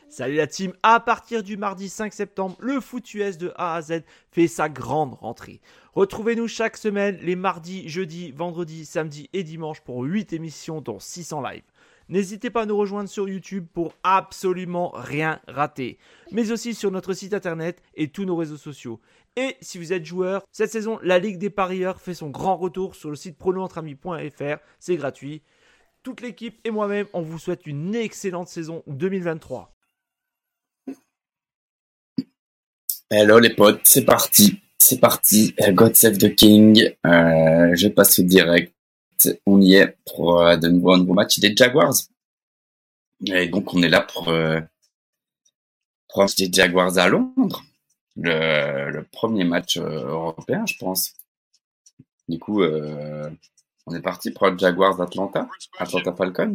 Salut la team, à partir du mardi 5 septembre, le foot US de A à Z fait sa grande rentrée. Retrouvez-nous chaque semaine les mardis, jeudis, vendredis, samedis et dimanches pour 8 émissions dont 600 live. N'hésitez pas à nous rejoindre sur YouTube pour absolument rien rater, mais aussi sur notre site internet et tous nos réseaux sociaux. Et si vous êtes joueur, cette saison, la Ligue des parieurs fait son grand retour sur le site pronoentrami.fr, c'est gratuit. Toute l'équipe et moi-même, on vous souhaite une excellente saison 2023. Hello les potes, c'est parti. God Save the King. Je passe au direct. On y est pour de nouveau un nouveau match des Jaguars. Et donc on est là pour un match des Jaguars à Londres. Le premier match européen, je pense. Du coup, on est parti pour le Jaguars Atlanta Falcons.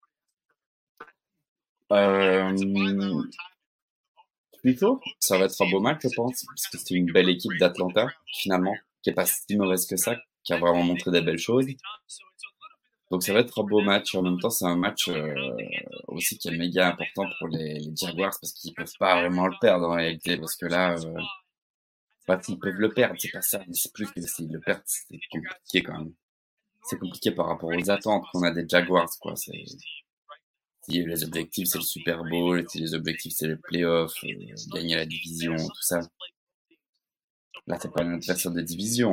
Plutôt, ça va être un beau match, je pense, parce que c'est une belle équipe d'Atlanta, finalement, qui est pas si mauvaise que ça, qui a vraiment montré des belles choses. Donc ça va être un beau match. En même temps, c'est un match aussi qui est méga important pour les Jaguars, parce qu'ils peuvent pas vraiment le perdre en réalité, parce que là, ils peuvent le perdre, c'est pas ça, mais c'est plus que s'ils le perdent, c'est compliqué quand même. C'est compliqué par rapport aux attentes qu'on a des Jaguars, quoi. Si les objectifs c'est le Super Bowl, si les objectifs c'est les playoffs, gagner la division, tout ça. Là, c'est pas une adversaire de division,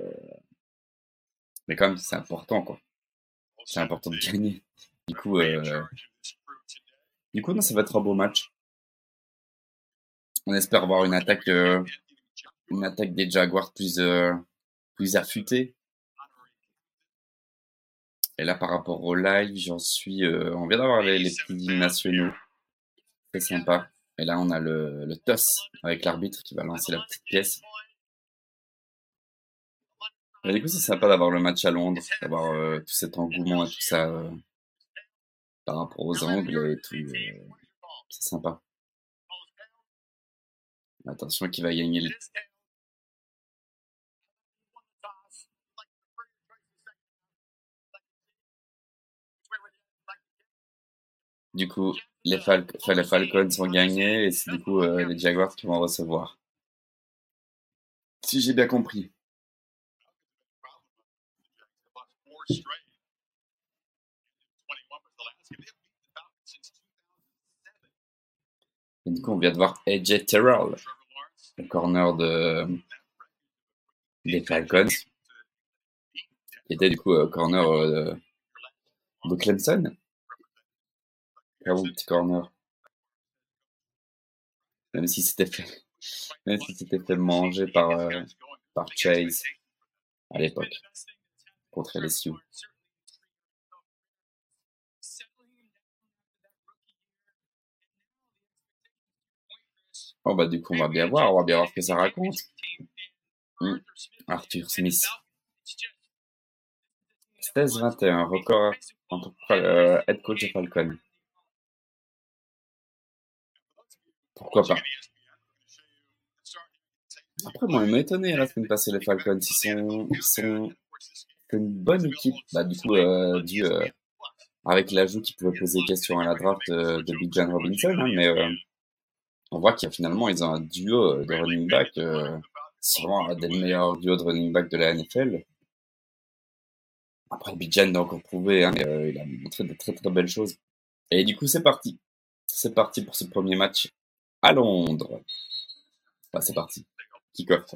mais quand même, c'est important, quoi. C'est important de gagner. Du coup, non, ça va être un beau match. On espère avoir une attaque des Jaguars plus affûtée. Et là, par rapport au live, on vient d'avoir les prix nationaux. C'est sympa. Et là, on a le toss avec l'arbitre qui va lancer la petite pièce. Et du coup, c'est sympa d'avoir le match à Londres, d'avoir tout cet engouement et tout ça par rapport aux Anglais et tout. C'est sympa. Attention, qui va gagner le... Du coup, les Falcons vont gagner et c'est du coup les Jaguars qui vont recevoir. Si j'ai bien compris. Et du coup, on vient de voir AJ Terrell, le corner des Falcons, qui était du coup corner de Clemson. Très bon petit corner. Même si c'était fait manger par Chase à l'époque contre LSU. Oh bah du coup on va bien voir ce que ça raconte. Arthur Smith. 16-21, record en tant que head coach de Falcon. Pourquoi pas. Après, moi, il m'a étonné la semaine passée, les Falcons. C'est une bonne équipe. Bah, du coup, avec l'ajout qui pouvait poser question à la draft de Big John Robinson, hein, mais on voit finalement ils ont un duo de running back. C'est vraiment un des meilleurs duos de running back de la NFL. Après, Big John l'a encore prouvé, hein, mais il a montré de très très belles choses. Et du coup, c'est parti. C'est parti pour ce premier match à Londres. Bah, c'est parti. Kick-off.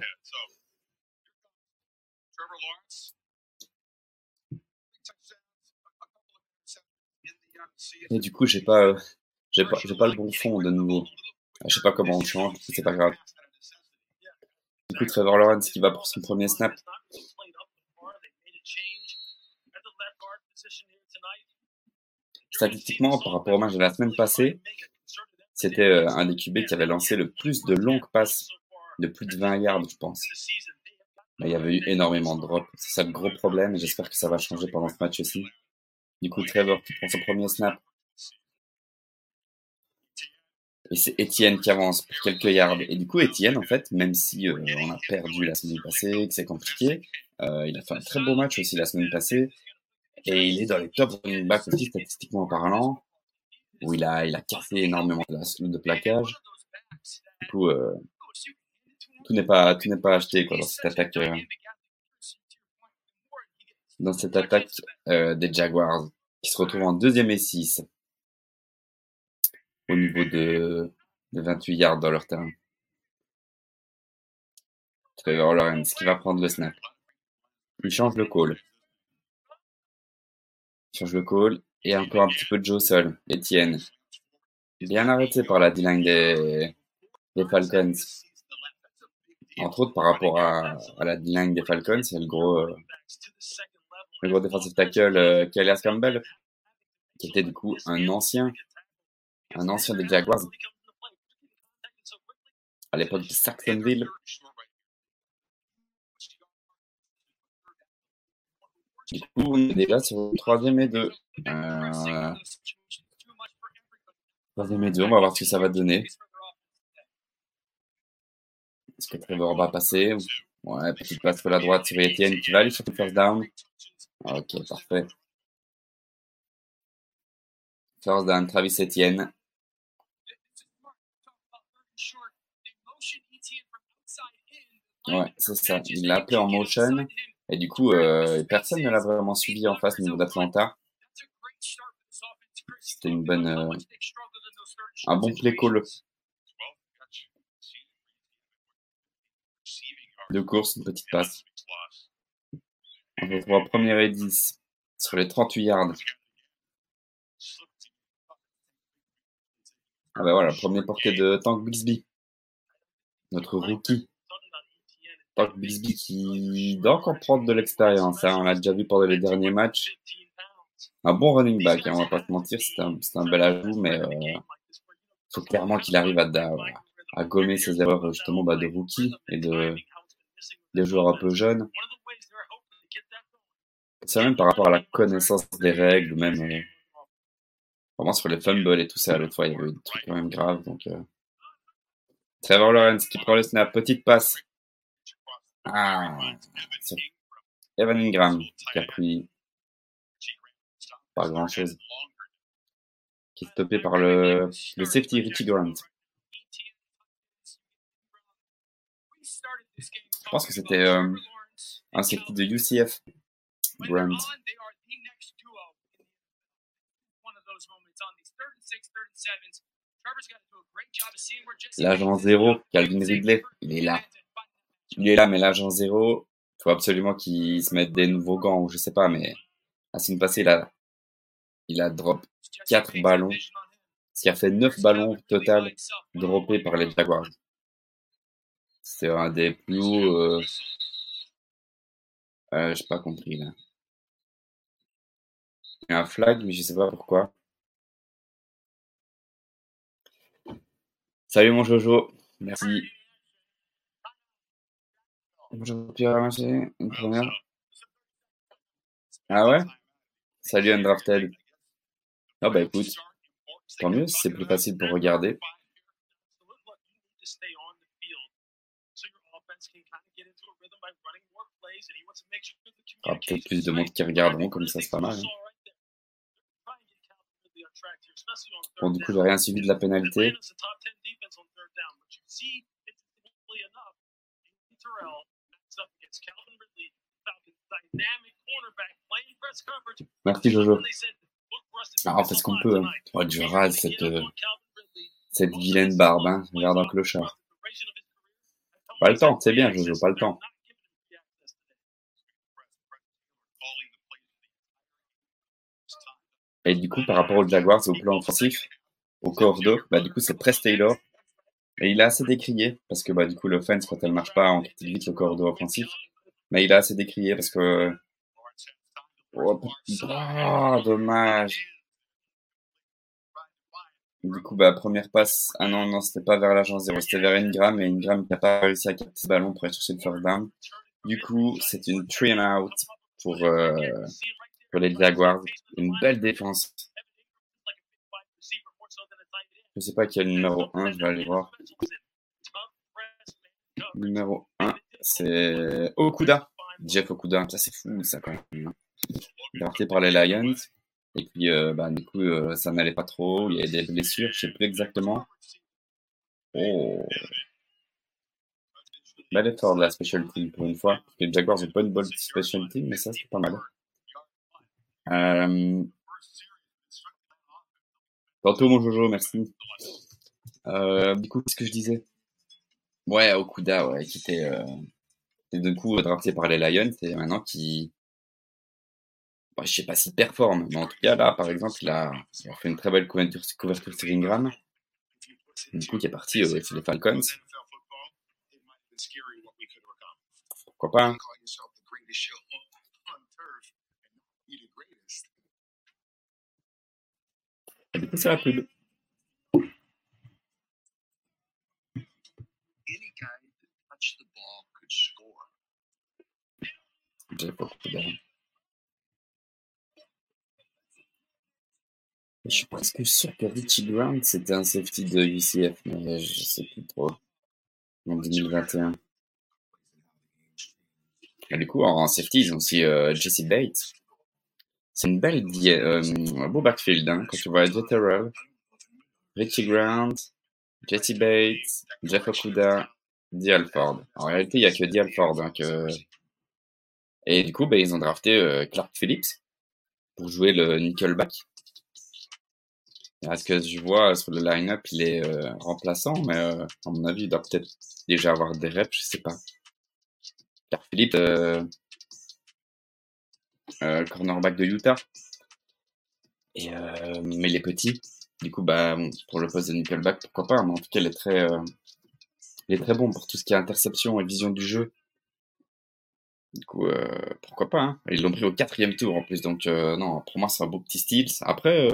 Et du coup, j'ai pas le bon fond de nouveau. Je sais pas comment on change, c'est pas grave. Du coup, Trevor Lawrence qui va pour son premier snap. Statistiquement, par rapport au match de la semaine passée, c'était un des QB qui avait lancé le plus de longues passes, de plus de 20 yards, je pense. Mais il y avait eu énormément de drops. C'est ça le gros problème, et j'espère que ça va changer pendant ce match aussi. Du coup, Trevor qui prend son premier snap. Et c'est Etienne qui avance pour quelques yards. Et du coup, Etienne, en fait, même si on a perdu la semaine passée, que c'est compliqué, il a fait un très beau match aussi la semaine passée. Et il est dans les top running back aussi, statistiquement parlant. où il a cassé énormément de plaquage. Du coup, tout n'est pas acheté quoi, dans cette attaque des Jaguars, qui se retrouvent en 2e et 6 au niveau de 28 yards dans leur terrain. Trevor Lawrence qui va prendre le snap. Il change le call. Et encore un petit peu de Joe Sol. Etienne. Bien arrêté par la D-line des Falcons. Entre autres par rapport à la D-line des Falcons, c'est le gros defensive tackle Calais Campbell, qui était du coup un ancien des Jaguars à l'époque de Saxonville. Du coup, on est déjà sur 3e et 2. 3e et 2, on va voir ce que ça va donner. Est-ce que Trevor va passer? Ouais, petite passe pour la droite sur Etienne qui va aller sur le first down. Ok, parfait. First down, Travis Etienne. Ouais, c'est ça. Il l'a appelé en motion. Et du coup, personne ne l'a vraiment suivi en face au niveau d'Atlanta. C'était un bon play call. De course, une petite passe. On se retrouve en 1er et 10 sur les 38 yards. Ah bah voilà, premier porté de Tank Bixby. Notre rookie. Tank Bixby qui doit encore prendre de l'expérience. Hein. On l'a déjà vu pendant les derniers matchs. Un bon running back, hein, on va pas se mentir. C'est un bel ajout, mais faut clairement qu'il arrive à gommer ses erreurs justement de rookie et des joueurs un peu jeunes. C'est même par rapport à la connaissance des règles, même vraiment sur les fumbles et tout ça. L'autre fois, il y avait des trucs quand même graves. Donc, Trevor Lawrence qui prend le snap, petite passe. Ah, c'est Evan Ingram qui a pris pas grand chose, qui est stoppé par le safety Richie Grant. Je pense que c'était un safety de UCF, Grant. L'agent 0, Calvin Ridley, il est là. Mais l'agent 0, il faut absolument qu'il se mette des nouveaux gants, ou je sais pas, mais la semaine passée, il a drop 4 ballons, ce qui a fait 9 ballons total droppés par les Jaguars. C'est un des plus hauts, j'ai pas compris là. Il y a un flag, mais je sais pas pourquoi. Salut mon Jojo, merci. J'aurais pu ramasser une première. Ah ouais? Salut Undrafted. Ah bah écoute, tant mieux, c'est plus facile pour regarder. Il y aura peut-être plus de monde qui regarderont, comme ça c'est pas mal. Hein. Bon, du coup, j'ai rien suivi de la pénalité. Merci Jojo. Alors, on fait ce qu'on peut. Hein. Oh, je rase cette vilaine barbe. Hein. Regarde un clochard. Pas le temps, c'est bien Jojo, pas le temps. Et du coup, par rapport aux Jaguars, au plan offensif, au corridor, bah du coup, c'est Press Taylor. Et il a assez décrié, parce que bah du coup, l'offense, quand elle marche pas, on quitte vite le corridor offensif. Mais il a assez décrié, parce que... Oh, dommage. Du coup, bah, première passe. Ah non, c'était pas vers l'agent 0, c'était vers Ingram, et Ingram n'a pas réussi à capter ce ballon pour aller chercher le first down. Du coup, c'est une 3 and out pour les Jaguars. Une belle défense. Je sais pas qui est le numéro 1, je vais aller voir. Numéro 1, c'est Okuda. Jeff Okuda, ça c'est fou ça quand même. Drafté par les Lions. Et puis, du coup, ça n'allait pas trop. Il y avait des blessures, je sais plus exactement. Oh, bel effort de la special team pour une fois. Parce que les Jaguars ont pas une bonne special team, mais ça, c'est pas mal. Tantôt, mon Jojo, merci. Du coup, qu'est-ce que je disais? Ouais, Okuda, ouais, qui était du coup drafté par les Lions et maintenant qui, bah, je sais pas s'il performe, mais en tout cas là, par exemple, il a fait une très belle couverture sur Ingram, du coup qui est parti chez les Falcons. Pourquoi pas, hein. Et du coup, c'est la pub. J'ai pas Okuda. Je suis presque sûr que Richie Grant c'était un safety de UCF, mais je sais plus trop. En 2021. Et du coup, en safety, ils ont aussi Jesse Bates. C'est une un beau backfield, hein, quand tu vois Jet Terrell, Richie Grant, Jesse Bates, Jeff Okuda, Dee Alford. En réalité, il y a que Dee Alford, hein, Et du coup, ils ont drafté Clark Phillips pour jouer le nickelback. À ce que je vois sur le line-up, il est remplaçant, mais à mon avis, il doit peut-être déjà avoir des reps, je sais pas. Clark Phillips, cornerback de Utah. Mais il est petit. Du coup, bon, pour le poste de nickelback, pourquoi pas. Mais en tout cas, il est très bon pour tout ce qui est interception et vision du jeu. Du coup, pourquoi pas, hein. Ils l'ont pris au 4e tour en plus, donc non, pour moi, c'est un beau petit style. Après,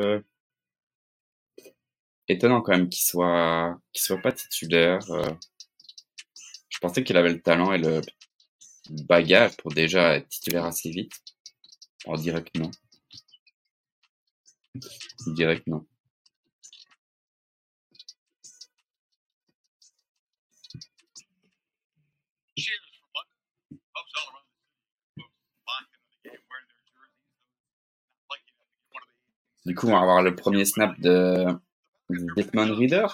étonnant quand même qu'il soit pas titulaire. Je pensais qu'il avait le talent et le bagage pour déjà être titulaire assez vite. On dirait que non. Je dirais que non. Du coup, on va avoir le premier snap de Desmond Reader.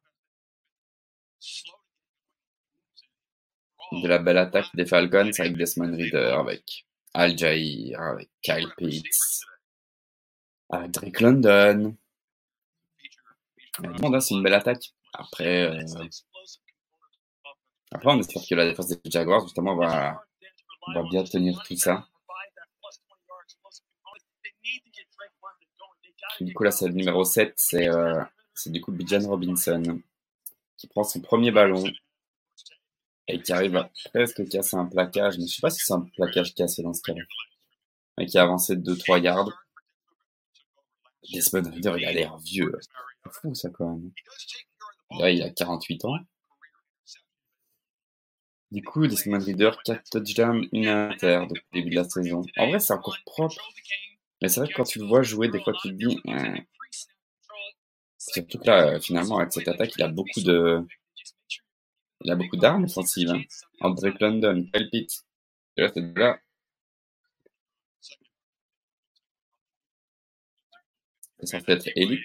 De la belle attaque des Falcons avec Desmond Reader, avec Al Jair, avec Kyle Pitts, avec Drake London. C'est une belle attaque. Après, on espère que la défense des Jaguars, justement, va bien tenir tout ça. Du coup, là, c'est le numéro 7, c'est du coup Bijan Robinson, qui prend son premier ballon et qui arrive à presque casser un plaquage, mais je sais pas si c'est un plaquage cassé dans ce cas-là, et qui a avancé de 2-3 yards. Desmond Reader, il a l'air vieux. C'est fou, ça, quand même. Là, il a 48 ans. Du coup, Desmond Reader, 4 touchdowns, 1 inter depuis le début de la saison. En vrai, c'est encore propre. Mais c'est vrai que quand tu le vois jouer, des fois, tu te dis... Surtout que là, finalement, avec cette attaque, il a beaucoup d'armes offensives, hein. Entre Drake London, Kyle Pitts. Et là, c'est là. C'est censé être élite.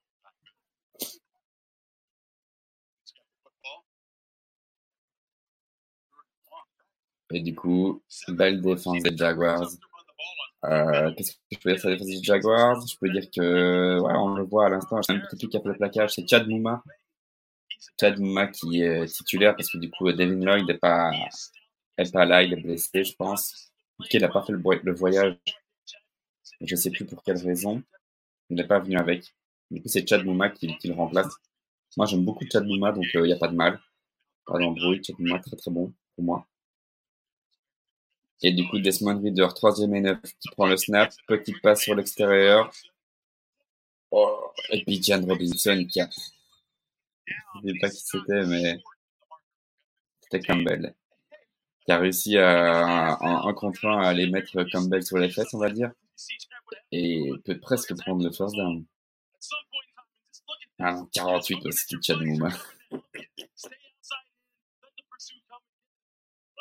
Et du coup, belle défense des Jaguars. Qu'est-ce que je peux dire sur la défense des Jaguars? Je peux dire que, ouais, on le voit à l'instant, j'ai un petit truc qui a fait le plaquage, c'est Chad Muma. Chad Muma qui est titulaire parce que du coup, Devin Lloyd est pas là, il est blessé, je pense. Il n'a pas fait le voyage. Je sais plus pour quelle raison. Il n'est pas venu avec. Du coup, c'est Chad Muma qui le remplace. Moi, j'aime beaucoup Chad Muma, donc il n'y a pas de mal. Pas d'embrouille, Chad Muma, très très bon pour moi. Et du coup, Desmond Reader, 3e et 9, qui prend le snap, petite passe sur l'extérieur. Oh, et puis Jan Robinson je ne sais pas qui c'était, mais c'était Campbell, qui a réussi en 1 contre 1 à aller mettre Campbell sur les fesses, on va dire, et peut presque prendre le first down. Ah non, 48 aussi, Chad Muma.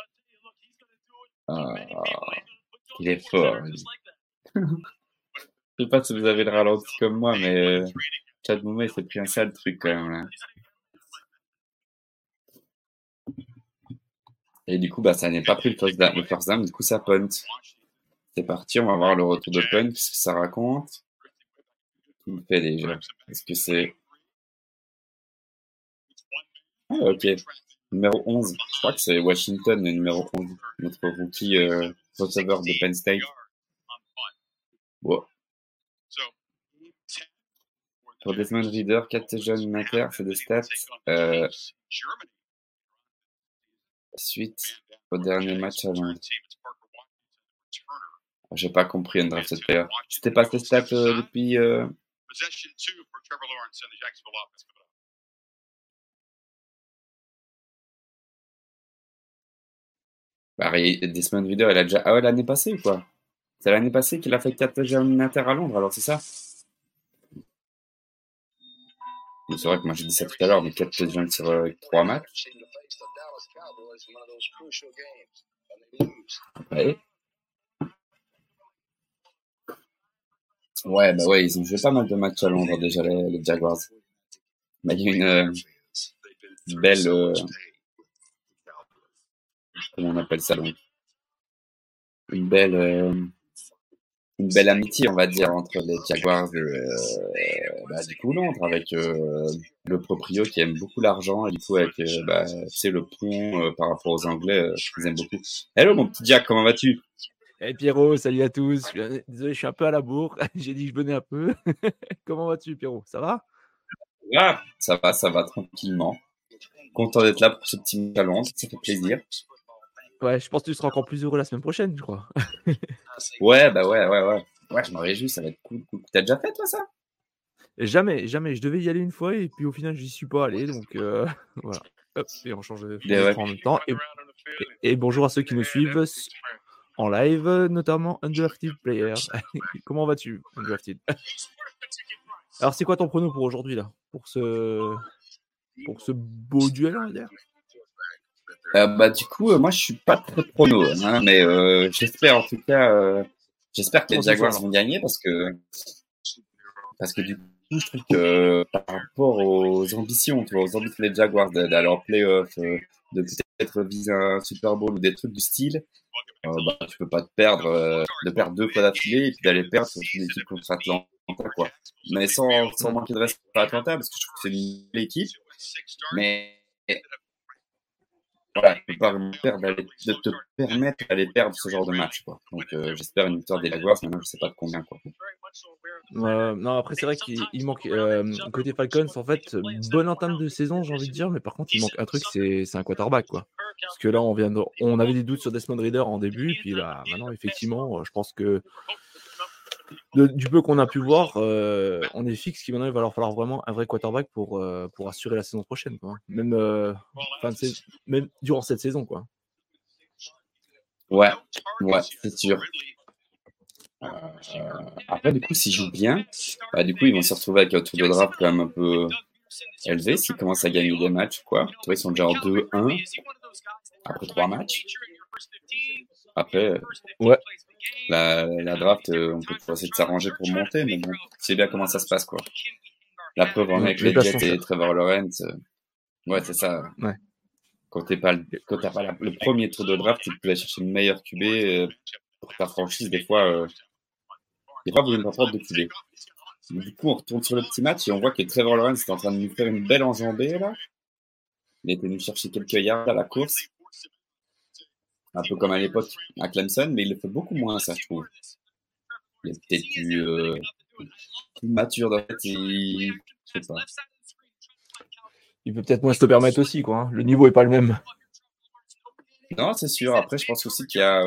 Ah, il est fort, lui. Je sais pas si vous avez le ralenti comme moi, mais Chad Mouma, il s'est pris un sale truc quand même là. Et du coup, bah, ça n'est pas pris le first down, du coup, ça punt. C'est parti, on va voir le retour de punt, qu'est-ce que ça raconte. Qui me fait déjà? Est-ce que c'est... Ah, ok. Numéro 11. Je crois que c'est Washington, le numéro 11. Notre rookie receveur de Penn State. Bon. Pour Desmond Reader, 4 jeunes inter, c'est des stats. Suite au dernier match à Londres. J'ai pas compris un draft player. C'était pas ces stats depuis... Bah, Desmond Reader, il a déjà... Ah ouais, l'année passée ou quoi? C'est l'année passée qu'il a fait 4 jeunes inter à Londres, alors c'est ça? C'est vrai que moi j'ai dit ça tout à l'heure, mais 4 touchdowns sur 3 matchs. Ouais. Ouais, bah ouais, ils ont joué pas mal de matchs à Londres déjà, les Jaguars. Mais il y a une belle... comment on appelle ça, donc une belle amitié, on va dire, entre les Jaguars et du coup Londres, avec le proprio qui aime beaucoup l'argent, et du coup avec tu sais, le pont par rapport aux Anglais, qu'ils aiment beaucoup. Hello mon petit Jack, comment vas-tu? Hey Pierrot, salut à tous. Désolé, je suis un peu à la bourre. J'ai dit que je venais un peu. Comment vas-tu, Pierrot? Ça va? Ah, ça va tranquillement. Content d'être là pour ce petit match à Londres, ça fait plaisir. Ouais, je pense que tu seras encore plus heureux la semaine prochaine, je crois. Ouais, bah ouais. Ouais, je m'en réjouis, ça va être cool. T'as déjà fait toi ça? Jamais. Je devais y aller une fois et puis au final, j'y suis pas allé. Donc voilà. Hop, et on change Ouais. d'écran en même temps. Et bonjour à ceux qui nous suivent en live, notamment Underactive Player. Comment vas-tu, Underactive? Alors, c'est quoi ton prono pour aujourd'hui, là? Pour ce beau duel, on va dire? Du coup, moi je suis pas très prono, hein, mais j'espère en tout cas, j'espère que les Jaguars vont gagner parce que du coup, je trouve que par rapport aux ambitions, tu vois, aux ambitions des Jaguars d'aller en playoff, de peut-être viser un Super Bowl ou des trucs du style, tu peux pas te perdre, de perdre 2 fois d'affilée et puis d'aller perdre contre une équipe contre Atlanta, quoi. Mais sans manquer de respect à Atlanta parce que je trouve que c'est une belle équipe, mais voilà, tu peux pas vraiment te permettre d'aller perdre ce genre de match, quoi. Donc j'espère une victoire des Jaguars, maintenant je sais pas de combien, quoi. Non, après c'est vrai qu'il manque côté Falcons, en fait, bonne entame de saison, j'ai envie de dire, mais par contre il manque un truc, c'est un quarterback, quoi. Parce que là on avait des doutes sur Desmond Reader en début, puis là maintenant effectivement, je pense que du peu qu'on a pu voir, on est fixe qu'il maintenant il va leur falloir vraiment un vrai quarterback pour assurer la saison prochaine, quoi. Même même durant cette saison, quoi. Ouais, c'est sûr. Après, du coup, s'ils jouent bien, du coup, ils vont se retrouver avec un tour de draft quand même un peu élevé s'ils commencent à gagner des matchs, quoi. Tu vois, ils sont déjà en 2-1 après 3 matchs. Après, Ouais. La draft, on peut toujours essayer de s'arranger pour monter, mais bon, c'est bien comment ça se passe, quoi. La preuve en est avec les Jets et Trevor Lawrence. Ouais, c'est ça. Ouais. Quand t'as pas le premier tour de draft, tu peux aller chercher le meilleur QB pour ta franchise. Des fois, vous n'avez pas prendre de QB. Du coup, on retourne sur le petit match et on voit que Trevor Lawrence est en train de nous faire une belle enjambée, là. Il était venu chercher quelques yards à la course. Un peu comme à l'époque à Clemson, mais il le fait beaucoup moins, ça, je trouve. Il est peut-être plus mature dans la tête, je sais pas. Il peut peut-être moins se le permettre aussi, quoi. Hein. Le niveau est pas le même. Non, c'est sûr. Après, je pense aussi qu'il y a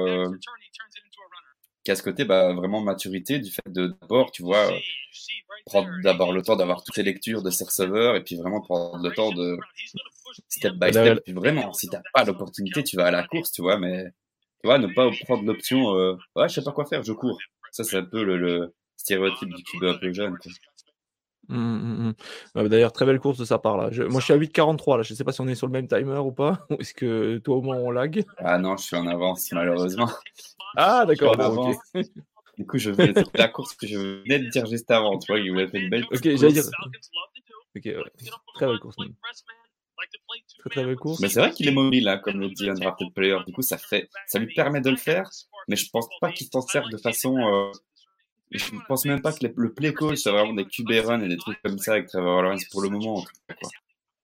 ce côté vraiment maturité du fait de d'abord, tu vois, prendre d'abord le temps d'avoir toutes les lectures de ses receveurs et puis vraiment prendre le temps de step by step. Puis vraiment, si t'as pas l'opportunité, tu vas à la course, tu vois, mais tu vois, ne pas prendre l'option ouais, je sais pas quoi faire, je cours. Ça, c'est un peu le stéréotype du QB un peu jeune, quoi. D'ailleurs, très belle course de sa part là. Moi, je suis à 8,43 là. Je sais pas si on est sur le même timer ou pas. Ou est-ce que toi au moins on lag? Ah non, je suis en avance malheureusement. Ah d'accord. Bon, ok. Du coup, c'est la course que je venais de dire juste avant. Tu vois, il voulait faire une belle Ok, petite j'allais dire. course. Ok, ouais. Très belle course, même. Très belle course. Mais c'est vrai qu'il est mobile, hein, comme le dit Undrafted Player. Du coup, ça lui permet de le faire, mais je pense pas qu'il s'en sert de façon. Je pense même pas que le play call, c'est vraiment des QB runs et des trucs comme ça avec Trevor Lawrence pour le moment. En tout cas, quoi.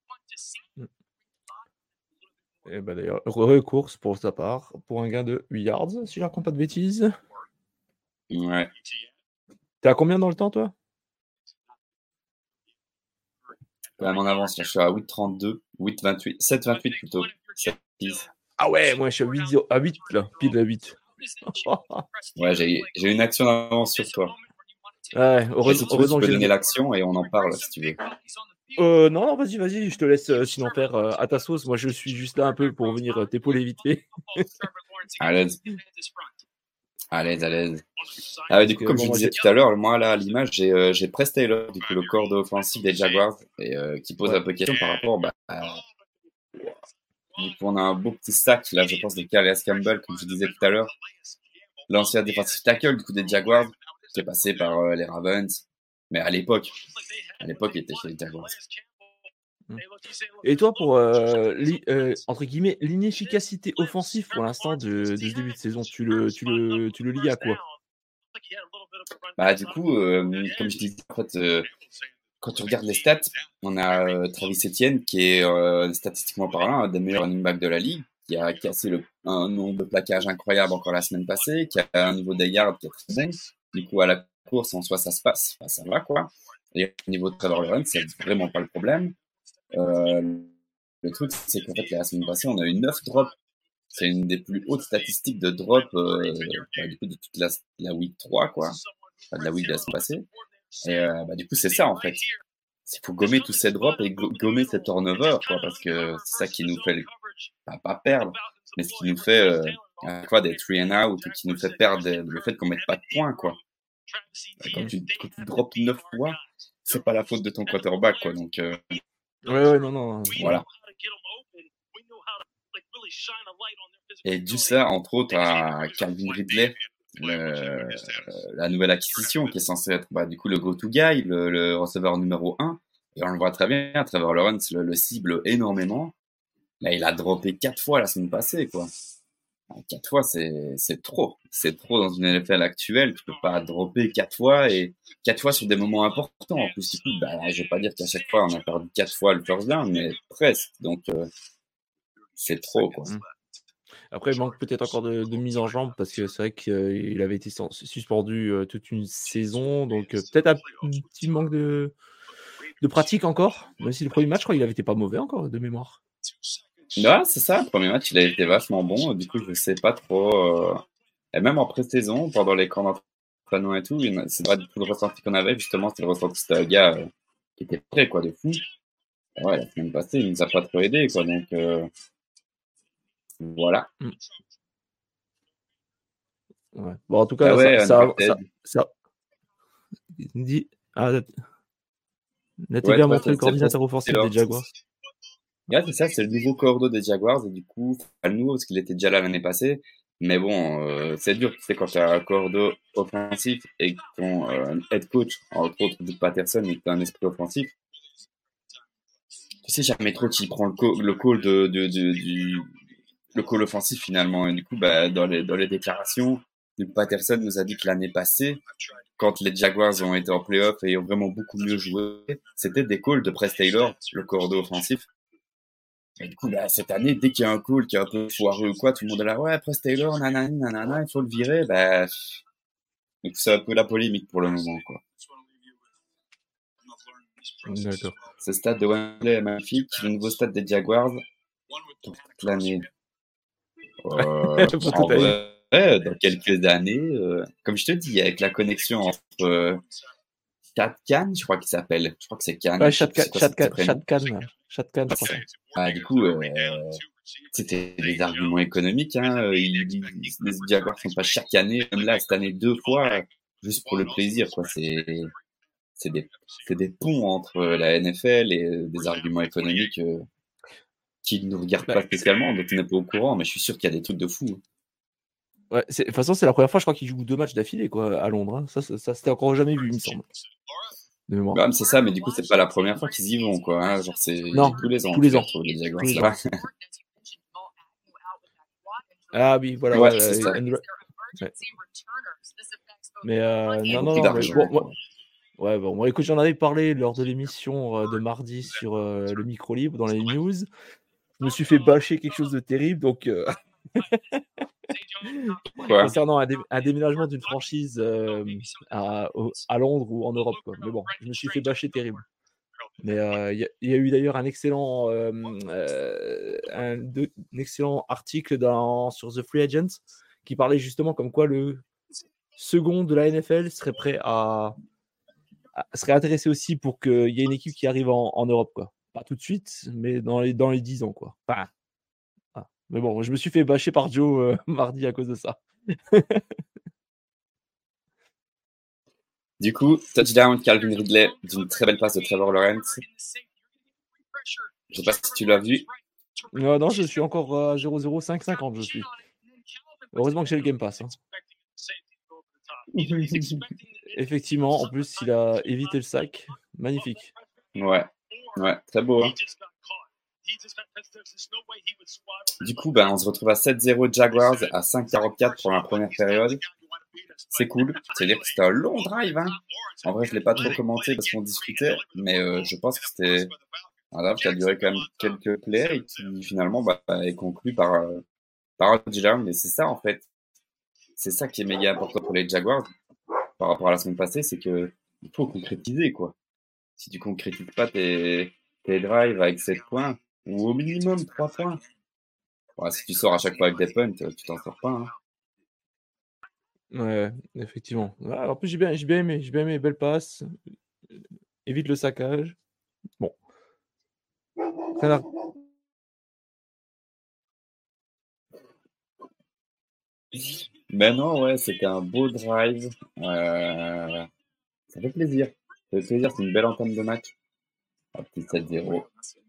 Et bah d'ailleurs, recourse pour sa part, pour un gain de 8 yards, si je raconte pas de bêtises. Ouais. T'es à combien dans le temps, toi? Quand même en avance, là, je suis à 8,32, 8,28, 7,28 plutôt. 7,10. Ah ouais, moi je suis à 8, à 8 là, pile à 8. Ouais, j'ai une action d'avance sur toi. Ouais, Si tu veux, tu heureusement que peux j'ai donner l'action et on en parle si tu veux. non, vas-y, je te laisse sinon faire à ta sauce. Moi, je suis juste là un peu pour venir t'épauler vite fait. À l'aise. À l'aise. Ah ouais, du coup, comme je moi, disais tout à l'heure, moi là à l'image, j'ai Press Taylor, du coup le corps offensif des Jaguars, et qui pose un peu question par rapport du coup, on a un beau petit stack là, je pense, de Calais Campbell, comme je disais tout à l'heure, l'ancien défensif tackle du coup des Jaguars, qui est passé par les Ravens, mais à l'époque, il était chez les Jaguars. Et toi, pour entre guillemets l'inefficacité offensive pour l'instant de ce début de saison, tu le lis à quoi? Bah du coup, comme je disais, en fait, quand tu regardes les stats, on a Travis Etienne qui est statistiquement parlant un des meilleurs running backs de la ligue, qui a cassé un nombre de plaquages incroyable encore la semaine passée, qui a un niveau des yards qui est très bon. Du coup, à la course, en soi, ça se passe, enfin, ça va quoi. Et au niveau de Trevor Lawrence, c'est vraiment pas le problème. Le truc, c'est qu'en fait, la semaine passée, on a eu 9 drops. C'est une des plus hautes statistiques de drop du coup, de toute la week 3, quoi. Enfin, de la week de la semaine passée. Et du coup, c'est ça, en fait. Il faut gommer tous ces drops et gommer ces turnovers, quoi, parce que c'est ça qui nous fait pas perdre, mais ce qui nous fait quoi, des 3 and out, ou qui nous fait perdre le fait qu'on mette pas de points, quoi. Quand tu drops 9 fois, c'est pas la faute de ton quarterback, quoi. Donc Ouais, non. Voilà. Et du ça, entre autres, à Calvin Ridley, la nouvelle acquisition qui est censée être du coup le go-to guy, le receveur numéro 1. Et on le voit très bien, Trevor Lawrence le cible énormément. Là, il a droppé 4 fois la semaine passée, quoi. 4 fois, c'est trop. C'est trop dans une NFL actuelle. Tu peux pas dropper 4 fois et 4 fois sur des moments importants. En plus, du coup, je vais pas dire qu'à chaque fois on a perdu 4 fois le first down, mais presque. Donc, c'est trop, quoi. Après, il manque peut-être encore de mise en jambe parce que c'est vrai qu'il avait été suspendu toute une saison. Donc, peut-être un petit manque de pratique encore. Même si le premier match, je crois qu'il avait été pas mauvais encore, de mémoire. Ouais, c'est ça. Le premier match, il a été vachement bon. Du coup, je sais pas trop. Et même en pré-saison, pendant les camps d'entraînement et tout, c'est vrai, tout le ressenti qu'on avait, justement, c'était le ressenti de un gars qui était prêt, quoi, de fou. Ouais, la semaine passée, il nous a pas trop aidé, quoi. Donc, voilà. Ouais. Bon, en tout cas, ça dit. Naté bien montré le coordinateur offensif des Jaguars. Ouais, c'est ça, c'est le nouveau cordeau des Jaguars, et du coup, pas le nouveau, parce qu'il était déjà là l'année passée. Mais bon, c'est dur, tu sais, quand tu as un cordeau offensif et que ton head coach, entre autres, Doug Patterson, est un esprit offensif. Tu sais jamais trop qui prend le call le call offensif finalement. Et du coup, dans les déclarations, Doug Patterson nous a dit que l'année passée, quand les Jaguars ont été en playoff et ont vraiment beaucoup mieux joué, c'était des calls de Press Taylor, le cordeau offensif. Et du coup, cette année, dès qu'il y a un call qui est un peu foireux ou quoi, tout le monde est là, ouais, Press Taylor, nanana, il faut le virer, donc c'est un peu la polémique pour le moment, quoi. D'accord. Ce stade de Wembley est magnifique, le nouveau stade des Jaguars, toute l'année. En vrai, dans quelques années, comme je te dis, avec la connexion entre Chad Khan, je crois qu'il s'appelle. Je crois que c'est Khan. Ouais, Chad Khan, je crois. Du coup, c'était des arguments économiques. Hein. Les Jaguars sont pas chaque année, même là, cette année 2 fois, juste pour le plaisir. Quoi. C'est des ponts entre la NFL et des arguments économiques qui ne nous regardent pas spécialement, donc on n'est pas au courant, mais je suis sûr qu'il y a des trucs de fou. Ouais, de toute façon, c'est la première fois, je crois, qu'il joue 2 matchs d'affilée, quoi, à Londres. Hein. Ça c'était encore jamais vu, il me semble. De mémoire. Bah, c'est ça, mais du coup, c'est pas la première fois qu'ils y vont, quoi. Hein. Genre, c'est Non, tous les ans, tous tu les les ans. retrouves, les Jaguars, Tous les là. ans. Ah oui, voilà, Ouais, ouais, c'est ça. ouais. Mais non, Beaucoup mais d'argent. bon, ouais, bon, moi, écoute, j'en avais parlé lors de l'émission de mardi sur le micro libre dans les news. Je me suis fait bâcher quelque chose de terrible, donc Quoi? concernant un déménagement d'une franchise à Londres ou en Europe, quoi. Mais bon, je me suis fait bâcher terrible. Mais il y a eu d'ailleurs un excellent excellent article sur The Free Agents qui parlait justement comme quoi le second de la NFL serait serait intéressé aussi pour qu'il y ait une équipe qui arrive en Europe, quoi. Pas tout de suite, mais dans les 10 ans, quoi. Enfin, voilà. Mais bon, je me suis fait bâcher par Joe mardi à cause de ça. Du coup, touchdown Calvin Ridley d'une très belle passe de Trevor Lawrence. Je sais pas si tu l'as vu. Non, je suis encore à 0-0, 5-50, je suis. Heureusement que j'ai le Game Pass. Hein. Effectivement, en plus, il a évité le sac. Magnifique. Ouais, très beau. Hein. Du coup, on se retrouve à 7-0 Jaguars, à 5-44 pour la première période. C'est cool. C'est-à-dire que c'était un long drive. Hein. En vrai, je l'ai pas trop commenté parce qu'on discutait, mais je pense que c'était un drive qui a duré quand même quelques plays et qui finalement est conclu par un touchdown. Et c'est ça, en fait. C'est ça qui est méga important pour les Jaguars par rapport à la semaine passée, c'est que il faut concrétiser, quoi. Si tu concrétises pas tes drives avec 7 points, ou au minimum 3 points, ouais, si tu sors à chaque fois avec des punts, tu t'en sors pas. Hein. Ouais, effectivement. Ouais, en plus, j'ai bien aimé. Belle passe. Évite le saccage. Bon. Ça Ben non, ouais, c'était un beau drive. Ça fait plaisir. Ça fait plaisir, c'est une belle entame de match. Un petit 7-0.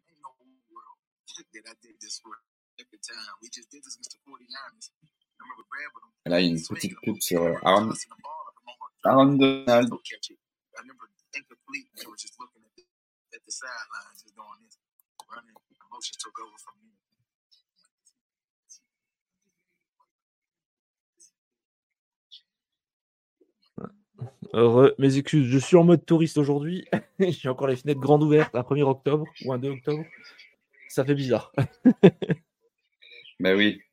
Là, il y a une petite coupe sur Aaron Donald. Mes excuses, je suis en mode touriste aujourd'hui. J'ai encore les fenêtres grandes ouvertes, un 1er octobre ou un 2 octobre. Ça fait bizarre. Ben oui.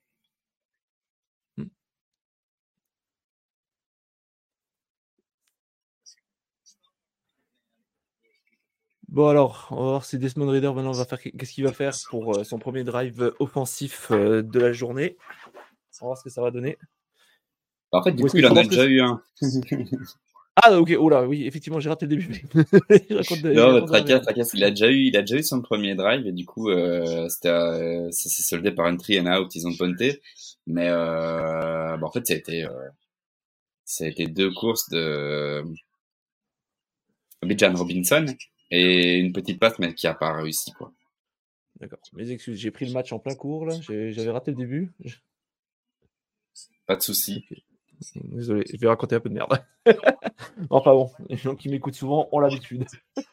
Bon alors, on va voir si Desmond Ridder maintenant qu'est-ce qu'il va faire pour son premier drive offensif de la journée. On va voir ce que ça va donner. En fait, du coup, il en a déjà eu un. Ah ok, oh là, oui, effectivement, j'ai raté le début. Non, tracasse, il a déjà eu son premier drive et du coup, ça s'est soldé par un 3 and out, ils ont punté. Mais en fait, ça a été 2 courses de Bijan Robinson et une petite passe, mais qui a pas réussi, quoi. D'accord. Mes excuses, j'ai pris le match en plein cours là. J'avais raté le début. Pas de souci. Okay. Désolé, je vais raconter un peu de merde. Enfin bon, les gens qui m'écoutent souvent ont l'habitude.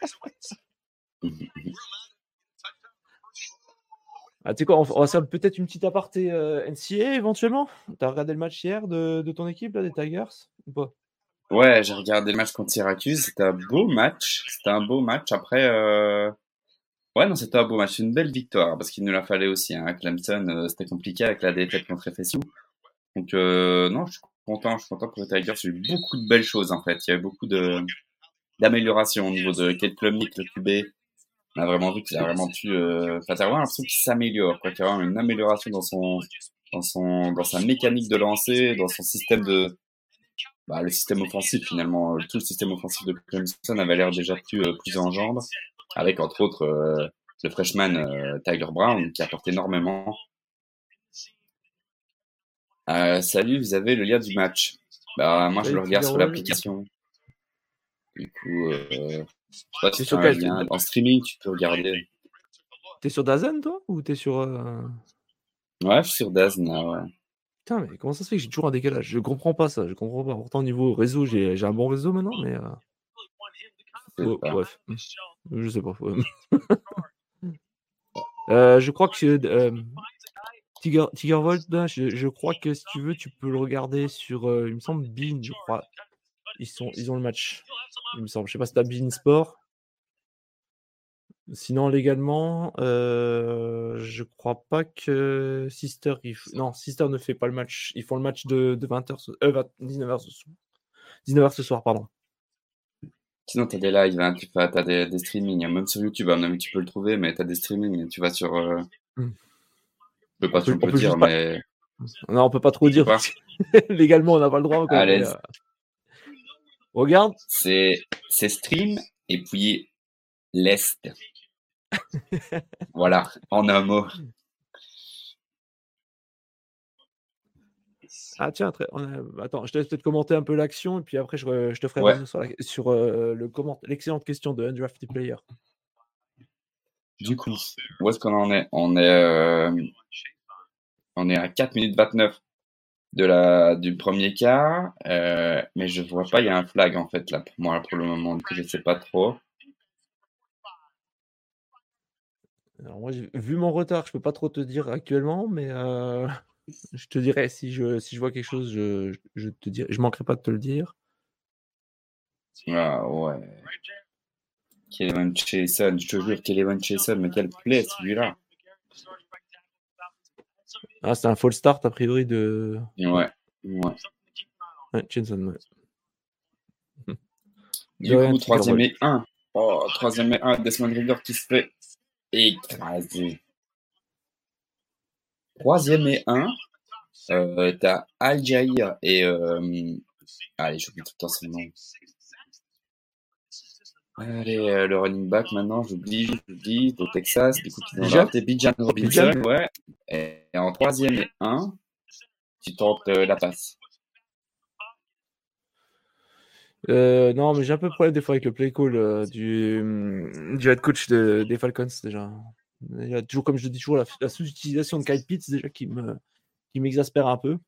Ah, tu sais quoi, on va faire peut-être une petite aparté NCAA éventuellement. T'as regardé le match hier de ton équipe, là, des Tigers ou pas? Ouais, j'ai regardé le match contre Syracuse. C'était un beau match. Après, ouais, non, c'était un beau match. Une belle victoire parce qu'il nous la fallait aussi. Hein. Clemson, c'était compliqué avec la défaite contre FSU. Donc, non, je suis content pour les Tigers. Il y a eu beaucoup de belles choses, en fait. Il y a eu beaucoup d'améliorations au niveau de Kate Klubnik, le QB. On a vraiment vu qu'il a vraiment pu, t'as vraiment l'impression qu'il s'améliore, quoi. Qu'il y a vraiment une amélioration dans sa mécanique de lancer, dans son système le système offensif, finalement. Tout le système offensif de Clemson avait l'air déjà plus en jambes. Avec, entre autres, le freshman, Tyler Brown, qui apporte énormément. Salut, vous avez le lien du match. Moi, je le regarde sur l'application. Du coup, je sais pas si tu as un lien. En streaming, tu peux regarder. T'es sur DAZN, toi? Ou t'es sur... Ouais, je suis sur DAZN, là, ouais. Putain, mais comment ça se fait que j'ai toujours un décalage? Je comprends pas ça, je comprends pas. Pourtant, au niveau réseau, j'ai un bon réseau maintenant, mais Je sais pas. bref, je sais pas. Je crois que Tigervolt, là, je crois que si tu veux, tu peux le regarder sur, il me semble, beIN, je crois. Ils ont le match, il me semble. Je sais pas si tu as beIN Sport. Sinon, légalement, je crois pas que Sister, non, Sister ne fait pas le match. Ils font le match de 20h, 19h ce soir. 19h ce soir, pardon. Sinon, t'as des lives, hein, t'as des streamings, hein, même sur YouTube, hein, tu peux le trouver, mais t'as des streamings, tu vas sur... Mm. Je peux pas tout On le peut dire, juste pas. mais... Non, on peut pas trop Je peux dire. pas. Parce que légalement, on n'a pas le droit encore. Allez, Regarde. c'est stream, et puis l'Est. Voilà, en un mot. Ah tiens, attends, je te laisse peut-être commenter un peu l'action et puis après je te ferai Ouais. revenir sur l'excellente question de Undrafted Player. Du coup, où est-ce qu'on en est? On est à 4 minutes 29 du premier quart, mais je vois pas, il y a un flag en fait là pour moi pour le moment, du coup je sais pas trop. Alors moi, vu mon retard, je peux pas trop te dire actuellement, mais je te dirai si je vois quelque chose, je te dirai, je manquerai pas de te le dire. Ah ouais. Kelevan Chason, je te jure, Kelevan Chason, mais quel play celui-là. Ah, c'est un false start a priori de. Ouais. Ouais, Jensen, ouais. Du coup, 3ème et 1. Oh, 3ème et 1, Desmond Ridder qui se fait écraser. 3ème et 1. T'as Al Jair et allez, j'oublie tout le temps son nom. Allez, le running back maintenant, j'oublie, au Texas, du coup, ils ont drafté Bijan Robinson, ouais. Et en 3ème et 1, tu tentes la passe. Non, mais j'ai un peu de problème des fois avec le play call du head coach des Falcons déjà. Il y a toujours, comme je dis toujours, la sous-utilisation de Kyle Pitts déjà qui m'exaspère un peu.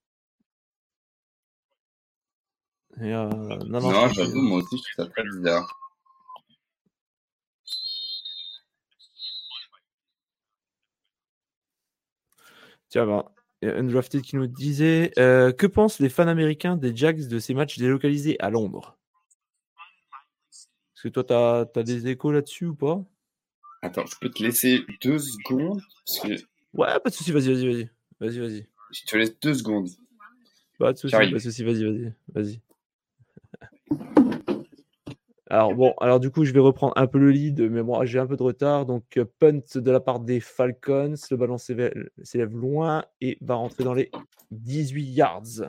Et, non, j'avoue, moi aussi, je trouve ça très bizarre. Tiens, bah, Undrafted qui nous disait que pensent les fans américains des Jags de ces matchs délocalisés à Londres? Est-ce que toi, t'as des échos là-dessus ou pas? Attends, je peux te laisser 2 secondes parce que... Ouais, pas de soucis, vas-y. Je te laisse 2 secondes. Pas de soucis, vas-y. Alors du coup, je vais reprendre un peu le lead, mais moi, j'ai un peu de retard. Donc, punt de la part des Falcons. Le ballon s'élève loin et va rentrer dans les 18 yards.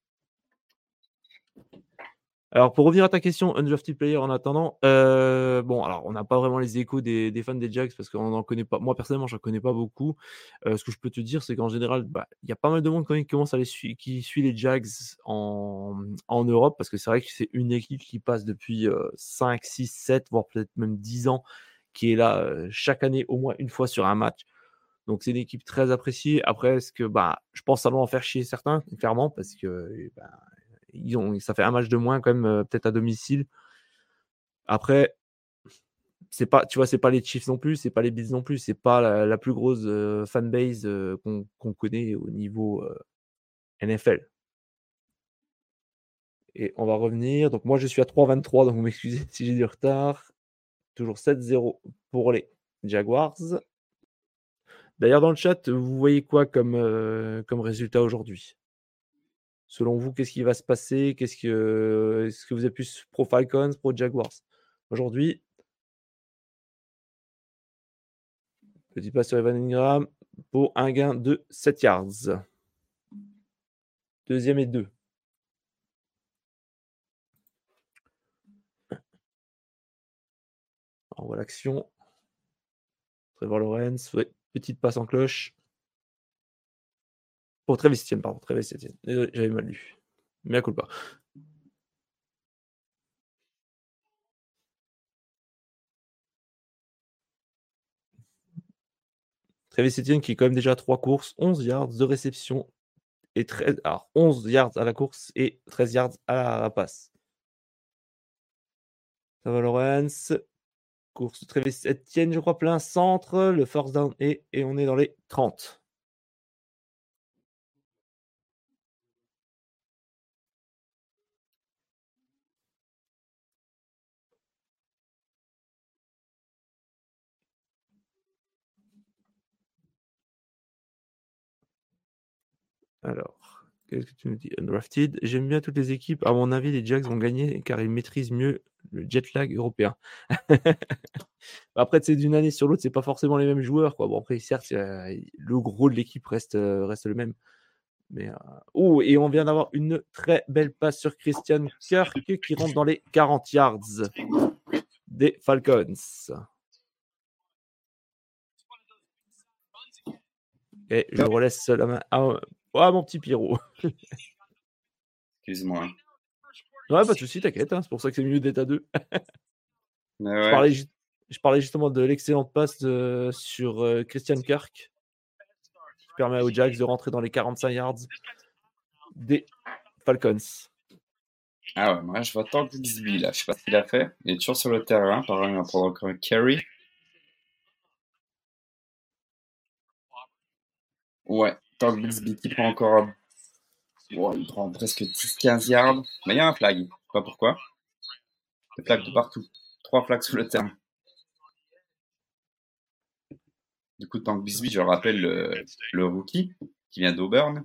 Alors, pour revenir à ta question, Undrafted Player en attendant, bon, alors, on n'a pas vraiment les échos des fans des Jags parce qu'on n'en connaît pas. Moi, personnellement, je n'en connais pas beaucoup. Ce que je peux te dire, c'est qu'en général, il y a pas mal de monde quand même qui commence qui suit les Jags en Europe parce que c'est vrai que c'est une équipe qui passe depuis 5, 6, 7, voire peut-être même 10 ans, qui est là chaque année au moins une fois sur un match. Donc, c'est une équipe très appréciée. Après, est-ce que je pense que ça va en faire chier certains, clairement, parce que ça fait un match de moins quand même, peut-être à domicile. Après, c'est pas les Chiefs non plus, c'est pas les Bills non plus, c'est pas la plus grosse fanbase qu'on connaît au niveau NFL. Et on va revenir. Donc moi, je suis à 3,23, donc vous m'excusez si j'ai du retard. Toujours 7-0 pour les Jaguars. D'ailleurs, dans le chat, vous voyez quoi comme résultat aujourd'hui? Selon vous, qu'est-ce qui va se passer? Est-ce que vous êtes plus pro Falcons, pro Jaguars? Aujourd'hui, petit pass sur Evan Ingram pour un gain de 7 yards. 2e et 2. On voit l'action. Trevor Lawrence, ouais, petite passe en cloche. Oh, Travis Etienne, pardon. Travis Etienne. Désolé, j'avais mal lu. Mais à coup pas. Travis Etienne qui est quand même déjà à 3 courses, 11 yards de réception et 13, alors 11 yards à la course et 13 yards à la passe. Ça va Lawrence, course de Travis Etienne, je crois, plein centre, le first down et on est dans les 30. Alors, qu'est-ce que tu nous dis? Undrafted. J'aime bien toutes les équipes. À mon avis, les Jags vont gagner car ils maîtrisent mieux le jet lag européen. Après, c'est d'une année sur l'autre, c'est pas forcément les mêmes joueurs, quoi. Bon, après, certes, le gros de l'équipe reste le même. Mais, oh, et on vient d'avoir une très belle passe sur Christian Kirk qui rentre dans les 40 yards des Falcons. Et je relaisse la main à mon petit Pierrot. Excuse-moi. Ouais, pas de soucis, t'inquiète, hein, c'est pour ça que c'est mieux d'être à deux. Mais Je ouais. parlais justement de l'excellente passe sur Christian Kirk qui permet aux Jags de rentrer dans les 45 yards des Falcons. Ah ouais, moi je vois Tank Bixby là, je sais pas ce qu'il a fait. Il est toujours sur le terrain, pareil, il va prendre encore un carry. Ouais, Tank Bixby qui prend encore un... Ouais, il prend presque 10-15 yards. Mais il y a un flag, je sais pas pourquoi. Des flags de partout. 3 flags sur le terrain. Du coup, Tank Bixby, je rappelle le rookie qui vient d'Auburn.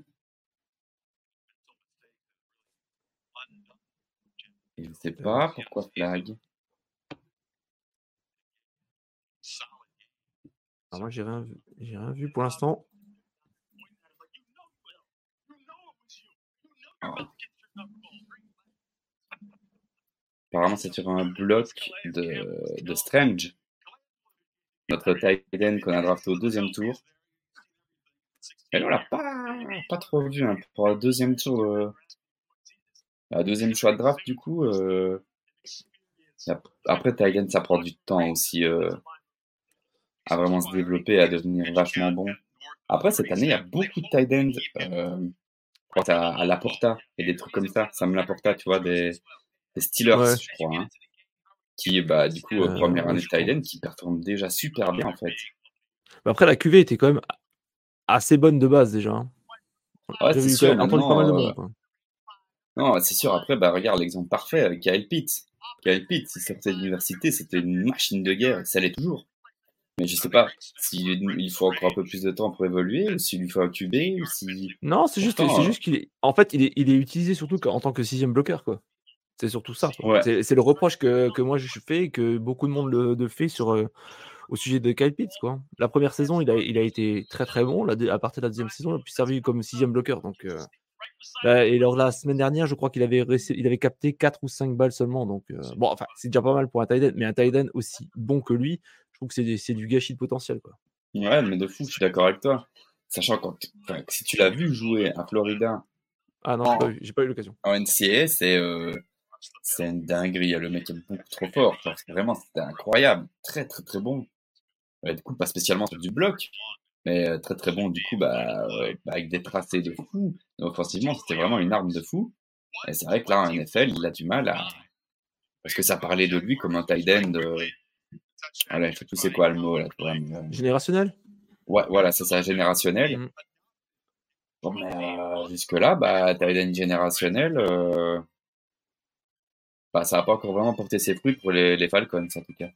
Et je sais pas pourquoi flag. Alors moi, j'ai rien vu pour l'instant. Alors, apparemment, c'est sur un bloc de Strange. Notre tight end qu'on a drafté au 2e tour. Et là, on l'a pas trop vu hein, pour le 2e tour. La 2e choix de draft, du coup. Après, tight end, ça prend du temps aussi à vraiment se développer, à devenir vachement bon. Après, cette année, il y a beaucoup de tight ends. Je pense à Laporta et des trucs comme ça. Sam Laporta, tu vois, des Steelers, Ouais. je crois. Hein, qui, bah, du coup, première année de tight end, qui performe déjà super bien, en fait. Mais après, la QV était quand même assez bonne de base déjà. Hein. Ouais, J'ai c'est vu sûr, entendu pas mal de maintenant. monde. Quoi. Non, c'est sûr, après, bah, regarde l'exemple parfait avec Kyle Pitts. Kyle Pitts, il sortait de l'université, c'était une machine de guerre, et ça l'est toujours. Mais je sais pas s'il faut encore un peu plus de temps pour évoluer, ou s'il lui faut un QB, ou si... Non, c'est juste qu'il est. En fait, il est utilisé surtout en tant que 6e bloqueur, quoi. C'est surtout ça. Quoi. Ouais. C'est le reproche que moi je fais et que beaucoup de monde le fait au sujet de Kyle Pitts, quoi. La première saison, il a été très très bon. À partir de la 2e saison, il a pu servir comme 6e bloqueur. Donc, et alors la semaine dernière, je crois qu'il avait capté 4 ou 5 balles seulement. Donc, bon, enfin, c'est déjà pas mal pour un tight end, mais un tight end aussi bon que lui, je trouve que c'est du gâchis de potentiel, quoi. Ouais, mais de fou, je suis d'accord avec toi. Sachant que si tu l'as vu jouer à Florida Ah non, j'ai pas eu l'occasion. en NCAA, c'est une dinguerie. Le mec est beaucoup trop fort. Genre, vraiment, c'était incroyable. Très, très, très bon. Du coup, pas spécialement sur du bloc, mais très, très bon. Du coup, avec des tracés de fou. Offensivement, c'était vraiment une arme de fou. Et c'est vrai que là, en NFL, il a du mal à... Parce que ça parlait de lui comme un tight end. Voilà, je sais plus c'est quoi le mot là. Générationnel. Ouais, voilà, c'est ça, générationnel. Mm. Bon, mais jusque-là, tight end générationnel, ça n'a pas encore vraiment porté ses fruits pour les Falcons, en tout cas.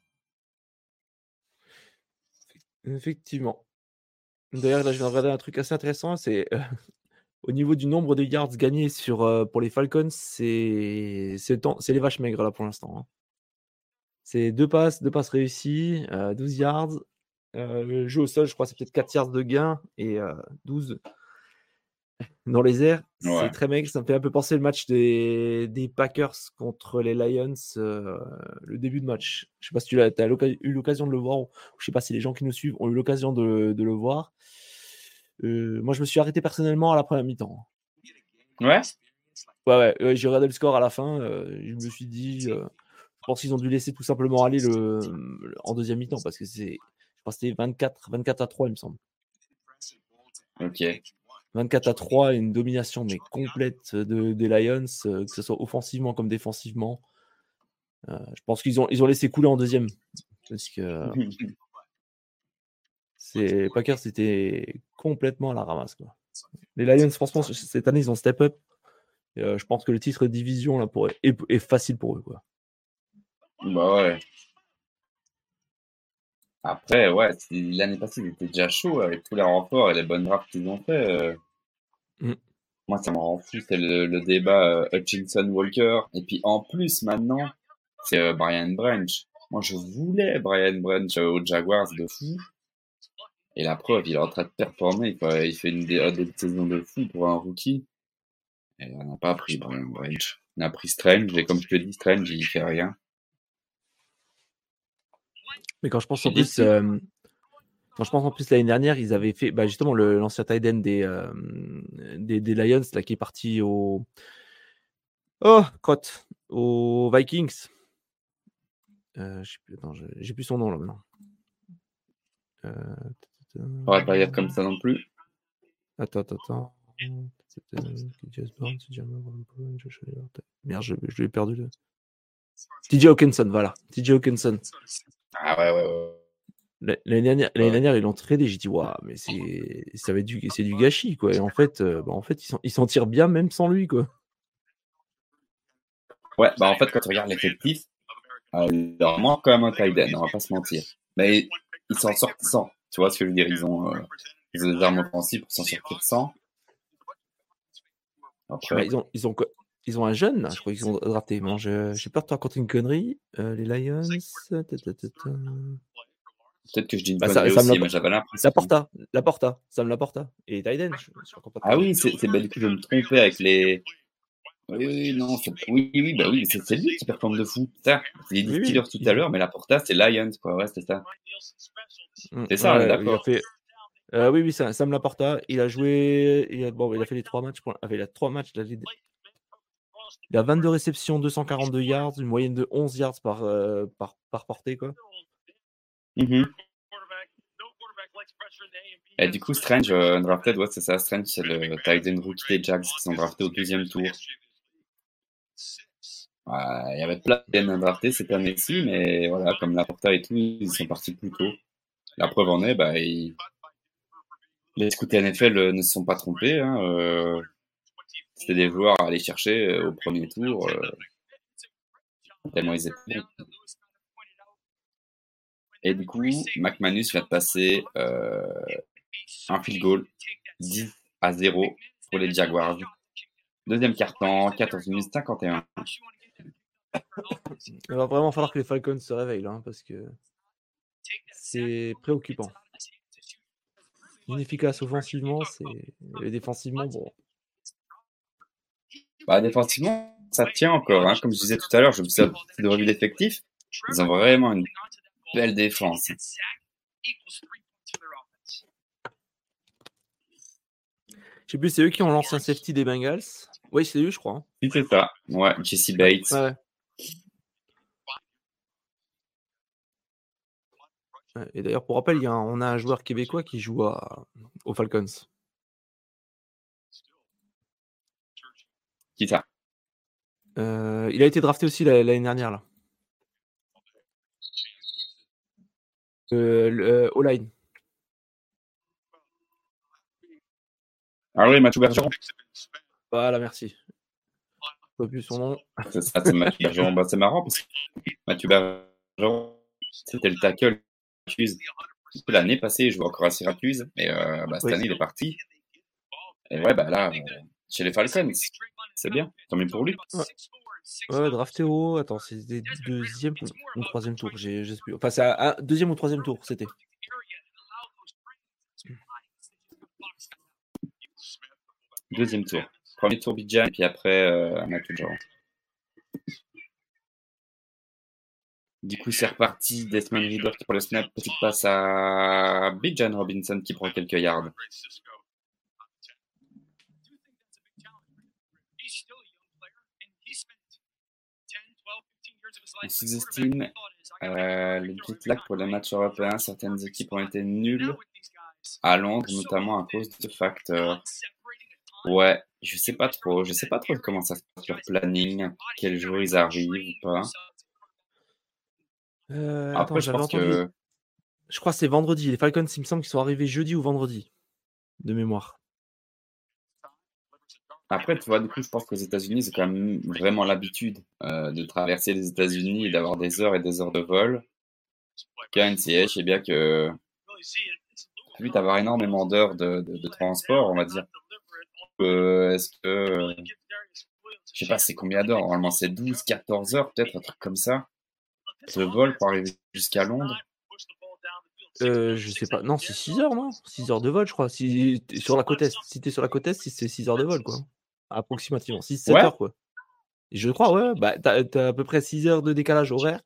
Effectivement. D'ailleurs, là, je viens de regarder un truc assez intéressant. C'est au niveau du nombre de yards gagnés pour les Falcons, c'est les vaches maigres là pour l'instant. Hein. C'est deux passes réussies, 12 yards. Le jeu au sol, je crois, c'est peut-être 4 yards de gain et 12 dans les airs. C'est Ouais. très maigre. Ça me fait un peu penser le match des Packers contre les Lions, le début de match. Je sais pas si tu as eu l'occasion de le voir, ou je sais pas si les gens qui nous suivent ont eu l'occasion de le voir. Moi, je me suis arrêté personnellement à la première mi-temps. Ouais? Ouais, j'ai regardé le score à la fin. Je me suis dit, je pense qu'ils ont dû laisser tout simplement aller en deuxième mi-temps parce que je pense que c'était 24-3, il me semble. Ok. 24-3 et une domination mais complète des Lions, que ce soit offensivement comme défensivement. Je pense qu'ils ont laissé couler en deuxième. Parce que Packers c'était complètement à la ramasse, quoi. Les Lions, franchement, cette année, ils ont step up. Et, je pense que le titre de division là, est facile pour eux, quoi. Bah ouais. Après, ouais, l'année passée, ils étaient déjà chauds avec tous les renforts et les bonnes drafts qu'ils ont fait. Moi, ça me rend fou, c'est le débat Hutchinson-Walker. Et puis en plus, maintenant, c'est Brian Branch. Moi, je voulais Brian Branch aux Jaguars de fou. Et la preuve, il est en train de performer, quoi. Il fait une début de saison de fou pour un rookie. Et on n'a pas pris Brian Branch. On a pris Strange, et comme je te dis, Strange, il fait rien. Mais quand je pense en plus, l'année dernière, ils avaient fait justement l'ancien tight end des Lions là, qui est parti aux Vikings. J'ai plus son nom là maintenant. On va pas dire comme ça non plus. Attends. Merde, je l'ai perdu. TJ Hawkinson, voilà. TJ Hawkinson. Ah ouais. L'année dernière, ils l'ont tradé. J'ai dit, waouh, mais c'est du gâchis, quoi. Et en fait, ils s'en tirent bien même sans lui, quoi. Ouais, en fait, quand tu regardes l'effectif, il leur manque quand même un tight end, on va pas se mentir. Mais ils s'en sortent sans. Tu vois ce que je veux dire? Ils ont des armes offensives pour s'en sortir sans. Après, ils ont un jeune, là, je crois qu'ils ont drafté. Bon, j'ai peur de te raconter une connerie. Les Lions. Peut-être que je dis une connerie aussi, mais j'avais l'impression. Laporta, Sam Laporta. Et Tyden. Ah oui, du coup, je me trompais avec les. Oui, non, oui, c'est lui qui performe de fou. Ça, j'ai dit Steelers tout à l'heure, mais Laporta, c'est Lions, quoi. Ouais, c'est ça. C'est ça, on est d'accord. Oui, Sam Laporta. Il a joué. Il a fait les 3 matchs. Il a 3 matchs. Il a 22 réceptions, 242 yards, une moyenne de 11 yards par portée, quoi. Et du coup, Strange, drafted, ouais, c'est ça. Strange, c'est le tight end rookie des Jags qui sont draftés au 12e tour. Il y avait plein de draftés cette année-ci, mais voilà, comme Laporta et tout, ils sont partis plus tôt. La preuve en est, les scouts NFL ne se sont pas trompés. C'était des joueurs à aller chercher au premier tour, tellement ils étaient bons. Et du coup, McManus vient de passer un field goal 10-0 pour les Jaguars. Deuxième quart-temps, 14 minutes 51. Il va vraiment falloir que les Falcons se réveillent là, parce que c'est préoccupant. Inefficace offensivement, et défensivement, bon. Défensivement, ça tient encore. Comme je disais tout à l'heure, je me suis de revue d'effectifs. Ils ont vraiment une belle défense. Je sais plus, c'est eux qui ont lancé un safety des Bengals. Oui, c'est eux, je crois. Oui, c'est ça. Ouais, Jesse Bates. Ouais. Et d'ailleurs, pour rappel, on a un joueur québécois qui joue aux Falcons. Qui ça? Il a été drafté aussi l'année dernière, là. O-line. Ah oui, Mathieu Bergeron. Voilà, merci. Je ne sais plus son nom. C'est ça, c'est Mathieu Bergeron. C'est marrant parce que Mathieu Bergeron, c'était le tackle. L'année passée, il jouait encore à Syracuse. Et cette année, il est parti. Et ouais, là, chez les Falcons, c'est bien. Tant mieux pour lui. Ouais, drafté haut. Attends, c'est des deuxième ou troisième tour. Je sais plus. Enfin, c'est un deuxième ou troisième tour, c'était. Deuxième tour. Premier tour Bijan, et puis après Mathieu Bergeron. Du coup, c'est reparti. Desmond Ridder qui prend le snap. Petite passe à Bijan Robinson qui prend quelques yards. On sous-estime le jet lag pour les matchs européens. Certaines équipes ont été nulles à Londres, notamment à cause de facteurs. Ouais, je sais pas trop. Je sais pas trop comment ça se passe leur planning, quel jour ils arrivent ou pas. Attends, Après, je j'avais pense entendu. que Je crois que c'est vendredi. Les Falcons, il me semble qu'ils sont arrivés jeudi ou vendredi, de mémoire. après, tu vois, du coup, je pense qu'aux États-Unis, c'est quand même vraiment l'habitude de traverser les États-Unis et d'avoir des heures et des heures de vol. KNCH, je sais bien que vu d'avoir énormément d'heures de transport, on va dire. Est-ce que je sais pas, c'est combien d'heures? Normalement, c'est 12, 14 heures, peut-être, un truc comme ça, de vol pour arriver jusqu'à Londres. Je sais pas. Non, c'est 6 heures, non? 6 heures de vol, je crois. Si t'es sur la côte est. Si t'es sur la côte est, c'est 6 heures de vol, quoi. Approximativement. 6-7 Ouais, heures, quoi. Et je crois, ouais. Bah, t'as à peu près 6 heures de décalage horaire.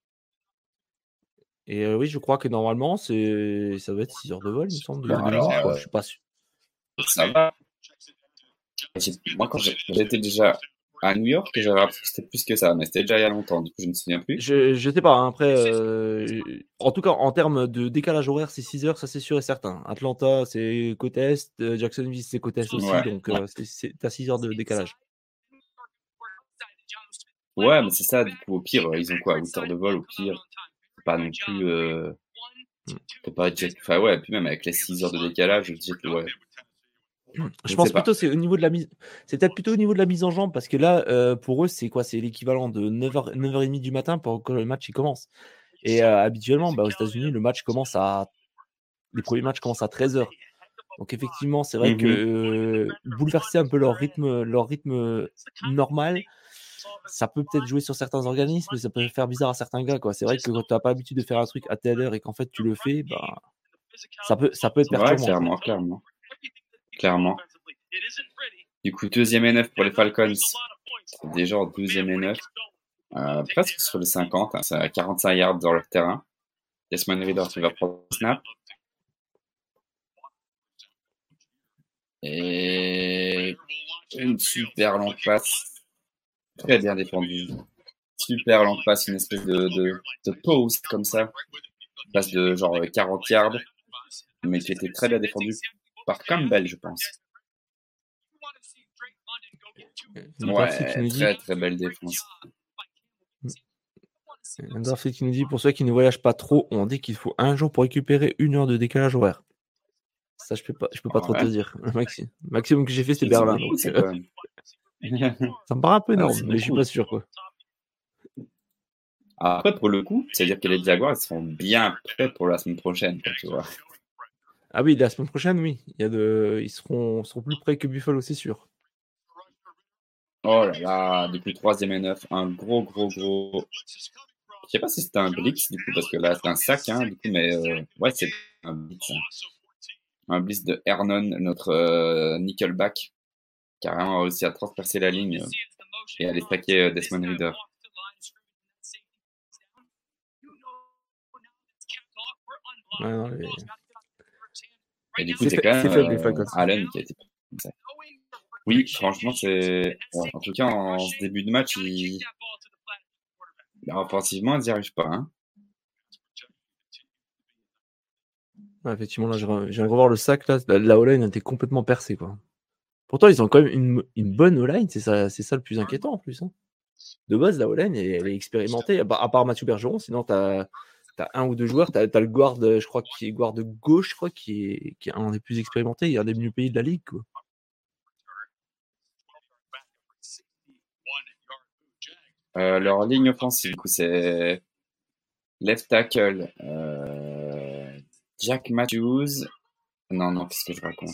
Et oui, je crois que normalement, ça doit être 6 heures de vol, il me semble, bon, de alors, mémoire, quoi. Je suis pas sûr. ça va. Moi, quand j'étais déjà à New York, j'avais l'impression que c'était plus que ça, mais c'était déjà il y a longtemps, du coup, je ne me souviens plus. Je sais pas, hein, après, en tout cas, en termes de décalage horaire, c'est 6 heures, ça c'est sûr et certain. Atlanta, c'est côte est, Jacksonville, c'est côte est aussi, Ouais. donc t'as 6 heures de décalage. Ouais, mais c'est ça, du coup, au pire, ils ont quoi, 8 heures de vol, au pire. C'est pas non plus, t'as pas jet, enfin, ouais, puis même avec les 6 heures de décalage, le jet, ouais, Je je ne sais pense pas. plutôt c'est au niveau de la mise, c'est peut-être plutôt au niveau de la mise en jambe parce que là, pour eux, c'est quoi? C'est l'équivalent de 9h, 9h30 du matin pour que le match il commence. Et habituellement, bah, aux États-Unis, les premiers matchs commencent à 13h. Donc effectivement, c'est vrai que Mhm. bouleverser un peu leur rythme normal, ça peut peut-être jouer sur certains organismes, mais ça peut faire bizarre à certains gars, quoi. C'est vrai que quand tu n'as pas l'habitude de faire un truc à telle heure et qu'en fait tu le fais, bah, ça peut être Ouais, perturbant, quoi. clairement. Du coup, deuxième et 9 pour les Falcons. C'est déjà en deuxième et 9. Presque sur les 50, hein, c'est à 45 yards dans leur terrain. Desmond Ridder qui va prendre le snap. Et une super longue passe. Très bien défendue. Super longue passe, une espèce de pause comme ça. Passe de genre 40 yards. Mais qui était très bien défendue par Campbell, je pense. Un Drafty qui Ouais, nous dit, très très belle défense. pour ceux qui ne voyagent pas trop, on dit qu'il faut un jour pour récupérer 1 heure de décalage horaire. Ça, je peux pas trop te Ouais, dire. Le maximum que j'ai fait, c'était c'est Berlin, beaucoup donc ça quand même. ça me paraît un peu Ah, énorme, c'est mais je suis beaucoup. pas sûr, quoi. Après, pour le coup, c'est-à-dire que les Jaguars seront bien prêts pour la semaine prochaine, quoi, tu vois. Ah oui, la semaine prochaine, oui. Ils seront plus près que Buffalo, c'est sûr. Oh là là, depuis troisième et 9, un gros. Je sais pas si c'était un blitz, du coup, parce que là, c'est un sac, hein, du coup, mais ouais, c'est un blitz. Hein. Un blitz de Hernon, notre nickelback, qui a vraiment réussi à transpercer la ligne et aller saquer Desmond Ridder. Ouais, non, Et du coup, c'est quand c'est même faible, les Falcons. Allen qui a été pris comme ça. Oui, franchement, c'est... Ouais, en tout cas, en ce début de match, offensivement, ils n'y arrivent pas. Hein. Ouais, effectivement, là, je viens de revoir le sac, là. La O-line était complètement percée, quoi. Pourtant, ils ont quand même une bonne O-line, c'est ça le plus inquiétant, en plus. Hein. De base, la O-line, elle est expérimentée, à part Mathieu Bergeron, sinon, t'as un ou deux joueurs. T'as le guard, je crois, qui est guard de gauche, je crois, qui est un des plus expérimentés, il est un des mieux payés de la ligue, quoi. Leur ligne offensive, du coup, c'est left tackle, Jack Matthews. Non, qu'est-ce que je raconte?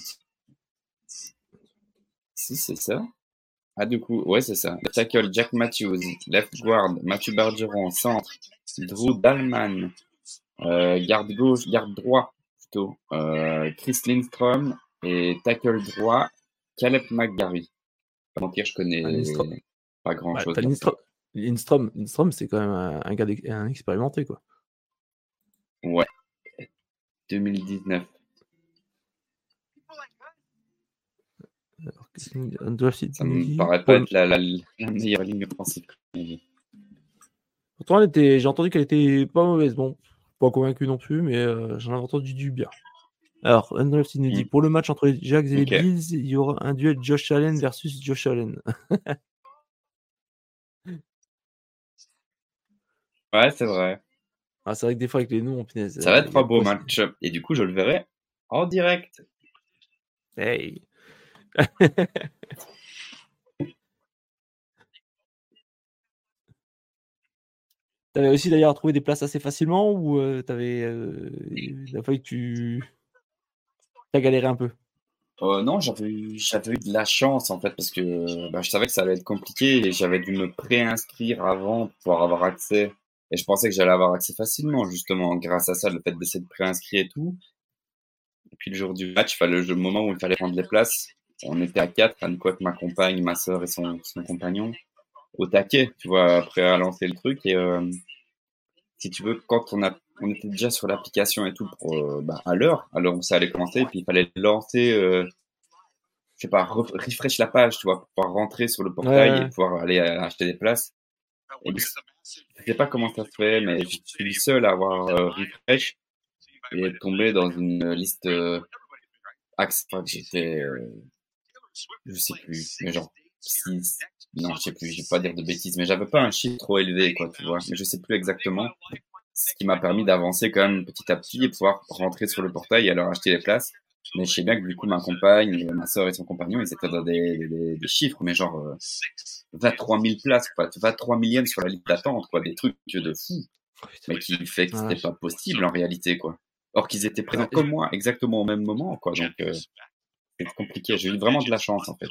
Si, c'est ça. Ah, du coup, ouais, c'est ça. Left tackle, Jack Matthews. Left guard, Mathieu Bergeron. Centre, Drew Dalman. Garde gauche, garde droit, plutôt. Chris Lindstrom. Et tackle droit, Caleb McGarry. Pas mentir, je Ah, connais pas bah, grand-chose t'as là-dedans. Lindstrom, c'est quand même un gars un expérimenté, quoi. Ouais, 2019. Alors, Undrafted Ça qui nous me dit. paraît pas être la meilleure ligne offensive. Pourtant, j'ai entendu qu'elle était pas mauvaise. Bon, pas convaincu non plus, mais j'en ai entendu du bien. Alors, Undraft, il nous dit pour le match entre les Jags et les Ok. Bills, il y aura un duel Josh Allen versus Josh Allen. Ouais, c'est vrai. Ah, c'est vrai que des fois, avec les noms, on punaise. Ça va être y a un de beau quoi match. Et du coup, je le verrai en direct. Hey. T'avais aussi d'ailleurs trouvé des places assez facilement ou il a fallu que t'as galéré un peu? Non, j'avais eu de la chance en fait parce que bah, je savais que ça allait être compliqué et j'avais dû me préinscrire avant pour pouvoir avoir accès. Et je pensais que j'allais avoir accès facilement justement grâce à ça, le fait d'essayer de préinscrire et tout. Et puis le jour du match, le moment où il fallait prendre les places, on était à quatre, Anne ma compagne, ma sœur et son compagnon, au taquet, tu vois, prêt à lancer le truc. Et si tu veux, quand on était déjà sur l'application et tout pour bah, à l'heure où ça allait commencer, et puis il fallait lancer. Je sais pas, refresh la page, tu vois, pour pouvoir rentrer sur le portail et Ouais. pouvoir aller acheter des places. Et je sais pas comment ça se fait, mais je suis le seul à avoir refresh et être tombé dans une liste enfin, que j'étais, je sais plus, mais genre 6, non, je sais plus, je vais pas dire de bêtises, mais j'avais pas un chiffre trop élevé, quoi, tu vois, mais je sais plus exactement, ce qui m'a permis d'avancer quand même petit à petit et pouvoir rentrer sur le portail et alors acheter les places. Mais je sais bien que du coup, ma compagne, ma soeur et son compagnon, ils étaient dans des chiffres, mais genre 23 000 places, quoi, 23 millième sur la liste d'attente, quoi, des trucs de fou, mais qui fait que c'était pas possible en réalité, quoi. Or qu'ils étaient présents comme moi, exactement au même moment, quoi, donc c'est compliqué. J'ai eu vraiment de la chance, en fait.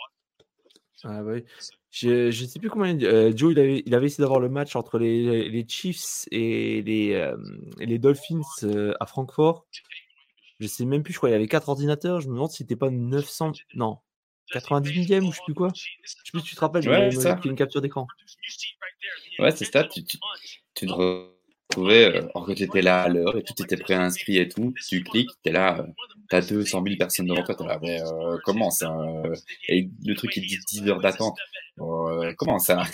Ah bah oui. Je sais plus comment Joe, il avait essayé d'avoir le match entre les Chiefs et les Dolphins à Francfort. Je sais même plus, je crois qu'il y avait 4 ordinateurs. Je me demande si c'était pas 900. Non, 90 millième ou je sais plus quoi. Je sais plus si tu te rappelles, il Ouais, m'avait ça. fait une capture d'écran. Ouais, c'est ça. Tu te retrouvais, alors que tu étais là à l'heure et tout était préinscrit et tout. Tu cliques, t'es là, t'as 200 000 personnes devant toi, t'es là, mais comment ça et le truc, il dit 10 heures d'attente. Comment ça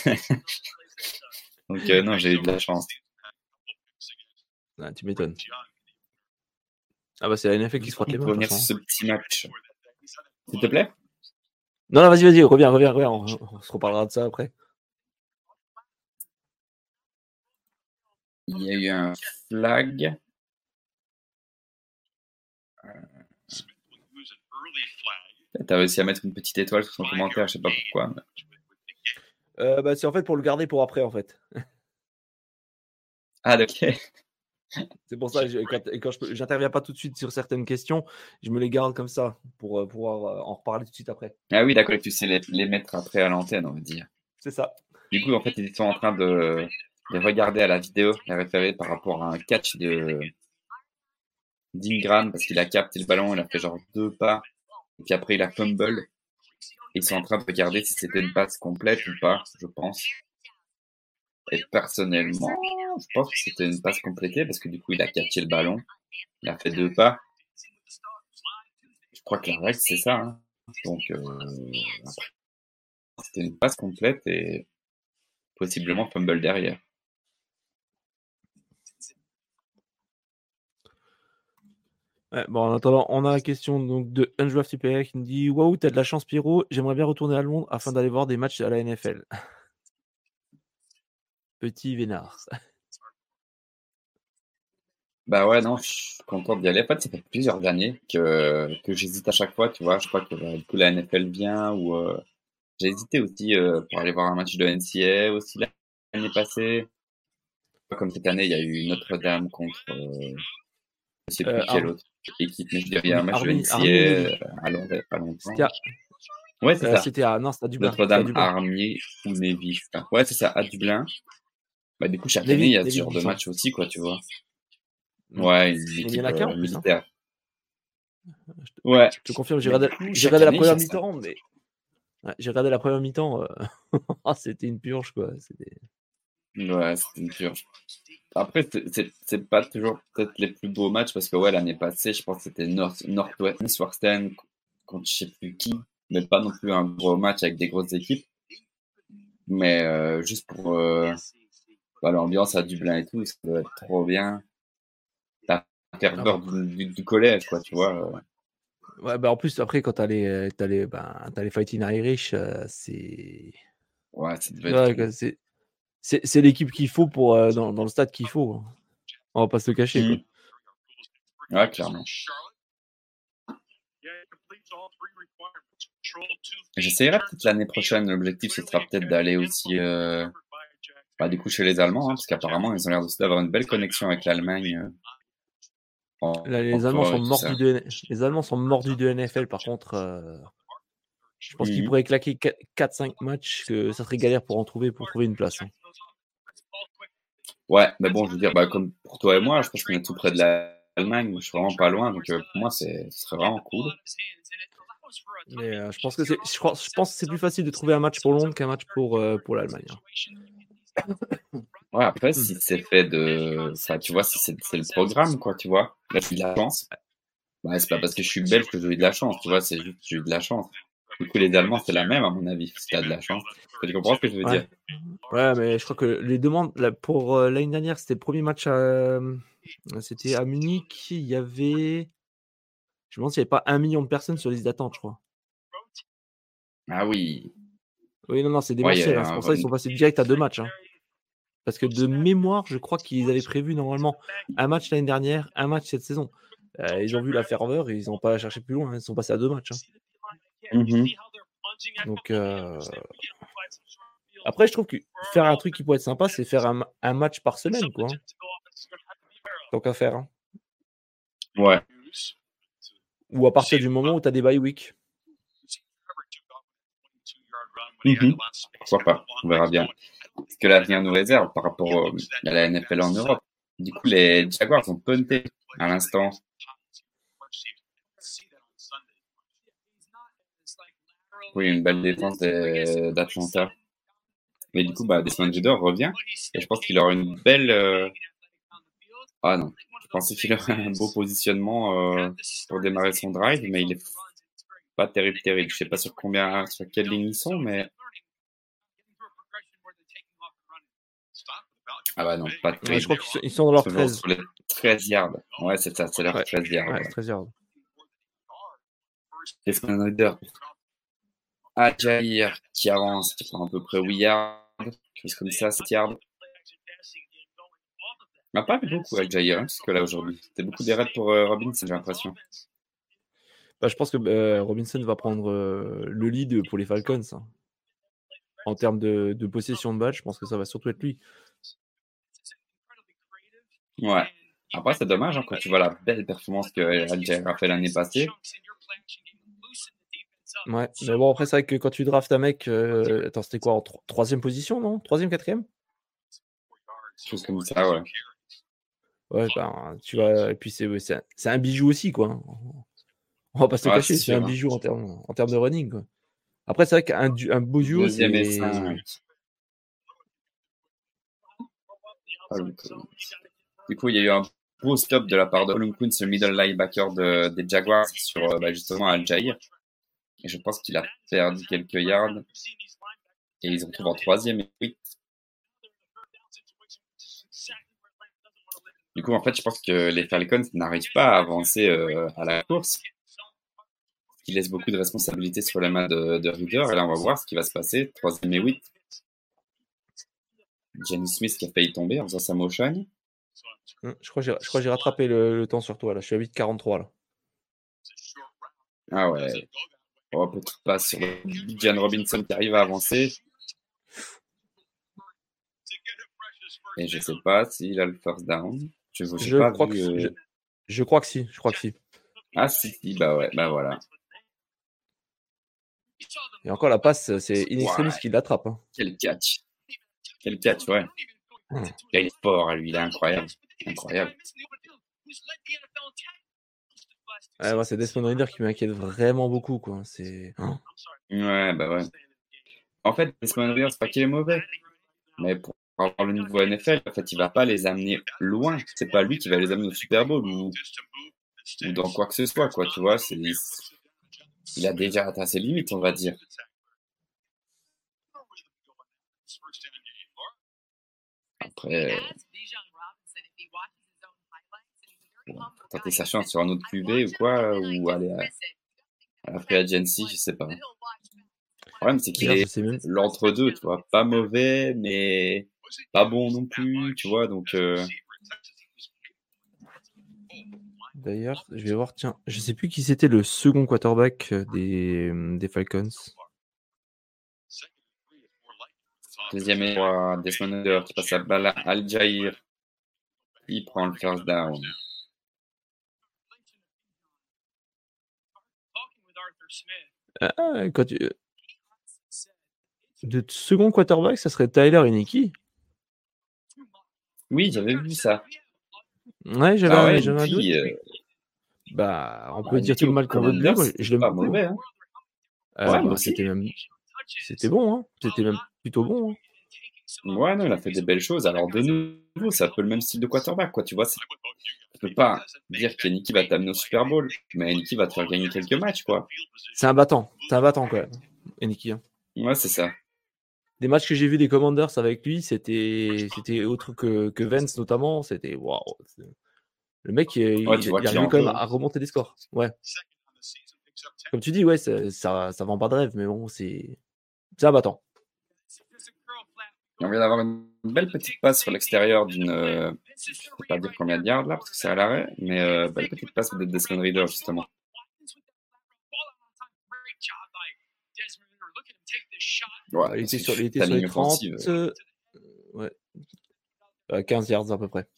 Donc non, j'ai eu de la chance. Ah, tu m'étonnes. Ah bah c'est la NFL qui se frotte les Pour mains, de toute revenir sur façon. ce petit match, s'il te plaît. Non, non, vas-y, reviens. On se reparlera de ça après. Il y a eu un flag. T'as réussi à mettre une petite étoile sur son commentaire, je sais pas pourquoi. Mais... Bah c'est en fait pour le garder pour après, en fait. Ah, ok. C'est pour ça, quand j'interviens pas tout de suite sur certaines questions, je me les garde comme ça pour pouvoir en reparler tout de suite après. Ah oui, d'accord, et tu sais les mettre après à l'antenne, on va dire. C'est ça. Du coup, en fait, ils sont en train de regarder à la vidéo, la référée par rapport à un catch d'Ingram, parce qu'il a capté le ballon, il a fait genre 2 pas, et puis après il a fumble. Ils sont en train de regarder si c'était une passe complète ou pas, je pense. Et personnellement, je pense que c'était une passe complétée, parce que du coup, il a catché le ballon, il a fait 2 pas. Je crois que la règle, c'est ça, hein. Donc, après, c'était une passe complète et possiblement fumble derrière. Ouais, bon, en attendant, on a la question donc, de Undraft UPR qui nous dit waouh, t'as de la chance, Pierrot. J'aimerais bien retourner à Londres afin d'aller voir des matchs à la NFL. Petit vénard. Bah ouais, non, je suis content d'y aller. En fait, ça fait plusieurs années que j'hésite à chaque fois, tu vois. Je crois que du coup, la NFL vient ou j'ai hésité aussi pour aller voir un match de NCAA aussi l'année passée. Comme cette année, il y a eu Notre-Dame contre, je sais plus quelle autre équipe, mais je dirais il y a un match de Army ou Navy. NCAA à Londres il y a pas longtemps. C'était à, Ouais, c'est ça. non, c'était à Dublin. Notre-Dame, Army ou Navy, je sais pas. Ouais, c'est ça, à Dublin. Bah du coup, chaque année, il y a ce genre de match aussi, quoi, tu vois. Ouais, une équipe militaire. Ouais. Je te confirme, j'ai regardé la première mi-temps, mais j'ai regardé la première mi-temps. C'était une purge, quoi. Ouais, c'était une purge. Après, c'est pas toujours peut-être les plus beaux matchs parce que ouais, l'année passée, je pense que c'était Northwestern contre je sais plus qui, mais pas non plus un gros match avec des grosses équipes. Mais juste pour bah, l'ambiance à Dublin et tout, ça doit être trop bien. quart d'heure du collège, quoi, tu vois. Ouais, bah en plus, après, quand t'as les Fighting Irish, c'est. Ouais, ça devait Ouais, être. c'est l'équipe qu'il faut pour, dans le stade qu'il faut, hein. On va pas se le cacher, quoi. Ouais, clairement. J'essayerai peut-être l'année prochaine. L'objectif, ce sera peut-être d'aller aussi, du coup, chez les Allemands, hein, parce qu'apparemment, ils ont l'air aussi d'avoir une belle connexion avec l'Allemagne. Là, les Allemands Emploi sont et tout ça. mordus les Allemands sont mordus de NFL, par contre. Je pense qu'ils pourraient claquer 4-5 matchs, que ça serait galère pour trouver une place, hein. Ouais, mais bon, je veux dire, comme pour toi et moi, je pense qu'on est tout près de l'Allemagne. Je suis vraiment pas loin, donc pour moi, ce serait vraiment cool. Mais je pense que c'est plus facile de trouver un match pour Londres qu'un match pour l'Allemagne, hein. Ouais, après, si c'est fait de. Ça, tu vois, si c'est le programme, quoi, tu vois. Là, j'ai eu de la chance. C'est pas parce que je suis belge que j'ai eu de la chance, tu vois, c'est juste que j'ai eu de la chance. Du coup, les Allemands, c'est la même, à mon avis, si t'as de la chance. Tu comprends ce que je veux dire? Ouais, mais je crois que les demandes pour l'année dernière, c'était le premier match c'était à Munich. Il y avait. Je me demande s'il n'y avait pas 1 million de personnes sur les listes d'attente, je crois. Ah oui. Oui, non, c'est Ouais, il y démentiel, hein. a C'est pour ça qu'ils sont passés direct à 2 matchs, hein. Parce que de mémoire, je crois qu'ils avaient prévu normalement un match l'année dernière, un match cette saison. Ils ont vu la ferveur et ils n'ont pas cherché plus loin, hein. Ils sont passés à 2 matchs, hein. Donc, après, je trouve que faire un truc qui pourrait être sympa, c'est faire un match par semaine, quoi, hein. Tant qu'à faire, hein. Ouais. Ou à partir du moment où tu as des bye week. Pourquoi pas? On verra bien ce que l'avenir nous réserve par rapport à la NFL en Europe. Du coup, les Jaguars ont punté à l'instant. Oui, une belle défense d'Atlanta. Mais du coup, Desmond Ridder revient. Et je pense qu'il aura une belle. Ah non. Je pensais qu'il aurait un beau positionnement pour démarrer son drive, mais il est pas terrible. Je sais pas sur quelle ligne ils sont, mais. Ah bah non, pas terrible. Ouais, je crois qu'ils sont dans leur 13. Sur les 13 yards. Ouais, c'est ça, c'est leur Ouais. 13 yards. Ouais, 13 yards. Desmond Ridder. Jair qui avance, qui prend à peu près 8 yards, quelque chose comme ça, 7 yards. On n'a pas vu beaucoup avec Jair, hein, jusque là aujourd'hui. C'était beaucoup des raids pour Robinson, j'ai l'impression. Je pense que Robinson va prendre le lead pour les Falcons, hein. En termes de possession de balle, je pense que ça va surtout être lui. Ouais. Après, c'est dommage quand tu vois la belle performance que Jair a fait l'année passée. Ouais, mais bon, après, c'est vrai que quand tu draftes un mec, attends, c'était quoi, en troisième position, non? Troisième, quatrième? Chose comme ça, ouais. Ouais, tu vois, et puis c'est un bijou aussi, quoi, hein. On va pas se le cacher, c'est un bijou en termes de running, quoi. Après, c'est vrai qu'un beau duo, Deuxième et c'est. 5. Du coup, il y a eu un beau stop de la part de Olunkuns, le middle linebacker des Jaguars, sur justement Al-Jair. Et je pense qu'il a perdu quelques yards. Et ils se retrouvent en 3e et 8. Du coup, en fait, je pense que les Falcons n'arrivent pas à avancer à la course. Ce qui laisse beaucoup de responsabilités sur les mains de Ridder. Et là, on va voir ce qui va se passer. 3e et 8. Jenny Smith qui a failli tomber en faisant sa motion. Je crois que j'ai rattrapé le temps sur toi, là. Je suis à 8,43, là. Ah ouais. On va peut-être pas sur le Jan Robinson qui arrive à avancer. Et je sais pas s'il a le first down. Je crois que si. Ah si, ouais, voilà. Et encore la passe, c'est In Extremis qui l'attrape, hein. Quel catch, ouais. Il est fort, lui, il est incroyable. Ouais, c'est Desmond Ridder qui m'inquiète vraiment beaucoup, quoi. C'est. Ouais, ouais. En fait, Desmond Ridder, c'est pas qu'il est mauvais. Mais pour avoir le niveau NFL, en fait, il va pas les amener loin. C'est pas lui qui va les amener au Super Bowl ou dans quoi que ce soit, quoi, tu vois. Il a déjà atteint ses limites, on va dire. Après. tenter sa chance sur un autre QB ou quoi, ou aller à la free agency, je sais pas. Le problème, c'est qu'il D'ailleurs, je est sais même. l'entre-deux, tu vois. Pas mauvais, mais pas bon non plus, tu vois. Donc, D'ailleurs, je vais voir. Tiens, je sais plus qui c'était le second quarterback des Falcons. deuxième et 3, Desmond Ridder qui passe la balle à Al Jair. Il prend le first down. Quand de second quarterback, ça serait Tyler Heineke. Oui, j'avais vu ça. Ouais, j'avais Ah ouais, un doute. puis, On peut dire Heineke tout le au mal qu'on veut de lui. Commanders, Moi, je l'aime pas beaucoup. mauvais, hein. Ouais, moi aussi. C'était bon, hein. C'était même plutôt bon. Hein. Ouais, non, il a fait des belles choses. Alors, de nouveau, c'est un peu le même style de quarterback, quoi. Tu vois, tu peux pas dire qu'Heineke va t'amener au Super Bowl, mais Heineke va te faire gagner quelques matchs, quoi. C'est un battant. C'est un battant, quand même, Heineke. Hein. Ouais, c'est ça. Des matchs que j'ai vus des Commanders avec lui, c'était autre que Vance, notamment. C'était waouh. Le mec, Ouais, tu vois il qu'il est arrive en quand même jeu. à remonter des scores. Ouais. Comme tu dis, ouais, ça vend pas de rêve, mais bon, c'est un battant. On vient d'avoir une belle petite passe sur l'extérieur d'une. Je ne peux pas dire combien de yards là, parce que c'est à l'arrêt, mais belle petite passe de Desmond Ridder, justement. Ouais, Il était sur ta les ligne 30. offensive. Ouais. 15 yards à peu près.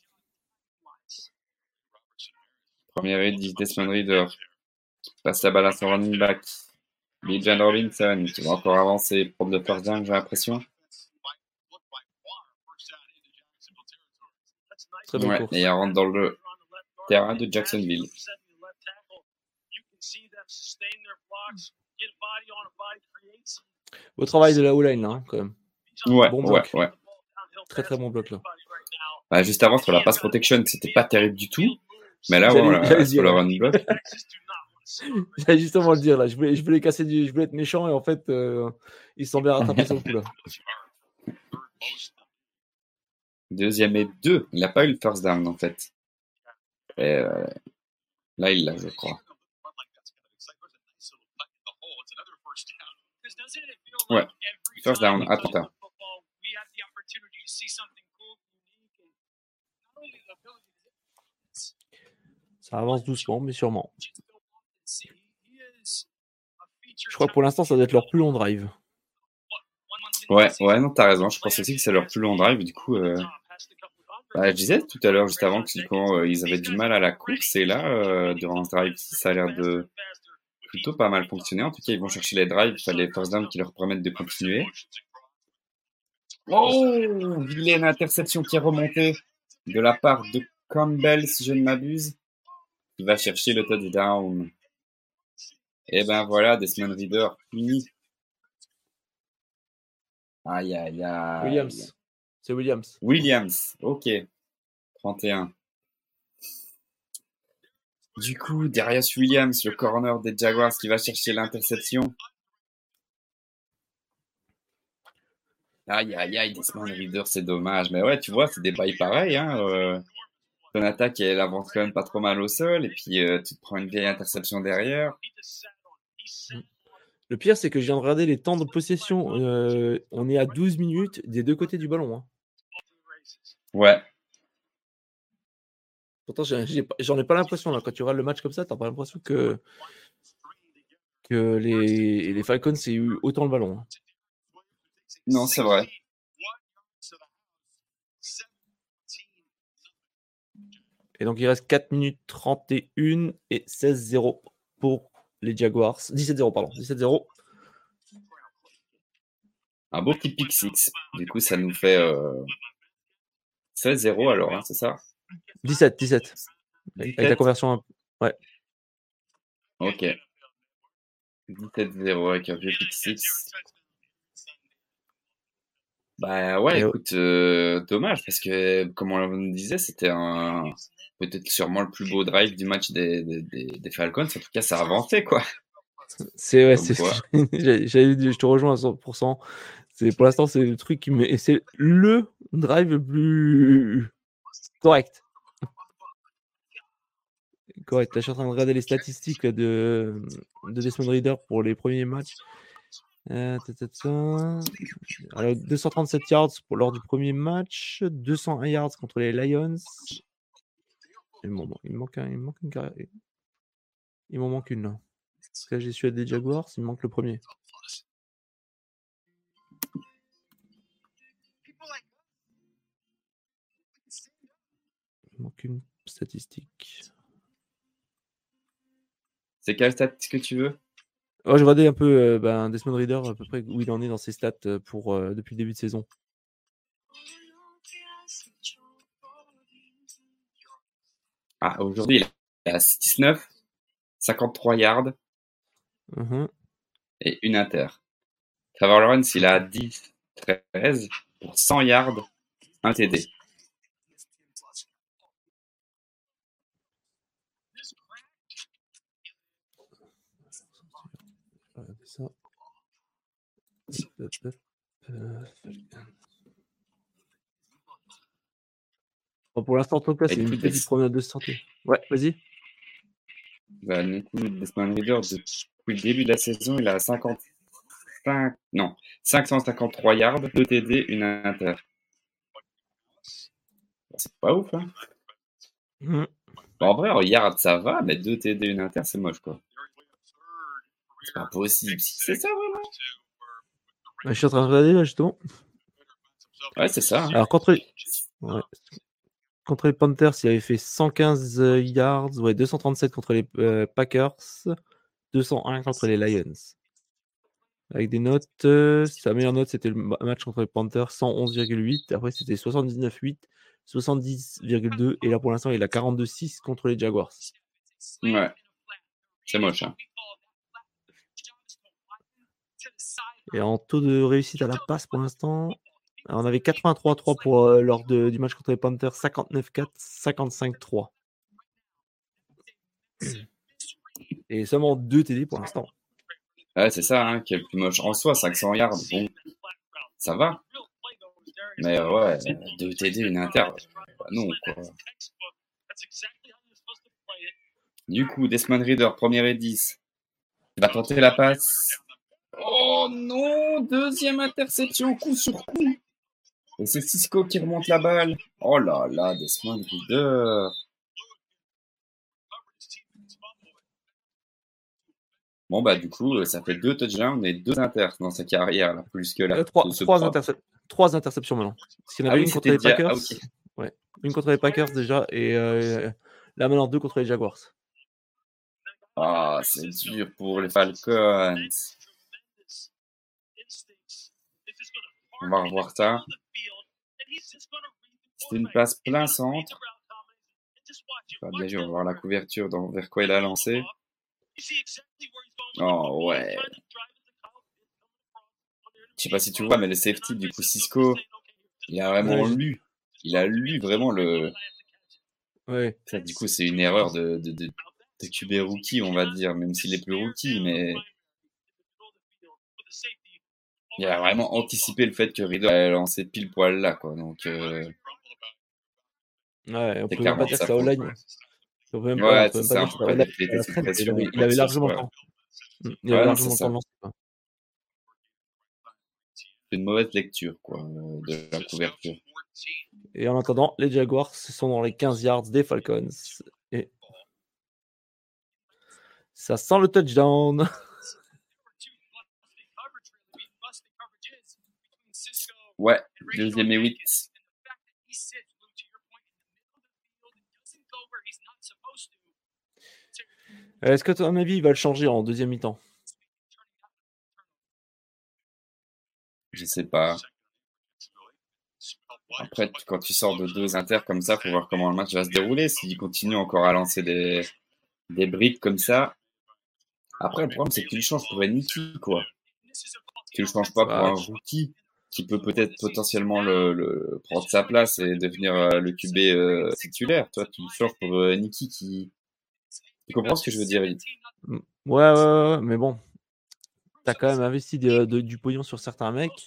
Premier read, Desmond Ridder qui passe la balle à son running back. Bijan Robinson qui va encore avancer pour le first down, j'ai l'impression. Très bonne Ouais, course. et il rentre dans le terrain de Jacksonville. Beau travail de la O-line, là, hein, quand même. Ouais, bon bloc. Ouais. Très très bon bloc là. Bah, juste avant, sur la pass protection, c'était pas terrible du tout. Mais là, voilà, sur le run block. J'allais justement le dire là. Je voulais casser je voulais être méchant et en fait, ils se sont bien rattrapés sur le coup là. Deuxième et 2. Il n'a pas eu le first down en fait. Et là, il l'a, je crois. Ouais, first down, Atlanta. Ça avance doucement, mais sûrement. Je crois que pour l'instant, ça doit être leur plus long drive. Ouais, non, t'as raison. Je pense aussi que c'est leur plus long drive. Du coup, je disais tout à l'heure, juste avant, que quand ils avaient du mal à la course, et là, durant ce drive, ça a l'air de plutôt pas mal fonctionner. En tout cas, ils vont chercher les drives, les first downs qui leur permettent de continuer. Oh, vilaine interception qui est remontée de la part de Campbell, si je ne m'abuse, qui va chercher le touchdown. Et ben voilà, Desmond Ridder fini. Aïe, aïe, aïe. Williams. C'est Williams. Williams, ok. 31. Du coup, Darius Williams, le corner des Jaguars, qui va chercher l'interception. Aïe, aïe, aïe, Desmond Ridder, c'est dommage. Mais ouais, tu vois, c'est des bails pareils. Hein, ton attaque, elle avance quand même pas trop mal au sol. Et puis, tu te prends une vieille interception derrière. Le pire, c'est que je viens de regarder les temps de possession. On est à 12 minutes des deux côtés du ballon. Hein. Ouais. Pourtant, j'en ai pas l'impression. Là. Quand tu regardes le match comme ça, t'as pas l'impression que les Falcons aient eu autant le ballon. Hein. Non, c'est vrai. Et donc, il reste 4 minutes 31 et 16-0 pour les Jaguars. 17-0, pardon. 17-0. Un beau petit pick six. Du coup, ça nous fait 16-0 alors, hein, c'est ça? 17. Avec la conversion. Ouais. Ok. 17-0 avec un vieux pick six. Bah ouais, écoute, dommage, parce que, comme on le disait, c'était peut-être sûrement le plus beau drive du match des Falcons. En tout cas, ça a avancé, quoi. C'est je te rejoins à 100%. Pour l'instant, c'est le truc et c'est le drive le plus correct. correct. Là, je suis en train de regarder les statistiques là, de Desmond Reader pour les premiers matchs. Alors, 237 yards lors du premier match, 201 yards contre les Lions. Et bon, il me manque une carrière. Il m'en manque une là. Parce que là, j'ai celui des Jaguars, il me manque le premier. Il me manque une statistique. C'est quelle stat que tu veux? Oh, je regardais un peu Desmond Reader, à peu près où il en est dans ses stats depuis le début de saison. Ah, aujourd'hui, il est à 6-9, 53 yards et une inter. Trevor Lawrence, il a 10-13 pour 100 yards, un TD. Ça. Bon, pour l'instant, en tout cas, c'est une petite promenade de santé. Ouais, vas-y. Bah, du coup, Desmond Reader, depuis le début de la saison, il a 553 yards, 2 TD, une inter. C'est pas ouf, hein? Bon, en vrai, en yards, ça va, mais 2 TD, une inter, c'est moche, quoi. C'est pas possible. C'est ça, vraiment? Je suis en train de regarder, là, justement. Ouais, c'est ça. Hein. Alors, contre les Panthers, il avait fait 115 yards, 237 contre les Packers, 201 contre les Lions. Avec des notes, sa meilleure note, c'était le match contre les Panthers, 111,8. Après, c'était 79,8, 70,2. Et là, pour l'instant, il a 42,6 contre les Jaguars. Ouais. C'est moche, hein. Et en taux de réussite à la passe, pour l'instant, on avait 83,3 pour lors du match contre les Panthers, 59,4, 55,3. Et seulement 2 TD pour l'instant. Ouais, c'est ça, hein, qui est le plus moche. En soi, 500 yards, bon, ça va. Mais ouais, 2 TD, une inter, bah non, quoi. Du coup, Desmond Reader, premier et 10. Il va tenter la passe. Oh non, deuxième interception, coup sur coup. Et c'est Cisco qui remonte la balle. Oh là là, Desmond Reader. Bon, bah, du coup, ça fait 2 touchdowns et 2 inters dans sa carrière, là, plus que là. 3 interceptions maintenant. Parce qu'il y en avait une contre les Packers. Ah, okay. Ouais, une contre les Packers déjà, et là maintenant 2 contre les Jaguars. Ah, c'est dur pour les Falcons. On va revoir ça. C'était une passe plein centre. Bien sûr, on va voir la couverture vers quoi il a lancé. Oh ouais. Je sais pas si tu vois, mais le safety, du coup, Cisco, il a vraiment lu. Il a lu vraiment le... Ouais. Ça, du coup, c'est une erreur de QB rookie, on va dire, même s'il est plus rookie, mais... Il a vraiment anticipé le fait que Reader allait lancer pile poil là, quoi. Donc, ouais, on peut même pas dire que ça all-line. Ouais, c'est ça, on peut pas dire qu'il était sous pression. Il avait largement le temps. Il avait largement le temps de lancer. C'est une mauvaise lecture, quoi, de la couverture. Et en attendant, les Jaguars sont dans les 15 yards des Falcons. Et ça sent le touchdown. Ouais, deuxième et 8. Est-ce que, à ton avis, il va le changer en deuxième mi-temps? Je sais pas. Après, quand tu sors de 2 inters comme ça, faut voir comment le match va se dérouler. S'il continue encore à lancer des briques comme ça. Après, le problème, c'est que tu le changes pour Nicky, quoi. Tu le changes pas pour un rookie qui peut peut-être potentiellement le prendre sa place et devenir le QB titulaire. Toi, tu le changes pour Nicky qui... Tu comprends ce que je veux dire, Elite? Ouais, mais bon. T'as quand même investi du pognon sur certains mecs.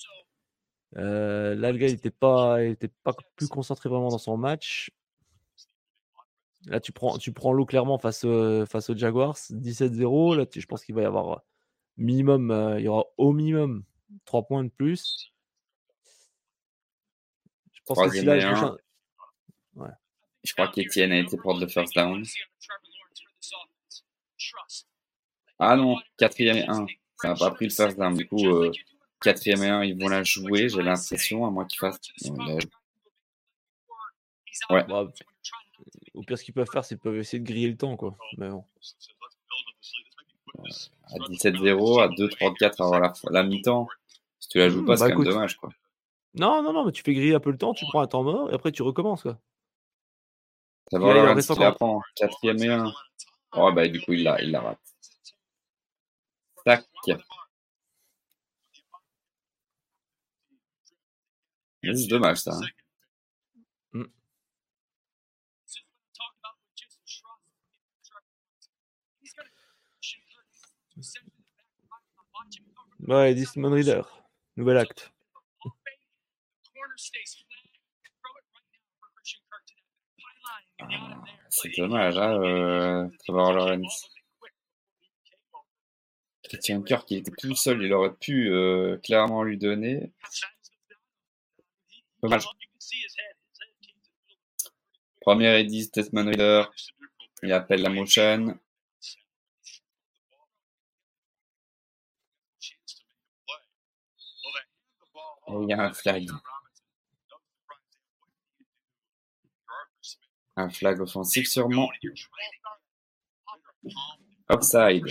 Là, le gars, il était pas plus concentré vraiment dans son match. Là, tu prends l'eau clairement face aux Jaguars, 17-0. Là, je pense qu'il va y avoir minimum, il y aura au minimum 3 points de plus. Je pense que si 3e là, et le 1. prochain. Ouais. Je crois qu'Etienne a été proche de first down. Ah non, 4e et 1. Ça n'a pas pris le first down. Du coup, 4e et 1, ils vont la jouer, j'ai l'impression, à moins qu'ils fassent. Ouais. Bah, au pire, ce qu'ils peuvent faire, c'est qu'ils peuvent essayer de griller le temps, quoi. Mais bon. À 17-0, à 2-34 avant la mi-temps. Si tu la joues pas, c'est quand même dommage, quoi. Non, mais tu fais griller un peu le temps, tu prends un temps mort et après tu recommences, quoi. Ça va leur reste la prend. 4e et 1. Oh, bah, du coup, il la rate. Tac. C'est dommage, ça. Hein. Ouais, Desmond Reader. Nouvel acte. C'est dommage, hein, Trevor Lawrence. Christian Kirk qui était tout seul, il aurait pu clairement lui donner. Dommage. Première et 10, Desmond Reader. Il appelle la motion. Et il y a un flag. Un flag offensif sûrement. Offside.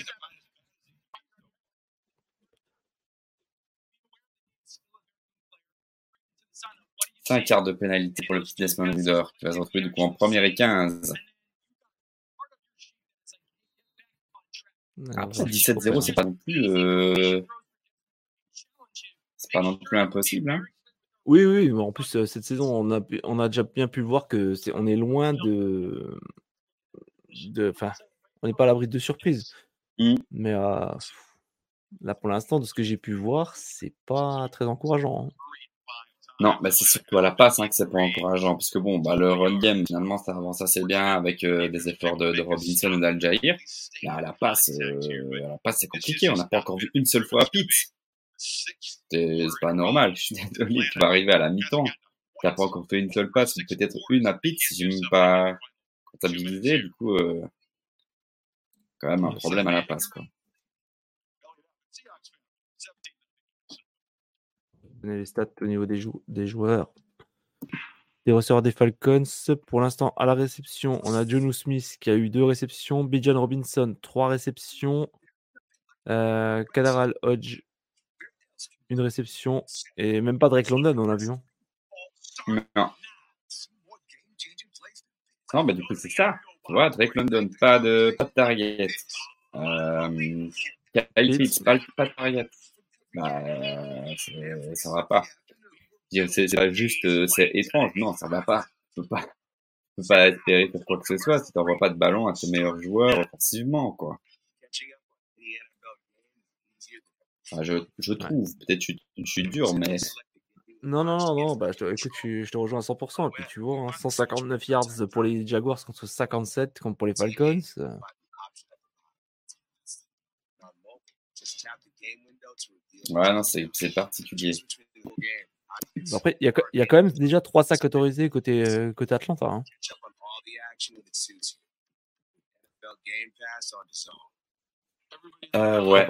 5 quarts de pénalité pour le petit Desmond Reader qui va se retrouver du coup en première et 15. Après 17-0, c'est pas non plus c'est pas non plus impossible, hein. Oui, mais en plus cette saison on a déjà bien pu le voir que on est loin de enfin on n'est pas à l'abri de surprises. Mais là pour l'instant de ce que j'ai pu voir, c'est pas très encourageant. Hein. Non, bah c'est surtout à la passe que c'est pas encourageant parce que bon, bah le run game finalement ça avance assez bien avec des efforts de Robinson ou d'Al-Jair. Mais à la passe c'est compliqué. On n'a pas encore vu une seule fois Pitts. C'est pas normal. Je suis désolé, tu vas arriver à la mi-temps. T'as pas encore fait une seule passe ou peut-être une à Pitts. J'ai même pas comptabilisé. Du coup, quand même un problème à la passe, quoi. Les stats au niveau des joueurs. Des receveurs des Falcons, pour l'instant à la réception, on a Jonnu Smith qui a eu 2 réceptions, Bijan Robinson 3 réceptions, Kadaral Hodge 1 réception et même pas Drake London, on a vu. Hein. Non. Non, bah du coup c'est ça. Tu vois, Drake London, pas de target. Kyle Pitts, pas de target. Bah, ça va pas. C'est pas juste, c'est étrange. Non, ça va pas. Tu peux pas espérer faire quoi que ce soit si t'envoies pas de ballon à tes meilleurs joueurs offensivement, quoi. Enfin, je trouve. Peut-être je suis dur, mais... Non. Bah, écoute, je te rejoins à 100%. Et puis tu vois, 159 yards pour les Jaguars contre 57 comme pour les Falcons. Ouais, non, c'est particulier. Après, il y a quand même déjà 3 sacs autorisés côté Atlanta. Hein. Ouais.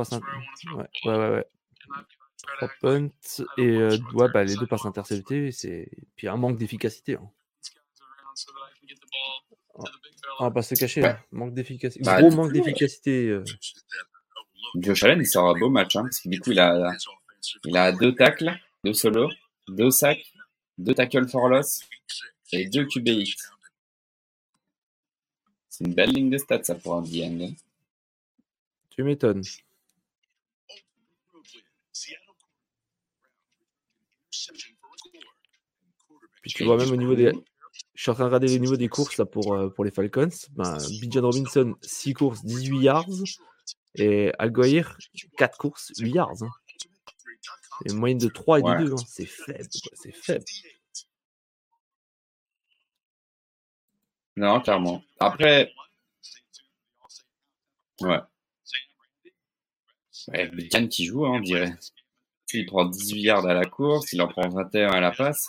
3 punts et les 2 passes interceptées, puis un manque d'efficacité. Hein. On va pas se cacher, hein. Manque d'efficacité. Gros manque d'efficacité. Josh Allen, il sort un beau match, parce que du coup, il a 2 tacles, 2 solos, 2 sacs, 2 tackles for loss et 2 QB hits. C'est une belle ligne de stats, ça, pour un DN. Tu m'étonnes. Puis tu vois même au niveau des... Je suis en train de regarder les niveaux des courses là, pour les Falcons. Bijan Robinson, 6 courses, 18 yards. Et Alguair, 4 courses, 8 yards. Hein. Et une moyenne de 3 et de 2. Hein. C'est faible. C'est faible. Non, clairement. Après, ouais. Ouais, Big qui joue, hein, on dirait. Il prend 18 yards à la course, il en prend 21 à la passe.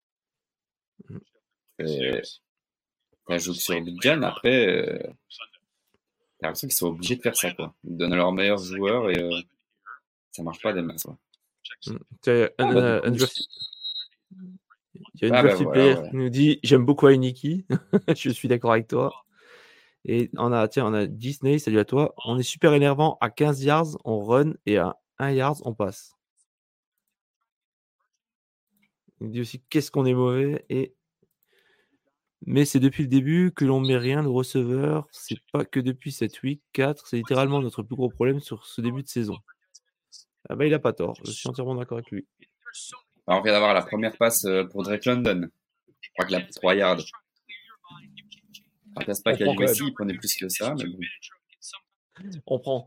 Et ça joue sur Big après, t'as l'impression qu'ils sont obligés de faire ça, quoi. Ils donnent leurs meilleurs joueurs et ça marche pas des masses, quoi. Ah, bah, du coup, il y a une ah, bah, drafty voilà, player ouais. qui nous dit j'aime beaucoup Heineke. Je suis d'accord avec toi. Et on a Disney, salut à toi. On est super énervant à 15 yards, on run et à 1 yard, on passe. Il dit aussi qu'est-ce qu'on est mauvais mais c'est depuis le début que l'on met rien, le receveur. C'est pas que depuis cette week 4. C'est littéralement notre plus gros problème sur ce début de saison. Ah bah, il a pas tort. Je suis entièrement d'accord avec lui. Alors, on vient d'avoir la première passe pour Drake London. Je crois qu'il a pris 3 yards. Je pense pas qu'à USC, il prenait plus que ça, mais bon. On prend.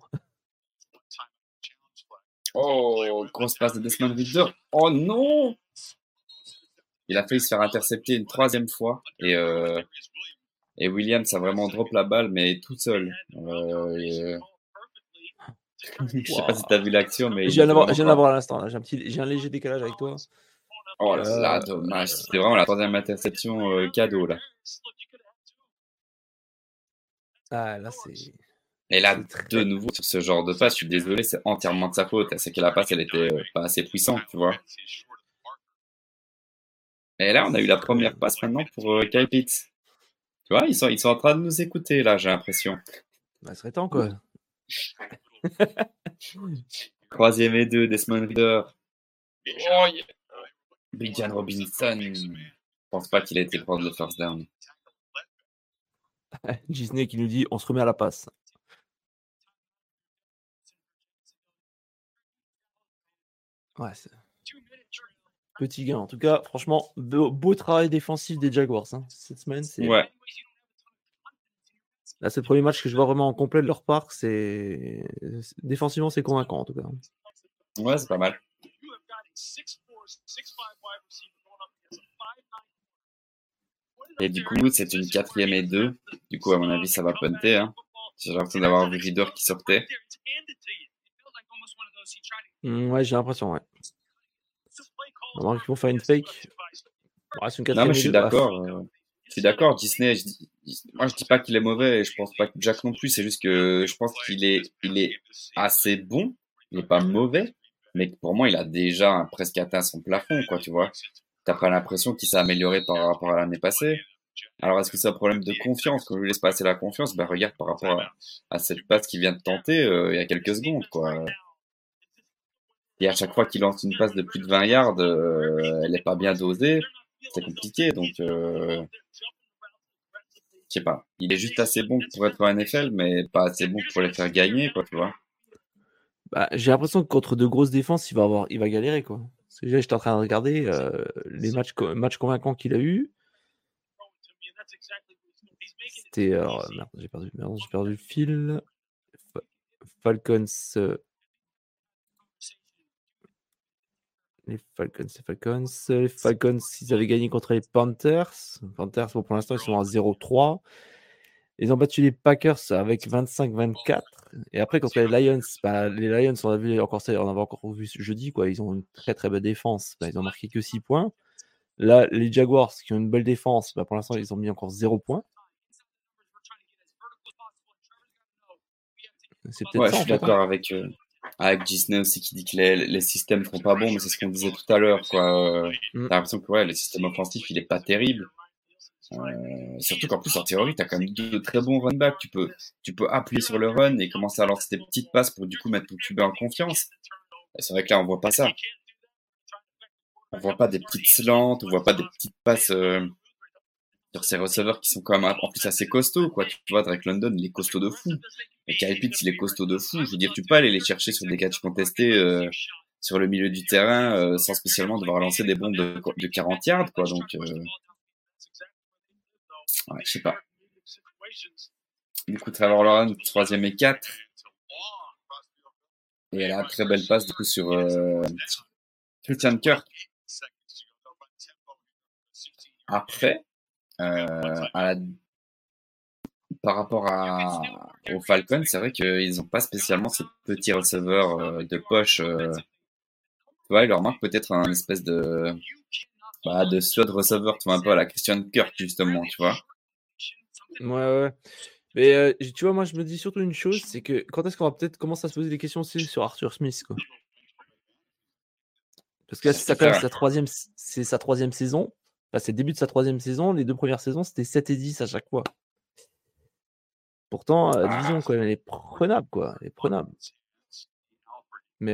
Oh, grosse passe de Desmond Ridder. Oh non! Il a failli se faire intercepter une 3e fois. Et Williams a vraiment drop la balle, mais tout seul. Je sais pas si t'as vu l'action, mais Je il était vraiment viens pas. d'avoir à l'instant. Là. J'ai un léger décalage avec toi. Oh là là, dommage. C'était vraiment la 3e interception cadeau, là. Ah, là, c'est. Et là, très... de nouveau, sur ce genre de passe, je suis désolé, c'est entièrement de sa faute. C'est que la passe, elle était pas assez puissante, tu vois. Et là, on a eu la première passe maintenant pour Kyle Pitts. Tu vois, ils sont en train de nous écouter, là, j'ai l'impression. Bah, ce serait temps, quoi. 3e et 2, Desmond Ridder. Oh, yeah. Bijan Robinson. Je pense pas qu'il a été prendre le first down. Disney qui nous dit on se remet à la passe. Ouais, c'est... Petit gain. En tout cas, franchement, beau travail défensif des Jaguars. Hein. Cette semaine, c'est... Ouais. Là, c'est le premier match que je vois vraiment en complet de leur part. Défensivement, c'est convaincant, en tout cas. Ouais, c'est pas mal. Et du coup, c'est une 4e et 2. Du coup, à mon avis, ça va punter. Hein. J'ai l'impression d'avoir vu Ridder qui sortait. Ouais, j'ai l'impression, ouais. Alors, ils vont faire une fake. Ouais, c'est une 4e non, mais je et suis 2. d'accord. Je suis d'accord. Disney, moi, je dis pas qu'il est mauvais. Et je pense pas que Jack non plus. C'est juste que je pense qu'il est assez bon. Il est pas mauvais. Mais pour moi, il a déjà presque atteint son plafond, quoi, tu vois. T'as pas l'impression qu'il s'est amélioré par rapport à l'année passée. Alors, est-ce que c'est un problème de confiance? Quand je lui laisse passer la confiance, ben regarde par rapport à cette passe qu'il vient de tenter il y a quelques secondes, quoi. Et à chaque fois qu'il lance une passe de plus de 20 yards, elle est pas bien dosée. C'est compliqué, donc je sais pas. Il est juste assez bon pour être en NFL, mais pas assez bon pour les faire gagner, quoi, tu vois. Bah, j'ai l'impression que contre de grosses défenses, il va galérer, quoi. Parce que j'étais en train de regarder les matchs convaincants qu'il a eu. C'était merde, j'ai perdu le fil. Falcons. Les Falcons, ils avaient gagné contre les Panthers. Panthers, bon, pour l'instant, ils sont à 0-3. Ils ont battu les Packers avec 25-24. Et après, contre les Lions, on avait encore vu jeudi, quoi. Ils ont une très très belle défense. Ils ont marqué que 6 points. Là, les Jaguars, qui ont une belle défense, pour l'instant, ils ont mis encore 0 points. C'est peut-être Ouais, ça, je suis d'accord avec Disney aussi qui dit que les systèmes sont pas bons, mais c'est ce qu'on disait tout à l'heure, quoi. T'as l'impression que le système offensif, il est pas terrible. Surtout qu'en plus, en théorie, t'as quand même de très bons run back. Tu peux appuyer sur le run et commencer à lancer des petites passes pour du coup mettre ton QB en confiance. Et c'est vrai que là, on voit pas ça. On voit pas des petites slants, on voit pas des petites passes sur ces receveurs qui sont quand même en plus assez costauds, quoi. Tu vois, Drake London, il est costaud de fou. Et Kyle Pitts, il est costaud de fou. Je veux dire, tu peux aller les chercher sur des catchs contestés sur le milieu du terrain sans spécialement devoir lancer des bombes de 40 yards, quoi. Donc, ouais, je sais pas. Du coup, Trevor Lawrence, 3e et 4. Et elle a une très belle passe, du coup, sur Christian Kirk. Après, à la par rapport aux Falcons, c'est vrai qu'ils n'ont pas spécialement ce petit receveur de poche. Tu vois, il leur manque peut-être un espèce de slot receveur, tu vois, un peu à la Christian Kirk, justement, tu vois. Ouais. Mais tu vois, moi, je me dis surtout une chose, c'est que quand est-ce qu'on va peut-être commencer à se poser des questions aussi sur Arthur Smith, quoi. Parce que là, c'est quand même sa troisième saison. Enfin, c'est le début de sa troisième saison. Les 2 premières saisons, c'était 7 et 10 à chaque fois. Pourtant, la division, quand même, elle est prenable, quoi. Elle est prenable. Mais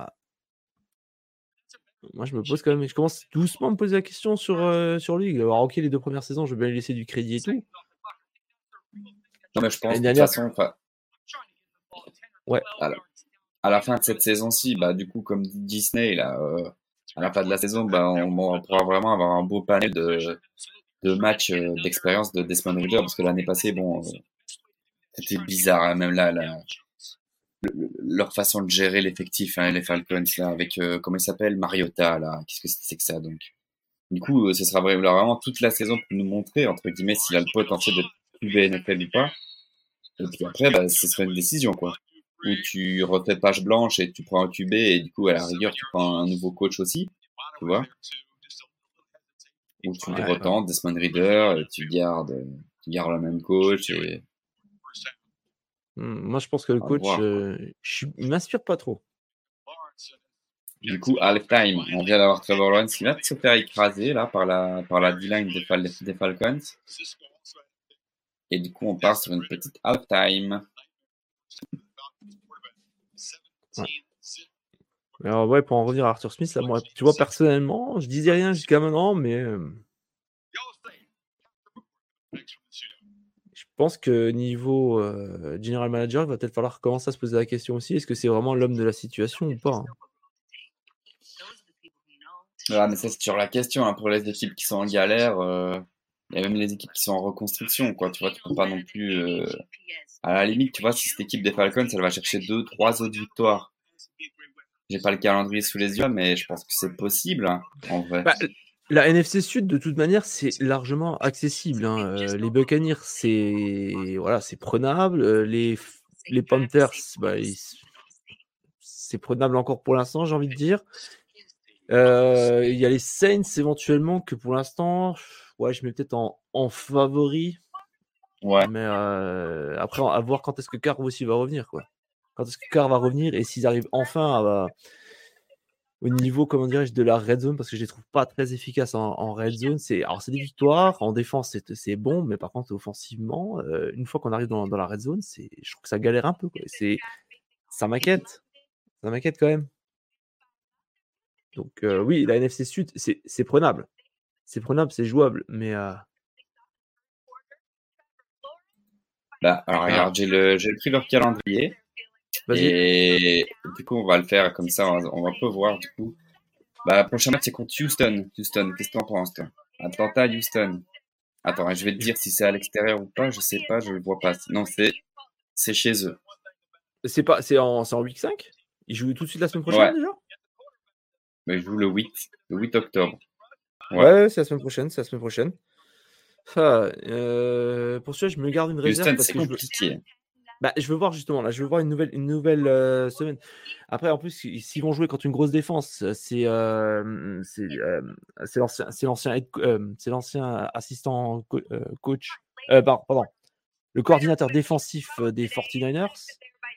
moi, je commence doucement à me poser la question sur lui. Alors, ok, les 2 premières saisons, je veux bien lui laisser du crédit et tout. Non, mais je pense L'année de toute dernière, façon, ouais. à la fin de cette saison-ci, bah, du coup, comme dit Disney, là, à la fin de la saison, bah, on pourra vraiment avoir un beau panel de matchs d'expérience de Desmond Ridder, parce que l'année passée, bon, c'était bizarre, hein, même là, leur façon de gérer l'effectif, hein, les Falcons, là, avec, comment il s'appelle, Mariota, là, qu'est-ce que c'est que ça, donc. Du coup, ce sera vraiment toute la saison pour nous montrer, entre guillemets, s'il a le potentiel de QB NFL ou pas. Et puis après, bah, ce serait une décision, quoi. Où tu refais page blanche et tu prends un QB et du coup, à la rigueur, tu prends un nouveau coach aussi, tu vois. Ou tu le retentes, Desmond Ridder, et tu gardes le même coach et Moi, je pense que le à coach, voir, quoi. il m'inspire pas trop. Du coup, halftime, on vient d'avoir Trevor Lawrence qui vient de se faire écraser, là, par la D-line des Falcons. Et du coup, on part sur une petite halftime. Ouais. Alors, ouais, pour en revenir à Arthur Smith, là, moi, tu vois, personnellement, je disais rien jusqu'à maintenant, mais je pense que niveau general manager, il va peut-être falloir commencer à se poser la question aussi, est-ce que c'est vraiment l'homme de la situation ou pas, hein. Ah, mais ça, c'est toujours la question, hein, pour les équipes qui sont en galère. Il y a même les équipes qui sont en reconstruction, quoi. Tu vois, tu peux pas non plus. À la limite, tu vois, si cette équipe des Falcons, elle va chercher 2, 3 autres victoires. J'ai pas le calendrier sous les yeux, mais je pense que c'est possible, hein, en vrai. Bah, la NFC Sud, de toute manière, c'est largement accessible, hein. Les Buccaneers, c'est prenable. Les Panthers, bah, c'est prenable encore pour l'instant, j'ai envie de dire. Il y a les Saints éventuellement que pour l'instant, ouais, je mets peut-être en favori. Ouais. Mais après, à voir quand est-ce que Carr aussi va revenir, quoi. Quand est-ce que Carr va revenir et s'ils arrivent enfin au niveau, comment dirais-je, de la red zone, parce que je les trouve pas très efficaces en red zone. C'est des victoires, en défense c'est bon, mais par contre offensivement, une fois qu'on arrive dans la red zone, je trouve que ça galère un peu, quoi. Ça m'inquiète quand même. Donc oui, la NFC Sud, c'est prenable. C'est prenable, c'est jouable, mais Bah, alors regarde, j'ai pris leur calendrier. vas-y. Et du coup, on va le faire comme ça. On va un peu voir, du coup. Bah, prochain match, c'est contre Houston. Houston, qu'est-ce que t'en penses, toi? Atlanta, Houston. Attends, je vais te dire si c'est à l'extérieur ou pas. Je sais pas, je le vois pas. Non, c'est chez eux. C'est en week 5? Ils jouent tout de suite la semaine prochaine Ouais, déjà? mais je joue le 8 octobre. Ouais. Ouais, c'est la semaine prochaine, c'est la semaine prochaine. Pour celui-là, je me garde une réserve Houston, parce c'est que compliqué. je veux voir justement là, je veux voir une nouvelle semaine. Après, en plus, s'ils vont jouer contre une grosse défense, c'est l'ancien assistant coach, pardon, le coordinateur défensif des 49ers,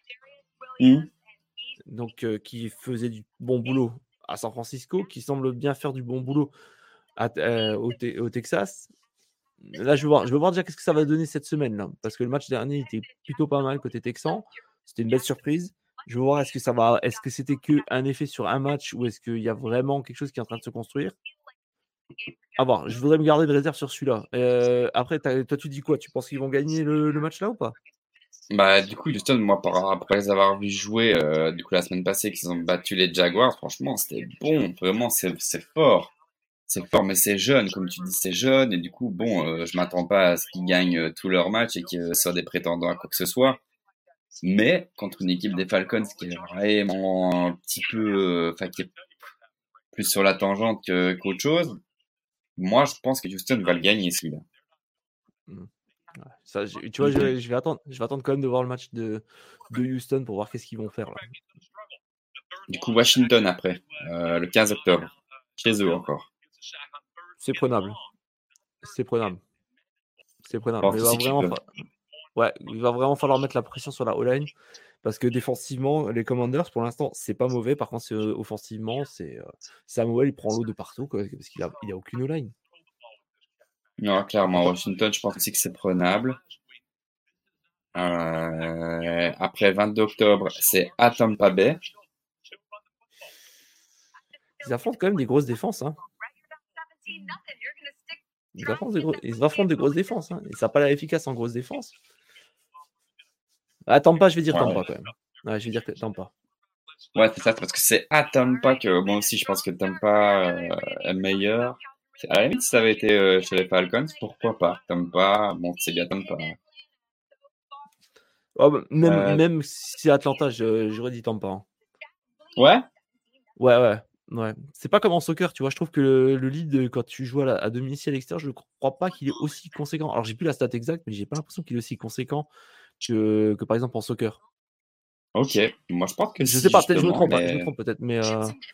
donc qui faisait du bon boulot à San Francisco, qui semble bien faire du bon boulot au Texas. Là, je veux voir déjà qu'est-ce que ça va donner cette semaine là, parce que le match dernier était plutôt pas mal côté Texan. C'était une belle surprise. Je veux voir est-ce que c'était que un effet sur un match ou est-ce qu'il y a vraiment quelque chose qui est en train de se construire. À voir. Je voudrais me garder de réserve sur celui-là. Après, toi, tu dis quoi? Tu penses qu'ils vont gagner le match là ou pas? Bah, du coup, Houston, moi, après les avoir vus jouer, du coup, la semaine passée, qu'ils ont battu les Jaguars, franchement, c'était bon. Vraiment, c'est fort. C'est fort, mais c'est jeune, comme tu dis, c'est jeune. Et du coup, bon, je m'attends pas à ce qu'ils gagnent tous leurs matchs et qu'ils soient des prétendants à quoi que ce soit. Mais, contre une équipe des Falcons qui est vraiment un petit peu, enfin, qui est plus sur la tangente qu'autre chose, moi, je pense que Houston va le gagner, celui-là. Ça, tu vois, je vais attendre quand même de voir le match de Houston pour voir qu'est-ce qu'ils vont faire là. Du coup, Washington après, le 15 octobre, chez eux encore. C'est prenable. C'est prenable. C'est prenable. Pense Mais aussi qu'ils peuvent. il va vraiment falloir mettre la pression sur la O-line parce que défensivement, les Commanders, pour l'instant, c'est pas mauvais. Par contre, offensivement, Samuel, il prend l'eau de partout quoi, parce qu'il a aucune O-line. Non, clairement, Washington, je pense aussi que c'est prenable. Après 22 octobre, c'est à Tampa Bay. Ils affrontent quand même des grosses défenses. Hein. Ils affrontent des grosses défenses. Hein. Et ça n'a pas l'air efficace en grosse défense. Ah, Tampa, je vais dire Tampa quand même. Ouais, je vais dire Tampa. Ouais, c'est ça, parce que c'est à Tampa que moi aussi je pense que Tampa est meilleur. À la limite, si ça avait été chez les Falcons, pourquoi pas? Tampa, bon, c'est bien Tampa. Oh, bah, même si Atlanta, j'aurais dit Tampa. Hein. Ouais? Ouais. C'est pas comme en soccer, tu vois. Je trouve que le lead, quand tu joues à domicile à l'extérieur, je ne crois pas qu'il est aussi conséquent. Alors, j'ai plus la stat exacte, mais j'ai pas l'impression qu'il est aussi conséquent que par exemple en soccer. Ok, moi je pense que je sais pas, peut-être je me justement, trompe, mais... je me trompe peut-être, mais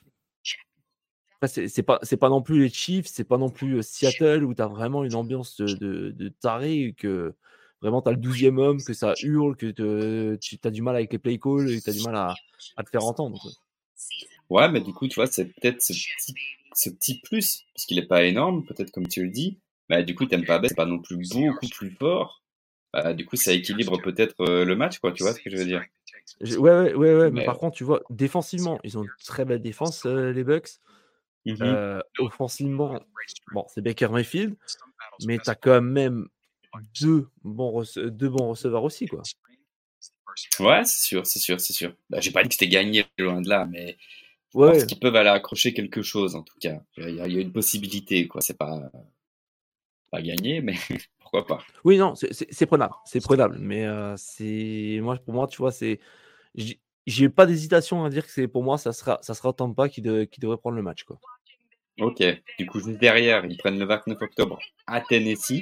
c'est pas non plus les Chiefs, c'est pas non plus Seattle où tu as vraiment une ambiance de taré, que vraiment tu as le 12e homme, que ça hurle, que tu as du mal avec les play calls et tu as du mal à te faire entendre. Quoi. Ouais, mais du coup, tu vois, c'est peut-être ce petit plus, parce qu'il est pas énorme, peut-être comme tu le dis. Bah, du coup, Tampa Bay, c'est pas non plus beaucoup plus fort. Bah, du coup, ça équilibre peut-être le match, quoi, tu vois ce que je veux dire? Ouais, mais Mais... par contre, tu vois, défensivement, ils ont une très belle défense, les Bucks. Offensivement, bon, c'est Baker Mayfield, mais tu as quand même deux bons receveurs aussi, quoi. Ouais, c'est sûr. Bah, j'ai pas dit que c'était gagné, loin de là, mais je Ouais. pense qu'ils peuvent aller accrocher quelque chose, en tout cas. Il y a une possibilité, quoi. C'est pas gagné, mais pourquoi pas. Oui, non, c'est prenable, mais pour moi, tu vois, j'ai pas d'hésitation à dire que pour moi, ça sera Tampa qui devrait prendre le match, quoi. Ok, du coup, juste derrière, ils prennent le 29 octobre à Tennessee.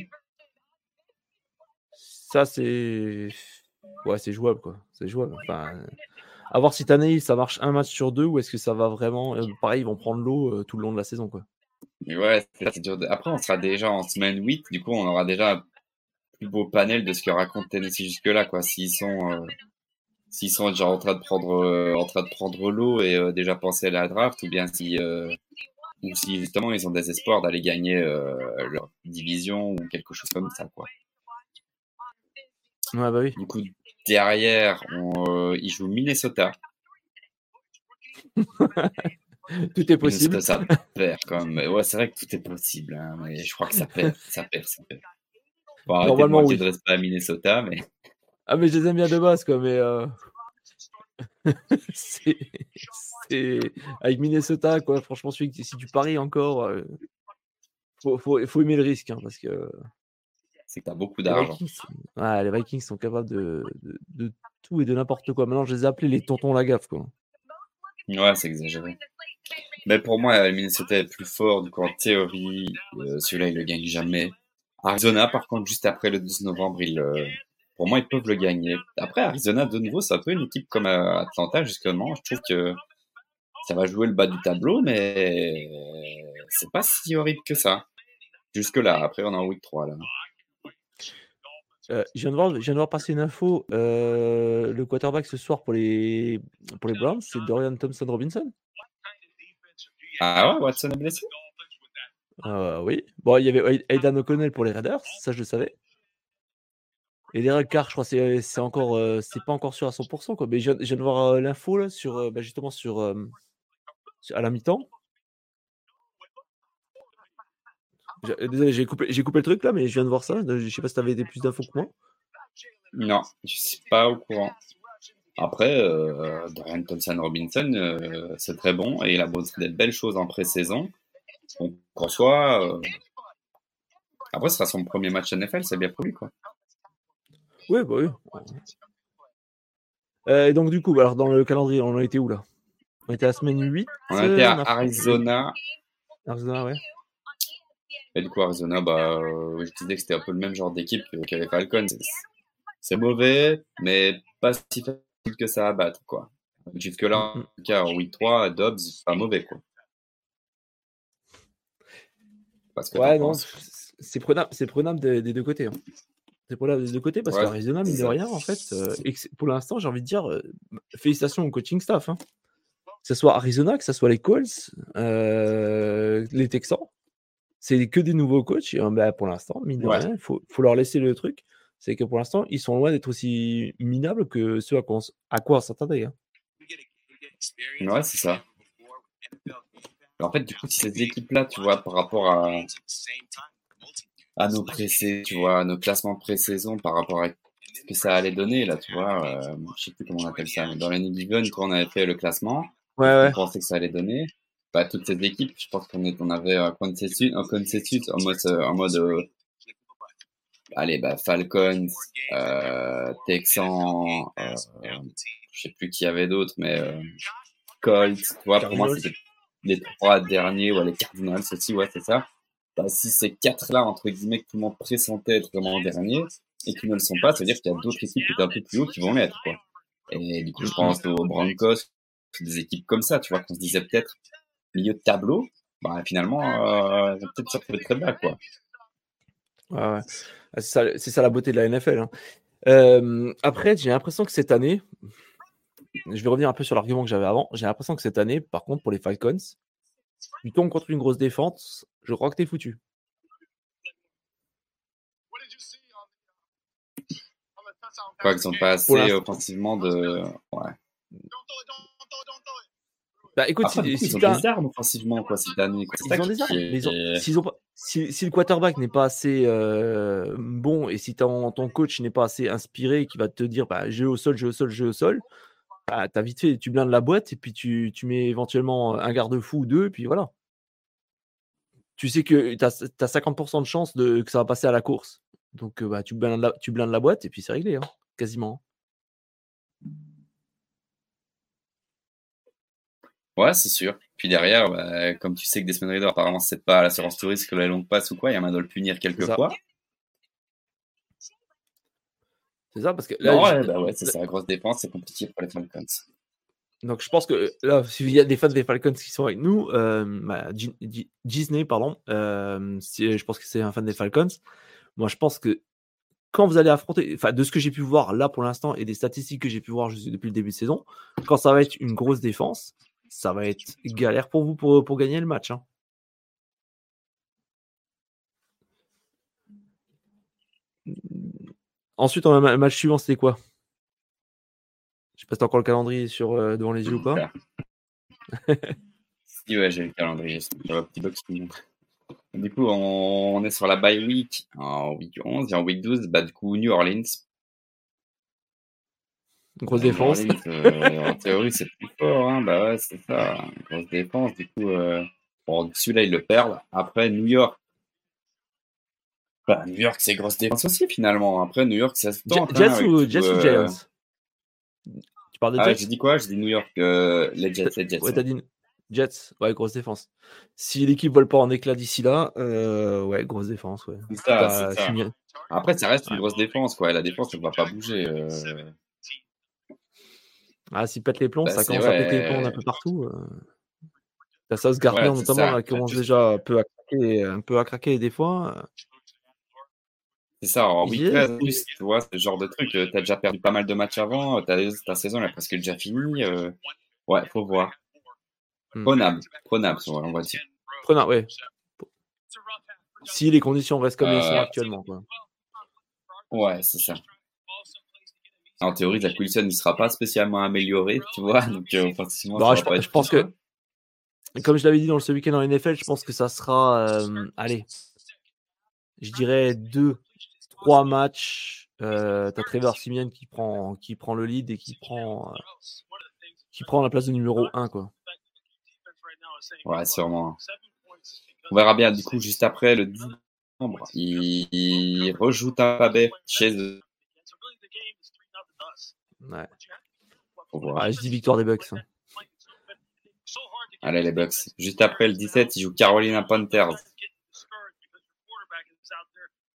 Ça, c'est jouable, quoi. C'est jouable. Enfin, à voir si cette année, ça marche un match sur deux ou est-ce que ça va vraiment... pareil, ils vont prendre l'eau tout le long de la saison, quoi. Mais ouais, c'est dur. Après, on sera déjà en semaine 8, du coup, on aura déjà un plus beau panel de ce que raconte Tennessee jusque-là, quoi. S'ils sont déjà en train de prendre l'eau et déjà penser à la draft, ou bien ou si justement ils ont des espoirs d'aller gagner leur division ou quelque chose comme ça, quoi. Ouais, bah oui. Du coup, derrière, ils jouent Minnesota. Tout est possible. Minnesota, ça perd quand même. Ouais, c'est vrai que tout est possible, hein, mais je crois que ça perd. Faut arrêter de Normalement, manquer oui. de respect à Minnesota, mais... Ah, mais je les aime bien de base, quoi, mais... c'est avec Minnesota, quoi. Franchement, si tu paries encore, faut aimer le risque, hein, parce que c'est que t'as beaucoup les d'argent. Vikings sont capables de tout et de n'importe quoi. Maintenant, je les ai appelés les tontons Lagaffe, quoi. Ouais, c'est exagéré. Mais pour moi, Minnesota est plus fort, du coup, en théorie, celui-là, il le gagne jamais. Arizona, par contre, juste après le 12 novembre, pour moi, ils peuvent le gagner. Après, Arizona, de nouveau, c'est un peu une équipe comme Atlanta, justement. Je trouve que ça va jouer le bas du tableau, mais c'est pas si horrible que ça. Jusque-là, après, on est en week 3, là. Je viens de voir passer une info. Le quarterback ce soir pour les Browns, c'est Dorian Thompson-Robinson. Ah ouais, Watson est blessé? Oui. Bon, il y avait Aidan O'Connell pour les Raiders, ça je le savais. Et Derek Carr, je crois que c'est encore, c'est pas encore sûr à 100%, quoi. Mais je viens de voir l'info là sur, justement à la mi-temps. Désolé, j'ai coupé le truc là, mais je viens de voir ça. Je sais pas si tu avais des plus d'infos que moi. Non, je suis pas au courant. Après, Dorian Thompson-Robinson, c'est très bon et il a montré des belles choses en pré-saison. Donc, en soi, après, ce sera son premier match NFL, c'est bien pour lui, quoi. Oui, bah oui. Et donc, du coup, alors dans le calendrier, on en était où là? On était à la semaine 8. On a été à On a Arizona. Arizona, ouais. Et du coup, Arizona, je disais que c'était un peu le même genre d'équipe qu'avait Falcons. C'est mauvais, mais pas si facile que ça à battre, quoi. Jusque-là, en tout cas, en week 3, Dobbs, pas mauvais, quoi. Parce que t'en Ouais, non, penses. c'est prenable des deux côtés. Hein. C'est prenable des deux côtés parce qu'Arizona, mine de rien, en fait, pour l'instant, j'ai envie de dire, félicitations au coaching staff. Hein. Que ce soit Arizona, que ce soit les Colts, les Texans, c'est que des nouveaux coachs. Et, pour l'instant, mine de rien, il faut leur laisser le truc. C'est que pour l'instant, ils sont loin d'être aussi minables que ceux à quoi on s'attendait. Hein. Ouais, c'est ça. En fait, du coup, si ces équipes-là, tu vois, par rapport à nos tu vois, à nos classements pré-saison, par rapport à ce que ça allait donner, là, tu vois, je sais plus comment on appelle ça, mais dans l'année Given, quand on avait fait le classement, on pensait que ça allait donner. Toutes ces équipes, je pense on avait un consensus en mode Falcons, Texans, je sais plus qui y avait d'autres, mais Colts, tu vois, pour moi, c'était les 3 derniers, ou les Cardinals aussi, ouais, c'est ça. Si ces 4-là, entre guillemets, que tout le monde pressentait être vraiment derniers, et qui ne le sont pas, ça veut dire qu'il y a d'autres équipes qui étaient un peu plus haut qui vont l'être, quoi. Et du coup, je pense aux Broncos, des équipes comme ça, tu vois, qu'on se disait peut-être milieu de tableau, finalement, peut-être ça peut être très bas, quoi. Ouais. C'est ça la beauté de la NFL. Hein. Après, j'ai l'impression que cette année, je vais revenir un peu sur l'argument que j'avais avant, j'ai l'impression que cette année, par contre, pour les Falcons, tu tombes contre une grosse défense, je crois que t'es foutu. Quoi, qu'ils sont pas assez offensivement de... Ouais. Écoute, après, ils ont des armes offensivement, quoi, cette année. Quoi. Ils ont des armes, mais si le quarterback n'est pas assez bon et si ton coach n'est pas assez inspiré qui va te dire jeu au sol, t'as vite fait, tu blindes la boîte et puis tu mets éventuellement un garde-fou ou deux, et puis voilà. Tu sais que tu as 50% de chance que ça va passer à la course. Donc tu blindes la boîte et puis c'est réglé, hein, quasiment. Ouais, c'est sûr. Puis derrière, comme tu sais que Desmond Ridder, apparemment, c'est pas à l'assurance touriste que la longue passe ou quoi, il y a moyen de le punir quelques fois. C'est ça, parce que là, c'est ça, la grosse défense, c'est compliqué pour les Falcons. Donc je pense que là, s'il y a des fans des Falcons qui sont avec nous, Disney, pardon, je pense que c'est un fan des Falcons. Moi, je pense que quand vous allez affronter, de ce que j'ai pu voir là pour l'instant et des statistiques que j'ai pu voir depuis le début de saison, quand ça va être une grosse défense, ça va être galère pour vous pour gagner le match. Hein. Ensuite, on a le match suivant, c'était quoi? Je sais pas si t'as encore le calendrier devant les yeux ou pas. Si, ouais, j'ai le calendrier. J'ai un petit box qui montre. Du coup, on est sur la bye week en week 11 et en week 12, du coup, New Orleans. Grosse défense. En théorie, c'est plus fort, hein. Ouais, c'est ça. Grosse défense. Du coup, celui-là, ils le perdent. Après, New York. New York, c'est grosse défense aussi, finalement. Après, New York, ça se tente. Jets ou Giants? Tu parles de Jets? J'ai dit quoi? J'ai dit New York, les Jets. Ouais, t'as dit Jets, ouais, grosse défense. Si l'équipe vole pas en éclat d'ici là, ouais, grosse défense, ouais. C'est ça. Après, ça reste une grosse défense, quoi. La défense, elle va pas bouger. S'ils pètent les plombs, ça commence à péter les plombs un peu partout. La Sauce Gardner, notamment, là, commence déjà un peu à craquer des fois. C'est ça, en week 13, tu vois, ce genre de truc. T'as déjà perdu pas mal de matchs avant, ta saison elle est presque déjà finie. Ouais, faut voir. Prenable, on va dire. Prenable, ouais. Si les conditions restent comme elles sont actuellement, quoi. Ouais, c'est ça. En théorie, Zach Wilson ne sera pas spécialement amélioré, tu vois, donc forcément, ça va pas être je pense que, comme je l'avais dit dans ce week-end en NFL, je pense que ça sera, allez, je dirais 2-3 matchs. T'as Trevor Siemian qui prend le lead et qui prend la place de numéro 1, quoi. Ouais, sûrement. On verra bien, du coup, juste après, le 10 novembre, il rejoue Tampa Bay chez eux. Ouais. Je dis victoire des Bucks. Hein. Allez, les Bucks. Juste après, le 17, ils jouent Carolina Panthers.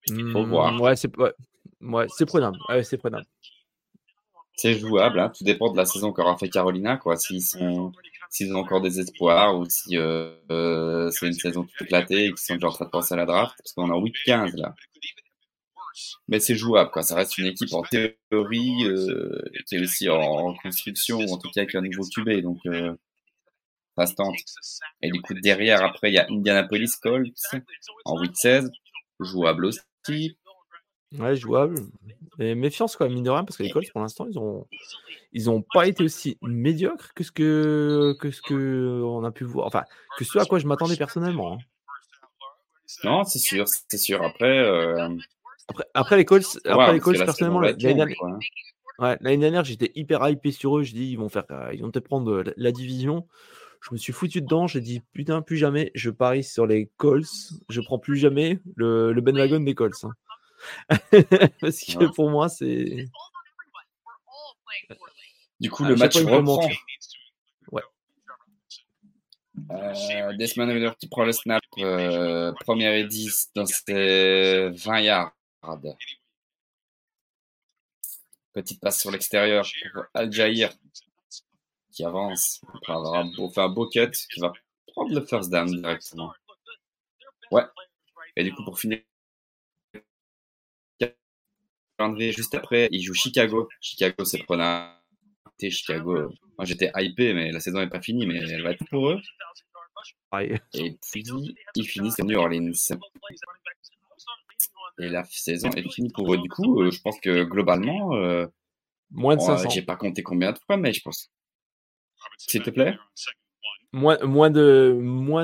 Faut voir. Ouais, c'est prenable. Ouais, c'est prenable. C'est jouable, hein. Tout dépend de la saison qu'aura fait Carolina, quoi. S'ils ont encore des espoirs ou si c'est une saison toute éclatée et qu'ils sont déjà en train de penser à la draft, parce qu'on est en week 15 là. Mais c'est jouable, quoi. Ça reste une équipe en théorie qui est aussi en construction, ou en tout cas avec un nouveau QB, donc ça se tente. Et du coup, derrière, après, il y a Indianapolis Colts en week 16, jouable aussi. Ouais, jouable. Et méfiance quand même, mine de rien, parce que les Colts, pour l'instant, ils ont pas été aussi médiocres que ce que on a pu voir. Enfin, que ce à quoi je m'attendais personnellement. Hein. Non, c'est sûr. Après les Colts, parce que la saison personnellement, va être longue, quoi, hein. l'année dernière, j'étais hyper hypé sur eux. Je dis, ils vont peut-être prendre la division. Je me suis foutu dedans. J'ai dit, putain, plus jamais. Je parie sur les Colts. Je prends plus jamais le bandwagon des Colts. Hein. Parce que pour moi, c'est. Du coup, le match reprend. Ouais. Desmond Ridder qui prend le snap, première et 10 dans ses 20 yards. Petite passe sur l'extérieur pour Al-Jair qui avance après avoir fait un beau cut qui va prendre le first down directement. Ouais. Et du coup, pour finir, juste après, il joue Chicago. Chicago, c'est prenable. Chicago. Moi, j'étais hypé, mais la saison n'est pas finie, mais elle va être pour eux. Ouais. Et puis, ils finissent à New Orleans. Et la saison est finie pour eux. Du coup, je pense que globalement, moins de 500. J'ai pas compté combien de fois, mais je pense. S'il te plaît. Moins de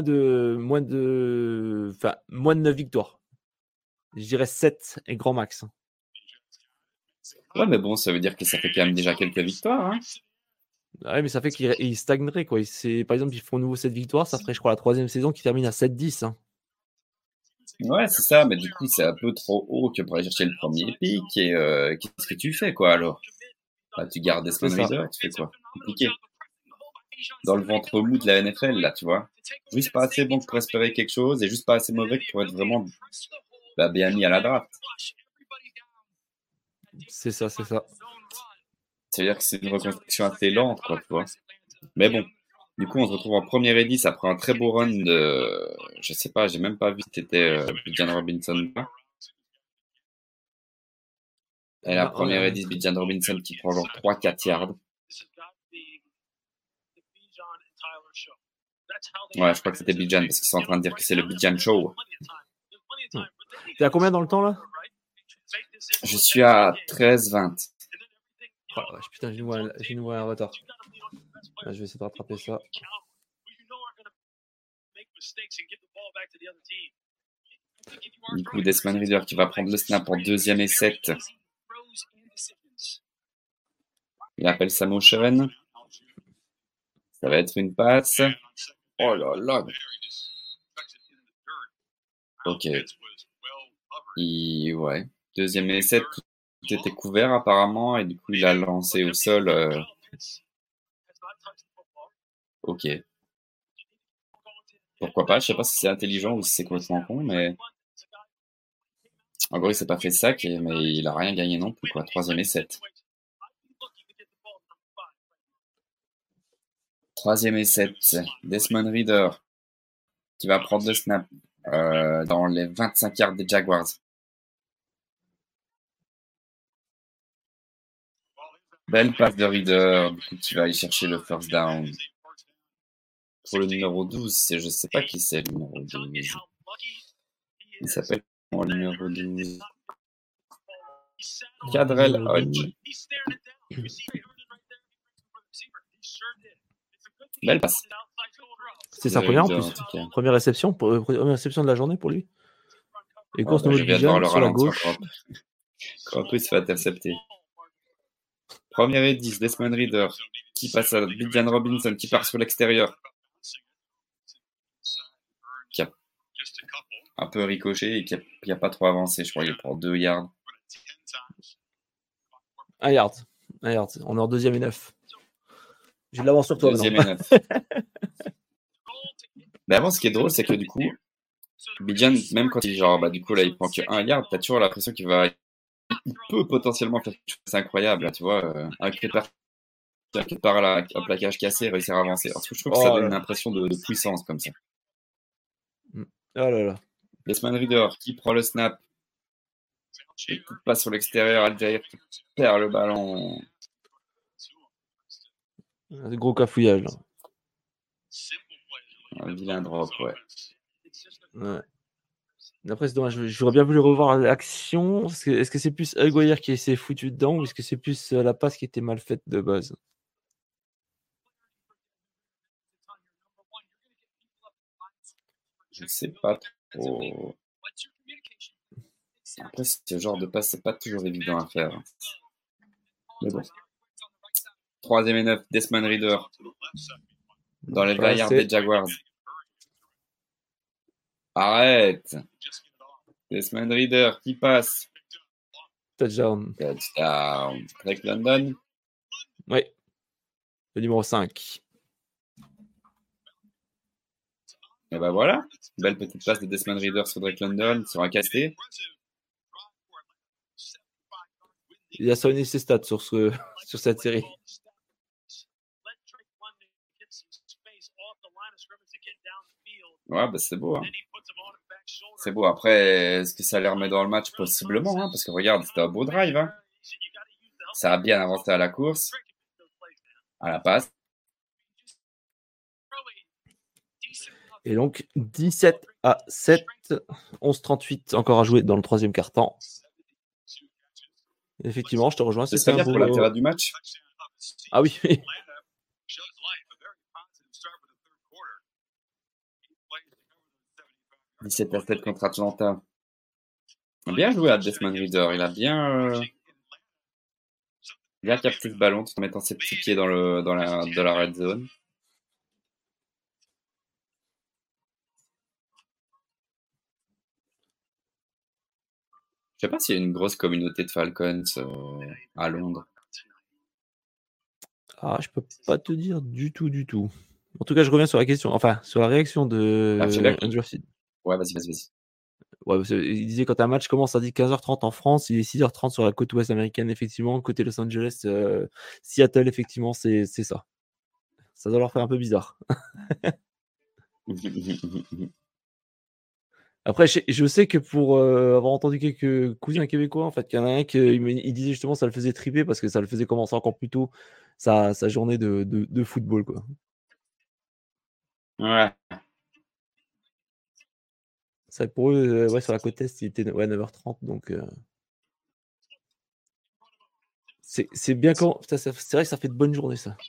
9 victoires. Je dirais 7 et grand max. Ouais, mais bon, ça veut dire que ça fait quand même déjà quelques victoires. Hein. Ouais, mais ça fait qu'ils stagneraient, quoi. Par exemple, ils font nouveau 7 victoires, ça ferait, je crois, la 3e saison qui termine à 7-10. Hein. Ouais, c'est ça, mais du coup, c'est un peu trop haut que pour aller chercher le premier pick. Et qu'est-ce que tu fais, quoi, alors? Bah, tu gardes Desmond Ridder, tu fais quoi? Compliqué. Dans le ventre mou de la NFL, là, tu vois. Juste pas assez bon pour espérer quelque chose et juste pas assez mauvais pour être vraiment bien mis à la draft. C'est ça. C'est-à-dire que c'est une reconstruction assez lente, quoi, tu vois. Mais bon, du coup, on se retrouve en première et 10 après un très beau run de... Je sais pas, j'ai même pas vu si c'était Bijan Robinson. Et la première et 10, Bijan Robinson qui prend genre 3-4 yards. Ouais, je crois que c'était Bijan parce qu'ils sont en train de dire que c'est le Bijan Show. T'es à combien dans le temps, là? Je suis à 13-20. Oh, putain, j'ai une voix un retard. Là, je vais essayer de rattraper ça. Du coup, Desmond Ridder qui va prendre le snap en 2e et 7. Il appelle sa motion. Ça va être une passe. Oh là là. Ok. Ouais. 2e et 7. Tout était couvert apparemment. Et du coup, il a lancé au sol. Ok. Pourquoi pas? Je sais pas si c'est intelligent ou si c'est complètement con, mais... En gros, il s'est pas fait sac, mais il a rien gagné non plus, quoi. 3e et 7. 3e et 7. Desmond Ridder qui va prendre le snap dans les 25 yards des Jaguars. Belle passe de Ridder, du coup, qui va aller chercher le first down. Pour le numéro 12, je sais pas qui c'est le numéro 12. Il s'appelle comment le numéro 12? Kadrell Hodge. Belle passe. C'est sa première en plus. Première réception de la journée pour lui. Et course de Bijan sur la gauche. Quand il se fait intercepter. Première et 10, Desmond Ridder qui passe à Bijan Robinson qui part sur l'extérieur. Qui a un peu ricoché et qui a pas trop avancé. Je crois qu'il prend 2 yards. 1 yard. On est en 2e et 9. J'ai de l'avance sur toi. 2e et 9. Mais avant, ce qui est drôle, c'est que du coup, Bijan, même quand il genre, bah, du coup, là, il prend que 1 yard, t'as toujours l'impression il peut potentiellement faire quelque chose d'incroyable, là, tu vois, par là, un plaquage cassé, réussir à avancer. Parce que je trouve que ça Oh donne là une là. impression de puissance comme ça. Oh là là. Desmond Reader qui prend le snap, et qui passe sur l'extérieur, Aljair qui perd le ballon. Un gros cafouillage. Là. Un vilain drop, ouais. Ouais. Après, c'est dommage. J'aurais bien voulu revoir l'action. Est-ce que c'est plus Aguirre qui s'est foutu dedans ou est-ce que c'est plus la passe qui était mal faite de base? Je sais pas trop. Après, ce genre de passe, c'est pas toujours évident à faire. Mais bon. 3e et 9, Desmond Reader. Dans les 20 yards des Jaguars. Arrête! Desmond Reader qui passe. Touchdown. Touchdown. Drake London. Oui. Le numéro 5. Et bah voilà. Belle petite passe de Desmond Reader sur Drake London. Sur un casté. Il a sonné ses stats sur cette série. Ouais, bah c'est beau. Hein. C'est beau. Après, est-ce que ça les remet dans le match? Possiblement, hein, parce que regarde, c'était un beau drive. Hein. Ça a bien avancé à la course, à la passe. Et donc, 17-7, 11-38 encore à jouer dans le 3e quart-temps. Effectivement, je te rejoins. C'est bien pour l'intérêt du match. Ah oui. 17-7 contre Atlanta. Bien joué à Desmond Reader. Il a bien capté ce ballon tout en mettant ses petits pieds dans la red zone. Je sais pas s'il y a une grosse communauté de Falcons à Londres. Ah, je peux pas te dire du tout. En tout cas, je reviens sur la question, enfin, sur la réaction de Andrew Seed. Ouais, vas-y. Ouais, il disait quand un match commence à 15h30 en France, il est 6h30 sur la côte ouest américaine, effectivement. Côté Los Angeles, Seattle, effectivement, c'est ça. Ça doit leur faire un peu bizarre. Après, je sais que pour avoir entendu quelques cousins québécois, en fait, qu'il y en a un qui il disait justement ça le faisait triper parce que ça le faisait commencer encore plus tôt sa journée de football, quoi. Ouais. Ça, pour eux, ouais, sur la côte est, il était 9h30, donc c'est bien quand. Putain, c'est vrai que ça fait de bonnes journées, ça.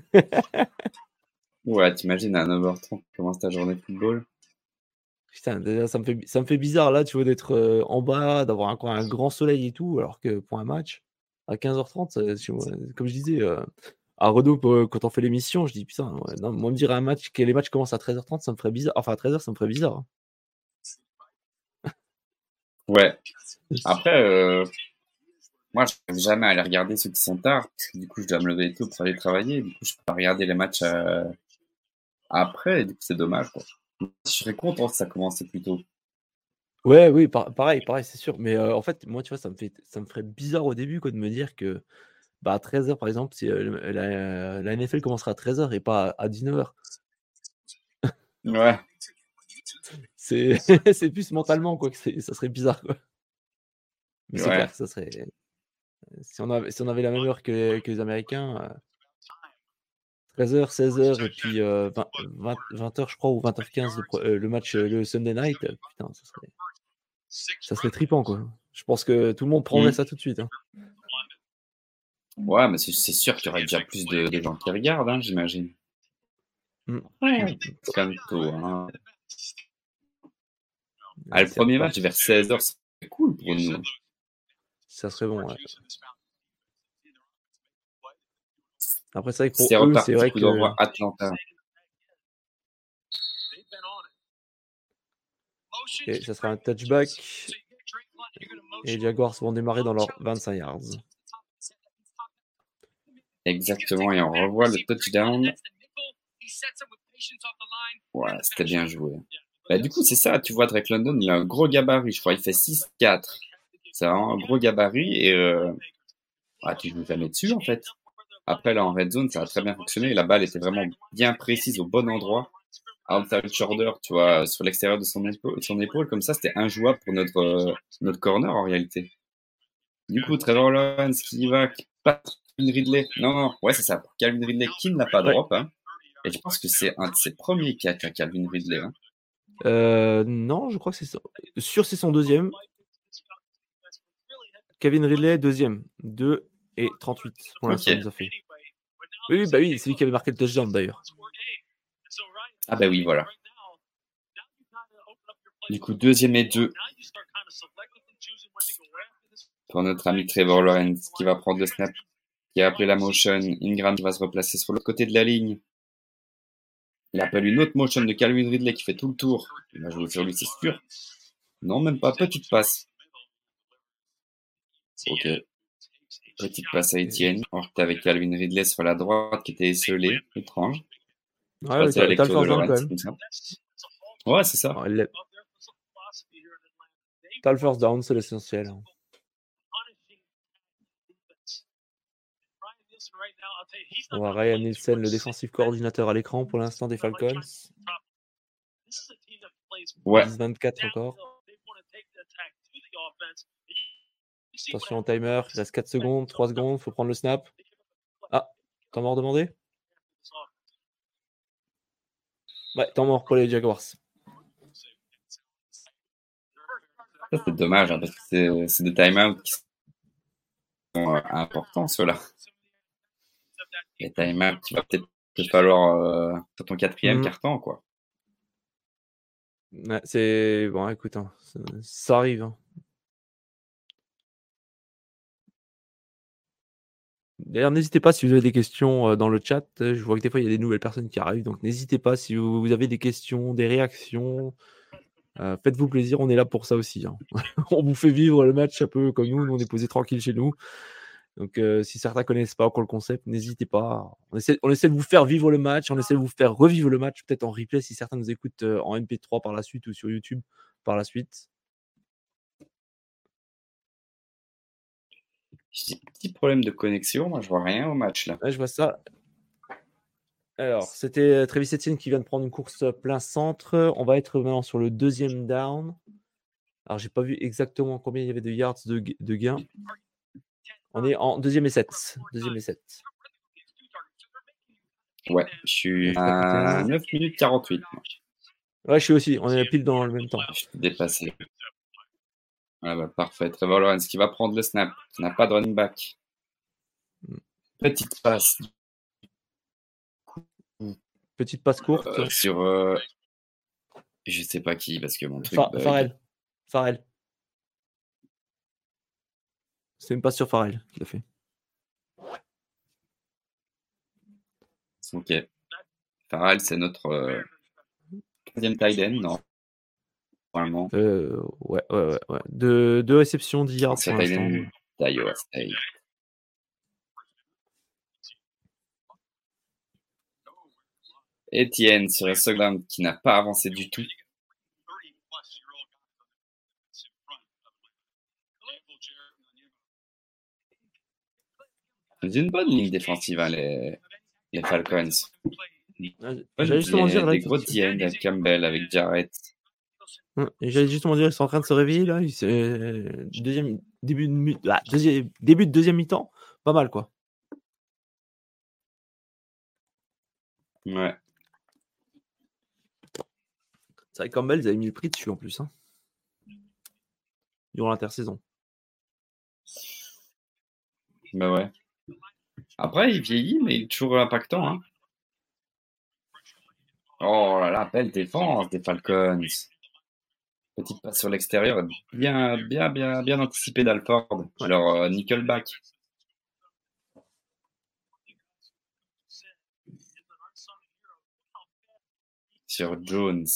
Ouais, t'imagines à 9h30 commence ta journée de football. Putain, déjà, ça me fait bizarre là, tu vois, d'être en bas, d'avoir encore un grand soleil et tout, alors que pour un match, à 15h30, comme je disais à Renaud, quand on fait l'émission, je dis putain, ouais, non, moi me dire que les matchs commencent à 13h30, ça me ferait bizarre. Enfin, à 13h, ça me ferait bizarre. Hein. Ouais. Après, moi, je n'arrive jamais à aller regarder ceux qui sont tard, parce que du coup, je dois me lever tôt pour aller travailler. Du coup, je peux pas regarder les matchs après, et du coup, c'est dommage. Quoi. Je serais content si ça commençait plus tôt. Ouais, oui, pareil, c'est sûr. Mais en fait, moi, tu vois, ça me ferait bizarre au début quoi, de me dire que à 13h, par exemple, si la NFL commencera à 13h et pas à 19h. Ouais. C'est plus mentalement quoi, que ça serait bizarre. Quoi. Mais c'est clair que ça serait. Si on avait la même heure que les Américains, 13h, 16h et puis 20h, je crois, ou 20h15, le match, le Sunday night, putain, ça serait trippant, quoi. Je pense que tout le monde prendrait ça tout de suite. Hein. Ouais, mais c'est sûr qu'il y aurait déjà plus de gens qui regardent, hein, j'imagine. Ouais, c'est quand même tôt. Hein. Le premier match vers 16h, c'est cool pour nous. Ça serait bon, ouais. Après, c'est vrai que pour c'est eux, reparti, c'est vrai coup que... d'envoi Atlanta. Et ça sera un touchback. Et les Jaguars vont démarrer dans leurs 25 yards. Exactement, et on revoit le touchdown. Ouais, c'était bien joué. Bah, du coup, c'est ça, tu vois, Drake London, il a un gros gabarit, je crois, il fait 6'4". C'est un gros gabarit et tu joues jamais dessus, en fait. Après, là, en red zone, ça a très bien fonctionné. La balle était vraiment bien précise au bon endroit. Outside shoulder, tu vois, sur l'extérieur de son épaule, comme ça, c'était injouable pour notre corner, en réalité. Du coup, Trevor Lawrence qui y va, qui passe Calvin Ridley. Non, ouais, c'est ça. Calvin Ridley qui n'a pas Ouais. drop, hein. Et je pense que c'est un de ses premiers catchs à Calvin Ridley, hein. Non, je crois que c'est son deuxième. Kevin Ridley, deuxième. 2 et 38 pour l'instant, Ok. il nous a fait. Oui, bah oui, c'est lui qui avait marqué le touchdown d'ailleurs. Ah bah oui, voilà. Du coup, 2e et 2 pour notre ami Trevor Lawrence qui va prendre le snap, qui a appelé la motion. Ingram qui va se replacer sur l'autre côté de la ligne. Il appelle une autre motion de Calvin Ridley qui fait tout le tour. Il va jouer sur lui, c'est sûr. Non, même pas. Petite passe. Ok. Petite passe à Etienne. On était avec Calvin Ridley sur la droite qui était esselé. Étrange. Ouais, C'est la t'as le lecture de first down quand Lawrence, même. comme ça. Ouais, c'est ça. T'as le first down, c'est l'essentiel. On voit Ryan Nielsen, le défensif coordinateur à l'écran pour l'instant des Falcons. Ouais. 10-24 encore. Attention au timer, il reste 4 secondes, 3 secondes, faut prendre le snap. Ah, temps mort demandé? Ouais, temps mort pour les Jaguars. Ça, c'est dommage, hein, parce que c'est des timeouts qui sont importants, ceux-là. Les timeouts, tu vas peut-être te falloir sur ton 4e carton, quoi. Ouais, c'est bon, écoute, hein, ça arrive. Hein. D'ailleurs, n'hésitez pas si vous avez des questions dans le chat. Je vois que des fois, il y a des nouvelles personnes qui arrivent. Donc, n'hésitez pas si vous avez des questions, des réactions. Faites-vous plaisir, on est là pour ça aussi. Hein. On vous fait vivre le match un peu comme nous. Nous, on est posé tranquille chez nous. Donc, si certains ne connaissent pas encore le concept, n'hésitez pas. On essaie de vous faire vivre le match. On essaie de vous faire revivre le match, peut-être en replay si certains nous écoutent en MP3 par la suite ou sur YouTube par la suite. J'ai des petits problèmes de connexion. Moi, je vois rien au match, là. Ouais, je vois ça. Alors, c'était Travis Etienne qui vient de prendre une course plein centre. On va être maintenant sur le 2e down. Alors, j'ai pas vu exactement combien il y avait de yards de gain. On est en 2e et 7. 2e et 7. Ouais, je suis à 9 minutes 48. Moi. Ouais, je suis aussi. On est pile dans le même temps. Je suis dépassé. Ah bah, parfait. Trevor Lawrence qui va prendre le snap. Qui n'a pas de running back. Petite passe. Petite passe courte. Sur... je sais pas qui, parce que mon truc bug. Farrell. C'est une passe sur Farrell qu'il a fait. Ok. Farrell, c'est notre 3e tight end, non? Normalement. Ouais. Deux réceptions d'10 yards pour l'instant. d'Iowa State. Etienne sur un second qui n'a pas avancé du tout. C'est une bonne ligne défensive, hein, les Falcons. J'allais justement dire, des gros tiens avec Campbell, avec Jarrett. J'allais justement dire, ils sont en train de se réveiller là. Début de deuxième mi-temps, pas mal quoi. Ouais. C'est vrai que Campbell, ils avaient mis le prix dessus en plus. Hein. Durant l'intersaison. Bah ouais. Après, il vieillit, mais il est toujours impactant. Hein. Oh là là, belle défense des Falcons. Petite passe sur l'extérieur, bien anticipé d'Alford. Alors, nickelback. Sur Jones.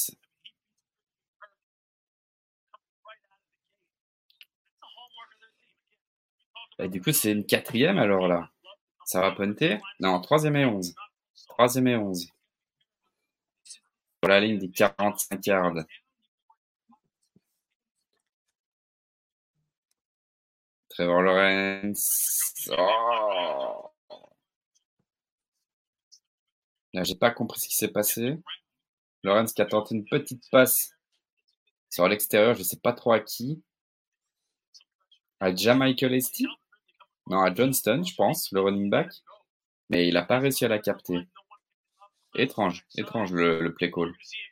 Et du coup, c'est une 4e alors là. Ça va punter? Non, 3e et 11. 3e et 11. la ligne des 45 yards. Trevor Lawrence. Oh. Là, j'ai pas compris ce qui s'est passé. Lawrence qui a tenté une petite passe sur l'extérieur, je sais pas trop à qui. À Jamichael Hasty? Non, à Johnston, je pense, le running back. Mais il a pas réussi à la capter. Étrange le play call.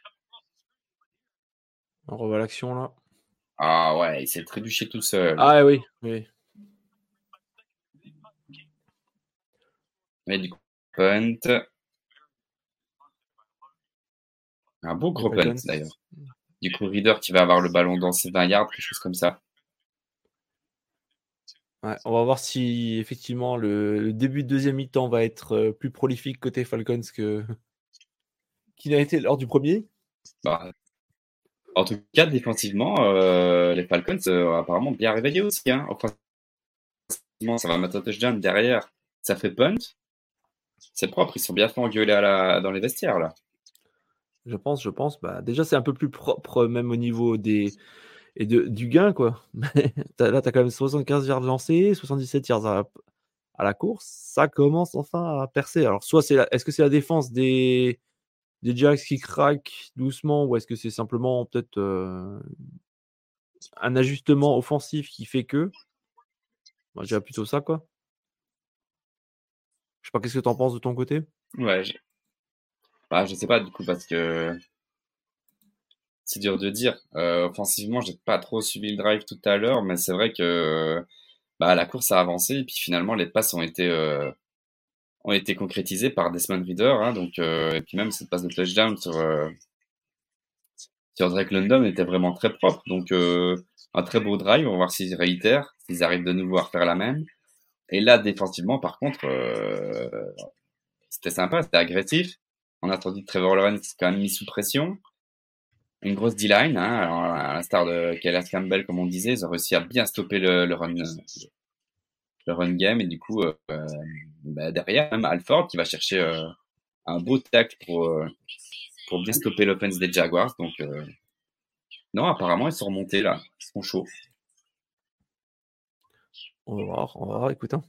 On revoit l'action là. Ah ouais, il s'est trébuché tout seul. Ah oui, oui. Et du coup, punt. Un beau gros punt d'ailleurs. Du coup, Reader qui va avoir le ballon dans ses 20 yards, quelque chose comme ça. Ouais, on va voir si effectivement le début de deuxième mi-temps va être plus prolifique côté Falcons qu'il a été lors du premier. Bah, en tout cas, défensivement, les Falcons ont apparemment bien réveillé aussi. Hein. Offensivement, ça va mettre un touchdown derrière. Ça fait punt. C'est propre, ils sont bien fait engueuler dans les vestiaires là. Je pense. Bah, déjà, c'est un peu plus propre, même au niveau du gain, quoi. Là, tu as quand même 75 yards lancés, 77 yards à la course. Ça commence enfin à percer. Alors, soit est-ce que c'est la défense des Jacks qui craquent doucement, ou est-ce que c'est simplement peut-être un ajustement offensif qui fait que. Moi, je dirais plutôt ça, quoi. Je sais pas, qu'est-ce que tu en penses de ton côté? Ouais, je sais pas du coup parce que c'est dur de dire. Offensivement, j'ai pas trop suivi le drive tout à l'heure, mais c'est vrai que la course a avancé et puis finalement les passes ont été concrétisées par Desmond Reader. Hein, donc et puis même cette passe de touchdown sur Drake London était vraiment très propre. Donc un très beau drive. On va voir s'ils réitèrent, s'ils arrivent de nouveau à refaire la même. Et là défensivement, par contre, c'était sympa, c'était agressif. On a attendu Trevor Lawrence quand même mis sous pression. Une grosse D-line, hein, alors, à l'instar de Calais Campbell, comme on disait, ils ont réussi à bien stopper le run game, et du coup, derrière, même Alford qui va chercher un beau tackle pour bien stopper l'offense des Jaguars. Donc, non, apparemment, ils sont remontés là, ils sont chauds. On va voir, écoute. Hein.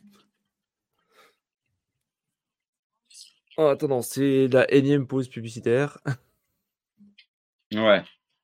Oh, attends, non, c'est la énième pause publicitaire. Ouais.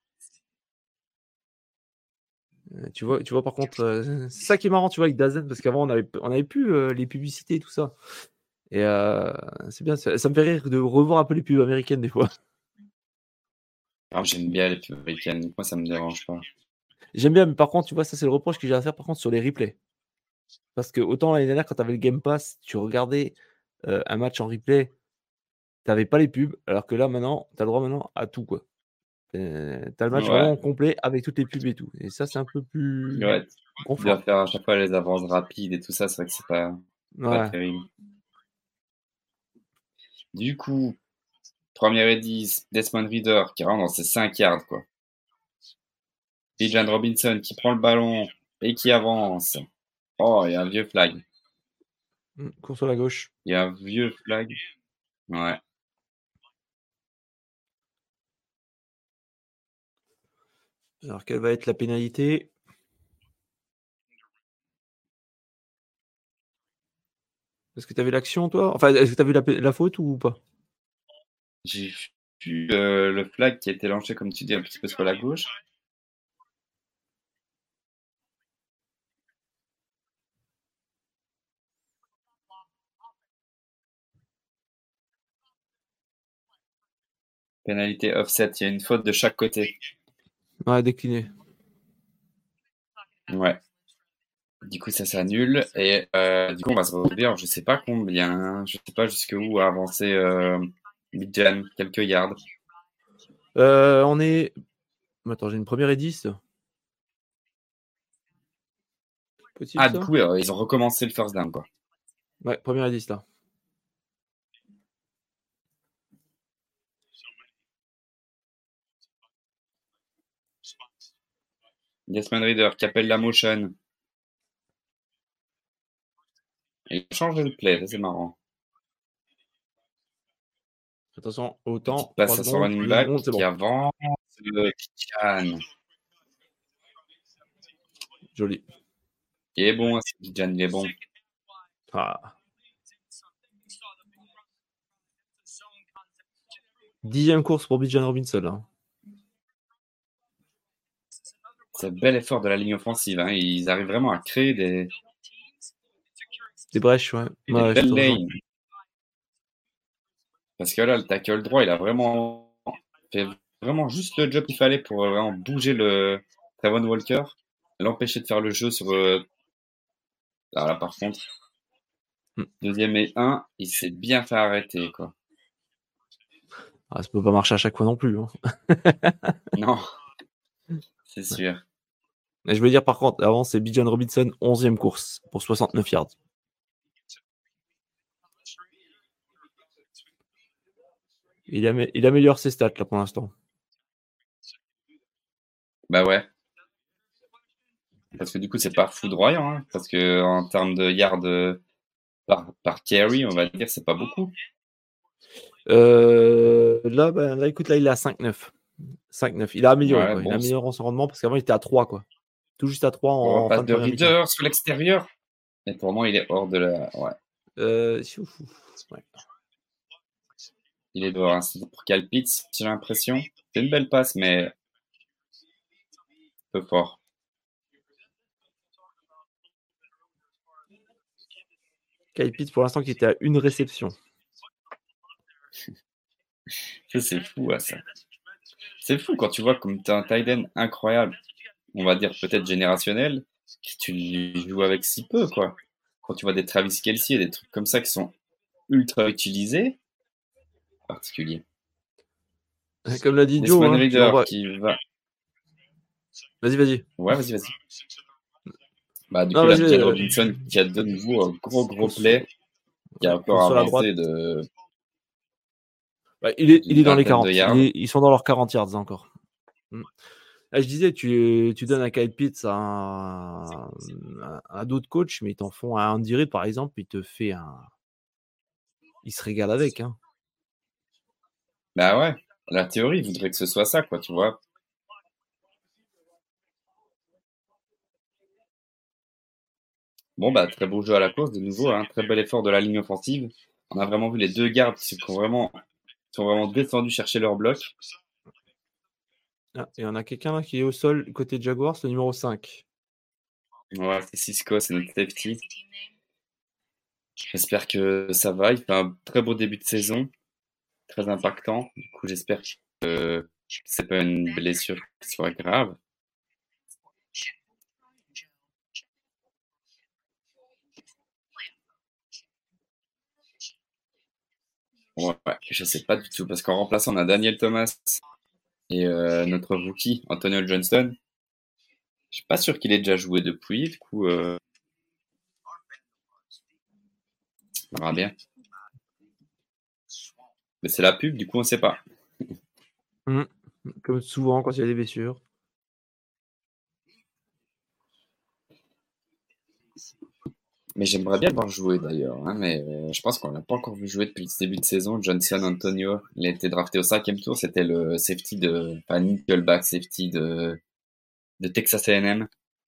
Tu vois par contre, c'est ça qui est marrant, tu vois, avec Dazen, parce qu'avant, on avait plus les publicités et tout ça. Et c'est bien, ça me fait rire de revoir un peu les pubs américaines des fois. Alors, j'aime bien les pubs américaines, moi ça me dérange pas. J'aime bien, mais par contre, tu vois, ça c'est le reproche que j'ai à faire par contre sur les replays. Parce que autant l'année dernière, quand tu avais le Game Pass, tu regardais un match en replay, t'avais pas les pubs, alors que là maintenant, t'as le droit maintenant à tout, quoi. T'as le match Ouais, vraiment complet avec toutes les pubs et tout. Et ça, c'est un peu plus ouais. Tu dois confort. faire à chaque fois les avances rapides et tout ça, c'est vrai que c'est pas Ouais. terrible. Du coup, première et 10, Desmond Reader qui rentre dans ses 5 yards, quoi. Bijan Robinson qui prend le ballon et qui avance. Oh, il y a un vieux flag. Course à la gauche. Il y a un vieux flag. Ouais. Alors, quelle va être la pénalité? Est-ce que tu avais l'action, toi? Enfin, est-ce que tu as vu la faute ou pas? J'ai vu le flag qui a été lancé, comme tu dis, un petit peu sur la gauche. Pénalité offset, il y a une faute de chaque côté. Ouais, décliné. Ouais. Du coup, ça s'annule. Et du coup, on va se retrouver, alors, je sais pas combien, je sais pas jusqu'où a avancé Bijan, quelques yards. On est. Attends, j'ai une première et 10. Possible Ah, du ça? coup, ils ont recommencé le first down, quoi. Ouais, première et 10 là. Desmond Reader qui appelle la motion. Et il a changé le play, ça c'est marrant. Attention, autant. Petite passe 3 à son secondes, running 2 back secondes, c'est qui bon. avance. Kijan. Joli. Il est bon, Kijan, il est bon. Ah. 10e course pour Bijan Robinson. Là. C'est un bel effort de la ligne offensive. Hein. Ils arrivent vraiment à créer des brèches, ouais. Ouais, belles lanes. Parce que là, le tackle droit, il a vraiment fait vraiment juste le job qu'il fallait pour vraiment bouger le Trevon Walker, l'empêcher de faire le jeu sur... là, par contre, 2e et 1, il s'est bien fait arrêter, quoi. Ah, ça peut pas marcher à chaque fois non plus. Hein. Non, c'est sûr. Et je veux dire, par contre, avant, c'est Bijan Robinson, 11e course pour 69 yards. Il améliore ses stats, là, pour l'instant. Bah ouais. Parce que du coup, c'est pas foudroyant, hein, parce que en termes de yards par carry, on va dire, c'est pas beaucoup. Là, écoute, là, il est à 5-9. 5-9. Il a amélioré, Ouais, quoi. bon, Il a amélioré son rendement parce qu'avant, il était à 3, quoi. Tout juste à 3 en fin passe de de première mi-temps. Reader sur l'extérieur. Et pour moi, il est hors de la... Ouais. Ouais. Il est dehors. Hein. C'est pour Kyle Pitts, j'ai l'impression. C'est une belle passe, mais peu fort. Kyle Pitts, pour l'instant, qui était à 1 réception. Ça, c'est fou, hein, ça. C'est fou quand tu vois comme tu as un tight end incroyable, on va dire peut-être générationnel, que tu joues avec si peu, quoi. Quand tu vois des Travis Kelce et des trucs comme ça qui sont ultra utilisés, particulier. Comme l'a dit Desmond Joe, hein, Reader qui va... Vas-y. Ouais, vas-y. Bah, du Non, coup, la vas-y, Bijan Robinson qui a de nouveau un gros play, qui a encore sur la droite. avancé de... Bah, il est dans les vingtaine 40. de yards. Ils sont dans leurs 40 yards encore. Là, je disais, tu donnes à Kyle Pitts à d'autres coachs, mais ils t'en font à Andy Reid, par exemple, il te fait un... Il se régale avec. Hein. Bah ouais, la théorie voudrait que ce soit ça, quoi, tu vois. Bon, bah, très beau jeu à la course, de nouveau, hein, très bel effort de la ligne offensive. On a vraiment vu les deux gardes qui sont vraiment descendus chercher leur bloc. Ah, et on a quelqu'un là qui est au sol côté Jaguars, le numéro 5. Ouais, c'est Cisco, c'est notre safety. J'espère que ça va. Il fait un très beau début de saison, très impactant. Du coup, j'espère que c'est pas une blessure qui soit grave. Ouais, je sais pas du tout, parce qu'en remplaçant, on a Daniel Thomas et notre rookie, Antonio Johnston. Je suis pas sûr qu'il ait déjà joué depuis, du coup, on verra bien. Mais c'est la pub, du coup, on sait pas. Comme souvent quand il y a des blessures. Mais j'aimerais bien le voir jouer d'ailleurs, hein, mais je pense qu'on l'a pas encore vu jouer depuis le début de saison. Johnson Antonio, il a été drafté au 5e tour, c'était le safety enfin nickelback safety de Texas A&M,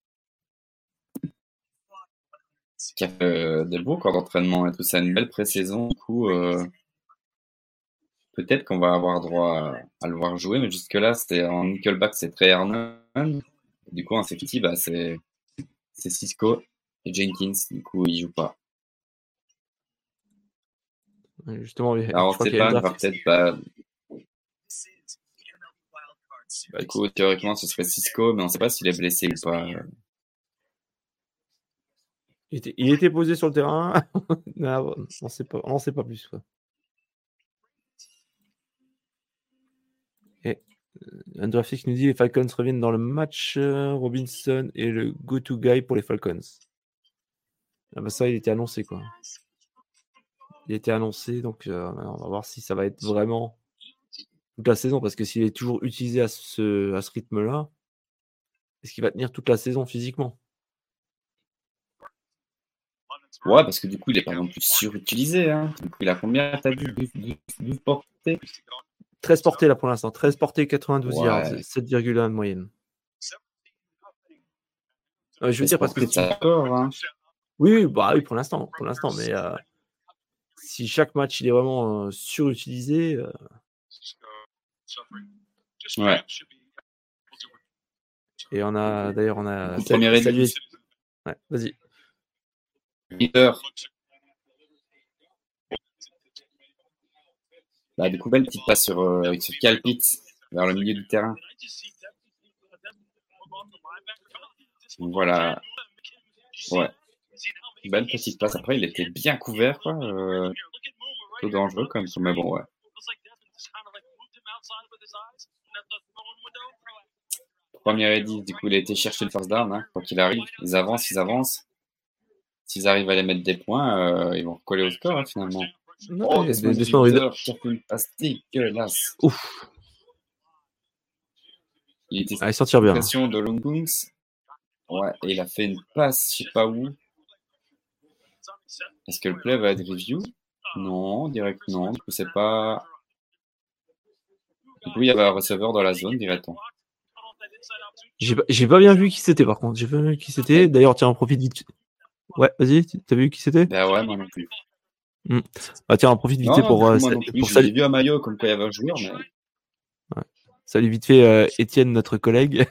qui a fait des beaux corps d'entraînement et tout ça, une belle pré-saison. Du coup, peut-être qu'on va avoir droit à le voir jouer, mais jusque-là, c'était en nickelback, c'est Trey Herndon. Du coup, en safety, bah, c'est Cisco et Jenkins. Du coup, il joue pas. Justement, Alors, on je crois sait qu'il y a pas, une il va draft. peut-être pas. Du coup, théoriquement, ce serait Cisco, mais on sait pas s'il est blessé ou pas. Il était posé sur le terrain. Non, on sait pas plus. Quoi. Et Undrafix nous dit les Falcons reviennent dans le match. Robinson est le go-to guy pour les Falcons. Ah bah ça, il était annoncé quoi. Il était annoncé, donc on va voir si ça va être vraiment toute la saison, parce que s'il est toujours utilisé à ce rythme-là, est-ce qu'il va tenir toute la saison physiquement? Ouais, parce que du coup, il est pas non plus surutilisé. Hein. Du coup, il a combien, t'as dit 12 portées 13 portées là pour l'instant. 13 portées, 92 yards, Ouais. 7,1 de moyenne. Je veux Mais dire c'est parce pour que que ça score. Hein. oui, bah oui, pour l'instant, mais si chaque match il est vraiment surutilisé, Ouais. et on a Première salué. édition. Ouais, vas-y. Leader. Bah, du coup, belle petite passe sur Kyle Pitts vers le milieu du terrain. Donc, voilà. Ouais. Belle petite passe. Après, il était bien couvert, quoi. Peu dangereux, quand même. Mais bon, ouais. Première et 10, du coup, il a été chercher le first down. Hein. Quoi qu'il arrive, ils avancent. S'ils arrivent à les mettre des points, ils vont coller au score, hein, finalement. Non, il y a Desmond Desmond Ridder qui a fait une passe dégueulasse. Ouf. Il était Il s'en tire bien. pression de Longungs. Ouais, et il a fait une passe, je sais pas où. Est-ce que le play va être review? Non, direct non. Du coup, c'est pas. Du coup, il y avait un receveur dans la zone, dirait-on. J'ai pas bien vu qui c'était par contre. J'ai pas vu qui c'était. D'ailleurs, tiens, on profite vite. Ouais, vas-y, t'as vu qui c'était? Ben ouais, moi non plus. Bah tiens, on profite vite fait Non, pour moi non plus. pour J'ai vu un maillot comme quoi il y avait un joueur, mais. Ouais. Salut vite fait Étienne, notre collègue.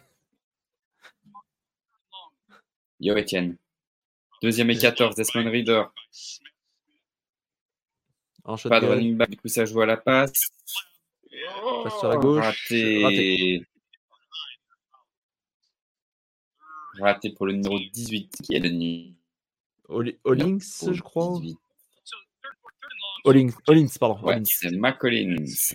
Yo, Etienne. Deuxième et 14, Desmond Ridder. En Pas de shotgun. running back, du coup, ça joue à la passe. Passe sur la gauche. Raté pour le numéro 18, qui est le numéro. Hollins, je crois. 18. Hollins, pardon. Ouais, Hollins. c'est McCollins.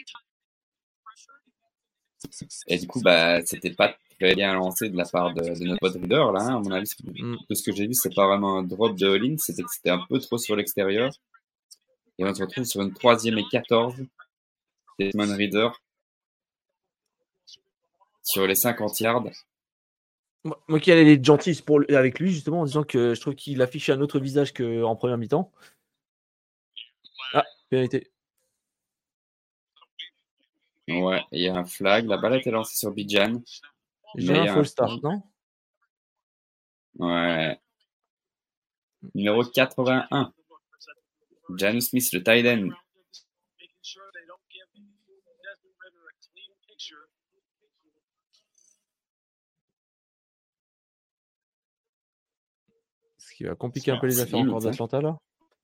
Et du coup, bah, c'était pas très bien lancé de la part de notre pote Reader, là. Hein, à mon avis, de ce que j'ai vu, c'est pas vraiment un drop de Hollins, c'était que c'était un peu trop sur l'extérieur. Et on se retrouve sur une 3e et 14. Desmond Reader. Sur les 50 yards. Moi qui allais être gentil avec lui, justement, en disant que je trouve qu'il affiche un autre visage qu'en première mi-temps. Ah, vérité. Ouais, il y a un flag. La balle a été lancée sur Bijan. J'ai un false start, non? Ouais. Numéro 81. Janus Smith, le tight end. Ce qui va compliquer un peu les affaires encore d'Atlanta, là.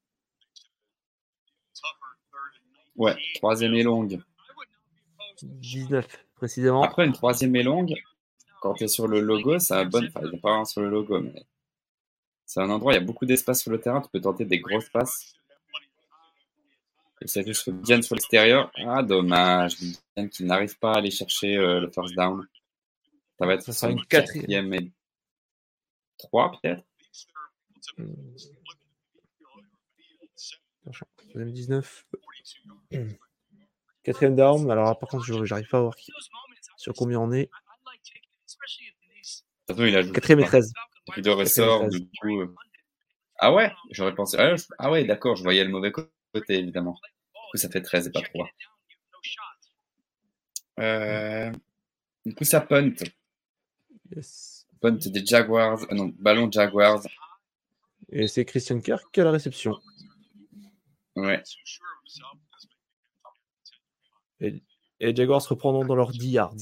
Ouais, 3e et longue. 19, précisément. Après, une 3e et longue, quand tu es sur le logo, c'est un bon. Enfin, il n'est pas vraiment sur le logo, mais c'est un endroit où il y a beaucoup d'espace sur le terrain. Tu peux tenter des grosses passes. Et c'est juste Bijan sur l'extérieur. Ah, dommage. Bijan qui n'arrive pas à aller chercher le first down. Ça va être ça une 4e et 3, peut-être. 19. 4e down. Alors, par contre, j'arrive pas à voir sur combien on est. De toute façon, il a joué 4e et 13. Il de ressort, du coup. Ah ouais, j'aurais pensé. Ah ouais, d'accord, je voyais le mauvais côté, évidemment. Du coup, ça fait 13 et pas 3. Du coup, ça punt. Yes. Punt des Jaguars. Non, ballon Jaguars. Et c'est Christian Kirk à la réception. Ouais. Et les Jaguars se reprendront dans leurs 10 yards.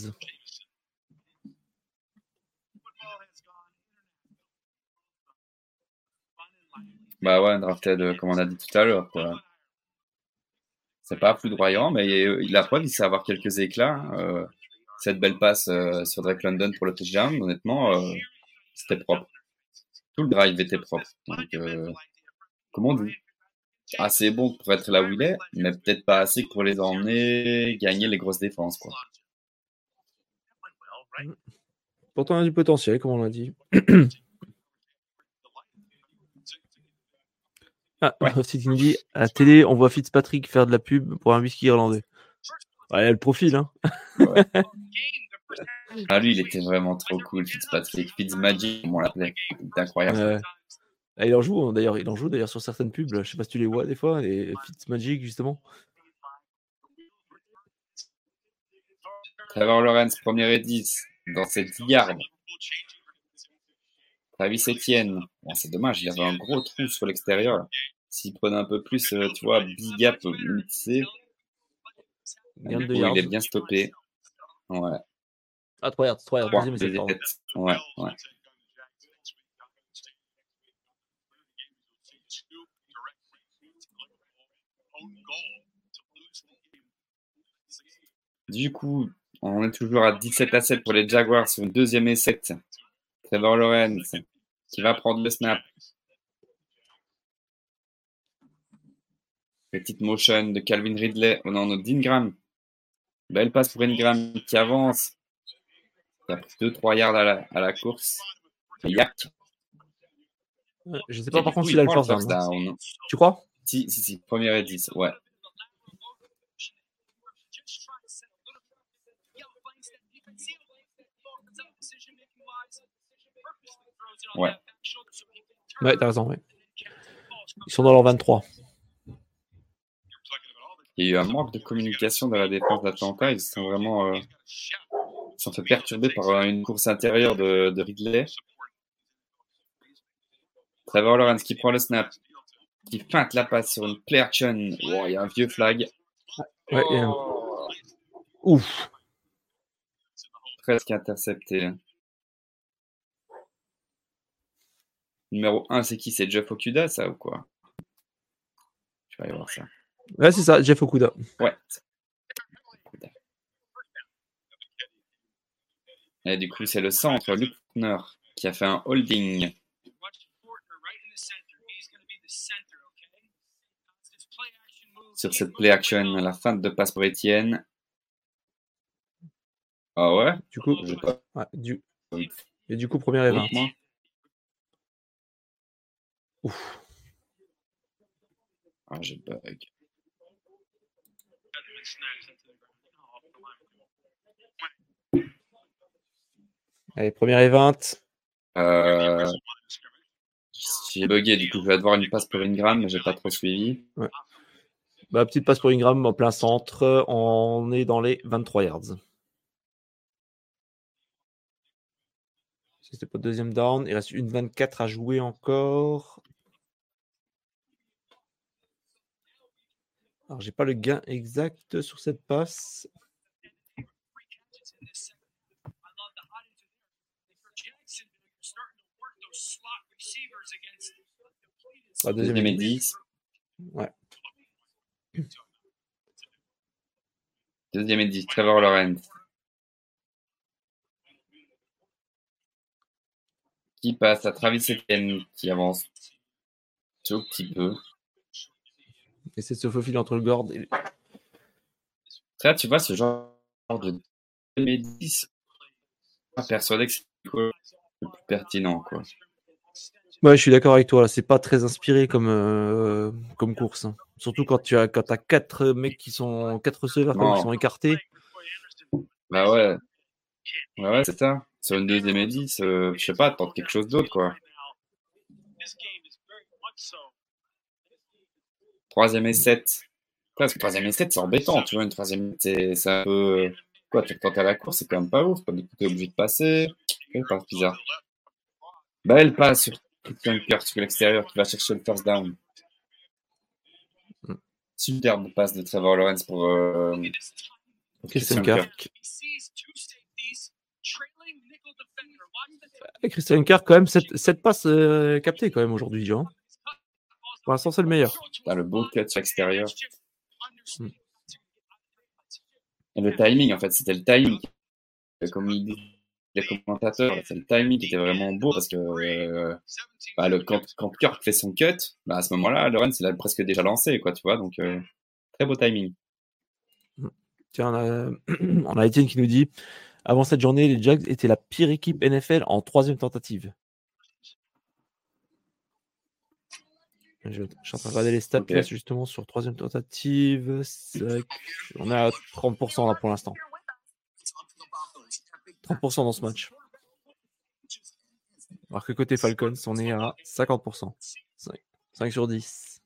Bah ouais, drafted, comme on a dit tout à l'heure, quoi. C'est pas foudroyant, mais la preuve, il sait avoir quelques éclats. Cette belle passe sur Drake London pour le touchdown, honnêtement, c'était propre. Tout le drive était propre. Donc, comme on dit, assez bon pour être là où il est, mais peut-être pas assez pour les emmener gagner les grosses défenses, quoi. Pourtant, il y a du potentiel, comme on l'a dit. Ah, ouais. Qui nous dit à la télé, on voit Fitzpatrick faire de la pub pour un whisky irlandais. Ouais, il a le profil, hein. Ouais. Ah, lui, il était vraiment trop cool, Fitzpatrick. Fitzmagic, comme on l'appelait. C'était incroyable. Ah, il en joue d'ailleurs, sur certaines pubs. Je sais pas si tu les vois des fois, les Fitzmagic justement. Trevor Lawrence, 1er et 10, dans ses 10 yards. Travis Etienne. Bon, c'est dommage, il y avait un gros trou sur l'extérieur. S'il prenait un peu plus, tu vois, big gap mixé. Gain Du de coup, il est yards. bien stoppé. Ouais. Ah, 3 yards, deuxième essai, pardon. Ouais, ouais. Du coup, on est toujours à 17-7 pour les Jaguars sur une deuxième et 7. Trevor Lawrence qui va prendre le snap. Petite motion de Calvin Ridley. Oh non, d'Ingram. Belle passe pour Ingram qui avance. Il a pris 2-3 yards à la course. Yak. Je sais pas par Du contre coup, s'il a il le prend le first first down. down. Tu crois? Si. 1er et 10. Ouais. Ouais. Ouais, t'as raison, ouais. Ils sont dans leur 23. Il y a eu un manque de communication dans la défense d'Atlanta. Ils sont vraiment ils sont fait perturber par une course intérieure de Ridley. Trevor Lawrence qui prend le snap, qui feinte la passe sur une play action. Wow, il y a un vieux flag. Ouais, ouf. Presque intercepté. Numéro 1, c'est qui? C'est Jeff Okuda, ça, ou quoi? Je vais aller voir ça. Ouais, c'est ça, Jeff Okuda. Ouais. Et du coup, c'est le centre, Luke Fortner, qui a fait un holding. Sur cette play action, la feinte de passe pour Etienne. Ah ouais? Du coup, ouais, et du coup, première et 20. Ouf. Ah, j'ai bug. Allez, première et 20. J'ai bugué, du coup, je vais devoir une passe pour Ingram, mais j'ai pas trop suivi. Ouais. Bah, petite passe pour Ingram en plein centre. On est dans les 23 yards. C'était pas deuxième down. Il reste une 24 à jouer encore. Alors, j'ai pas le gain exact sur cette passe. Deuxième et 10. Ouais. Deuxième et 10, Trevor Lawrence. Qui passe à Travis Etienne, qui avance tout petit peu. Essaie de se faufiler entre le guard et... Là, tu vois, ce genre de 2010, pas persuadé que c'est le plus pertinent, quoi. Ouais, je suis d'accord avec toi. Là, c'est pas très inspiré comme course. Hein. Surtout quand tu as 4 mecs qui sont 4 receveurs qui sont écartés. Bah ouais. Ouais, c'est ça. Sur une deuxième et 10, je sais pas, tente quelque chose d'autre, quoi. Troisième et 7. Parce que troisième et 7, c'est embêtant, tu vois. Une troisième, c'est un peu. Quoi, tu tentes à la course, c'est quand même pas ouf. Pas du coup, t'es obligé de passer. C'est pas bizarre. Bah, elle passe sur Christian Kirk sur l'extérieur qui va chercher le first down. Superbe passe de Trevor Lawrence pour Christian Kirk. Et Christian Kirk, quand même, cette passe captée quand même aujourd'hui, Jean. Pour l'instant, c'est le meilleur. Le beau cut sur l'extérieur. Et le timing, en fait, c'était le timing. Comme il dit les commentateurs, c'est le timing qui était vraiment beau parce que quand Kirk fait son cut, à ce moment-là, Lawrence, il a presque déjà lancé, quoi, tu vois, donc très beau timing. Tiens, on a Etienne qui nous dit avant cette journée, les Jags étaient la pire équipe NFL en 3e tentative. Je suis en train de regarder les stats là, justement sur 3e tentative. On est à 30% là pour l'instant. 30% dans ce match. Alors que côté Falcons, on est à 50%. 5 sur 10.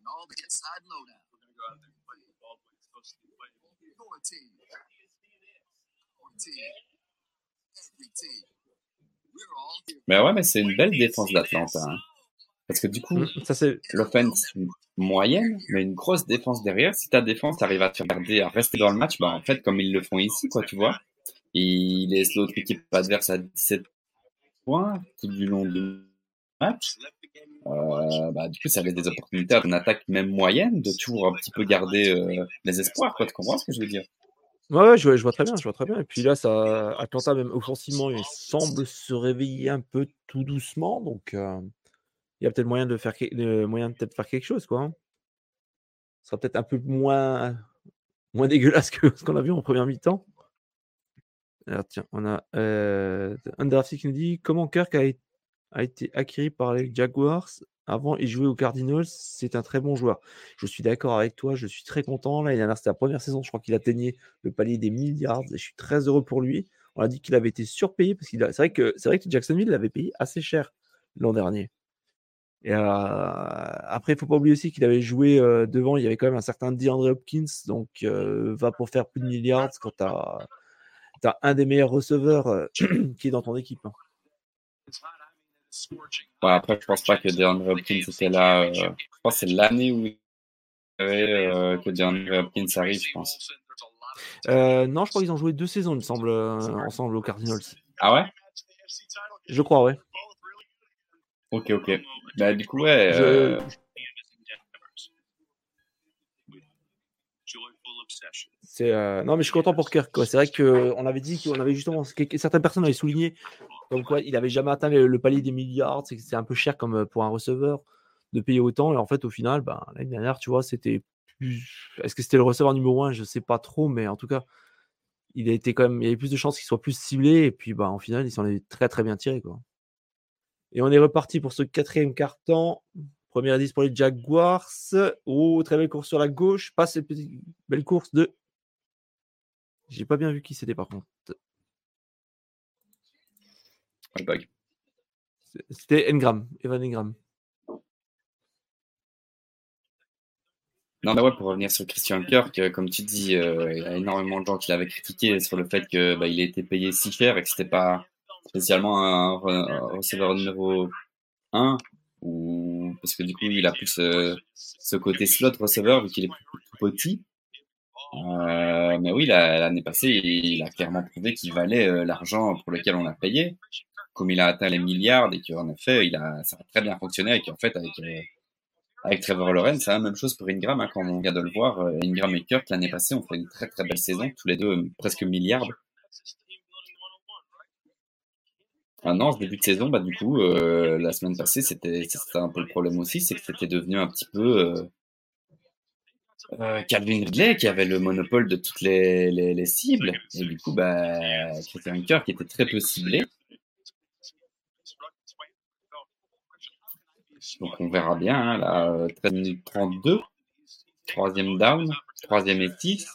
Mais ouais, mais c'est une belle défense d'Atlanta. Hein. Parce que du coup, Ça c'est l'offense moyenne, mais une grosse défense derrière. Si ta défense arrive à te faire garder, à rester dans le match, bah en fait, comme ils le font ici, quoi, tu vois. Ils laissent l'autre équipe adverse à 17 points tout du long du match. Bah, du coup, ça avait des opportunités à une attaque même moyenne de toujours un petit peu garder les espoirs, quoi. Tu comprends ce que je veux dire? Ouais, je vois très bien, je vois très bien. Et puis là, ça, Atlanta, même offensivement, il semble se réveiller un peu tout doucement. Donc, il y a peut-être moyen de faire, moyen de peut-être faire quelque chose, quoi. Hein. Ce sera peut-être un peu moins dégueulasse que ce qu'on a vu en première mi-temps. Alors, tiens, on a Underafsy qui nous dit comment Kirk a été acquis par les Jaguars. Avant, il jouait aux Cardinals. C'est un très bon joueur. Je suis d'accord avec toi. Je suis très content. L'année dernière, c'était la première saison. Je crois qu'il atteignait le palier des milliards. Et je suis très heureux pour lui. On a dit qu'il avait été surpayé parce c'est vrai que Jacksonville l'avait payé assez cher l'an dernier. Et après, il ne faut pas oublier aussi qu'il avait joué devant. Il y avait quand même un certain DeAndre Hopkins. Donc, va pour faire plus de milliards quand tu as un des meilleurs receveurs qui est dans ton équipe. Hein. Ouais, après, je pense pas que DeAndre Hopkins était là. Je pense que c'est l'année où il y avait que DeAndre Hopkins arrive, je pense. Non, je crois qu'ils ont joué 2 saisons, il me semble, ensemble aux Cardinals. Ah ouais? Je crois, ouais. Ok. Bah, du coup, ouais. Non, mais je suis content pour Kirk. Quoi. C'est vrai qu'on avait dit qu'on avait justement. Certaines personnes avaient souligné comme quoi il n'avait jamais atteint le palier des milliards. C'est un peu cher comme pour un receveur de payer autant. Et en fait, au final, l'année dernière, tu vois, c'était plus. Est-ce que c'était le receveur numéro 1? Je ne sais pas trop, mais en tout cas, il y avait plus de chances qu'il soit plus ciblé. Et puis, en final, il s'en est très, très bien tiré. Quoi. Et on est reparti pour ce 4e quart-temps. Premier indice pour les Jaguars. Oh, très belle course sur la gauche. Pas cette petite belle course de. J'ai pas bien vu qui c'était par contre. C'était Evan Engram. Non, mais ouais, pour revenir sur Christian Kirk, comme tu dis, il y a énormément de gens qui l'avaient critiqué sur le fait que il a été payé si cher et que c'était pas spécialement un receveur numéro 1, ou parce que du coup il a plus ce côté slot receveur vu qu'il est tout petit. Mais oui, l'année passée, il a clairement prouvé qu'il valait l'argent pour lequel on l'a payé, comme il a atteint les milliards et qu'en effet, ça a très bien fonctionné et qu'en fait, avec Trevor Lawrence, c'est la même chose pour Ingram, hein, quand on vient de le voir. Ingram et Kirk, l'année passée, ont fait une très très belle saison, tous les deux presque milliards. Non, ce début de saison, du coup, la semaine passée, c'était un peu le problème aussi, c'est que c'était devenu un petit peu Calvin Ridley qui avait le monopole de toutes les cibles. Et du coup, Christian Kirk qui était très peu ciblé. Donc on verra bien, hein, là, 13 minutes 32, 3e down, 3e et 6.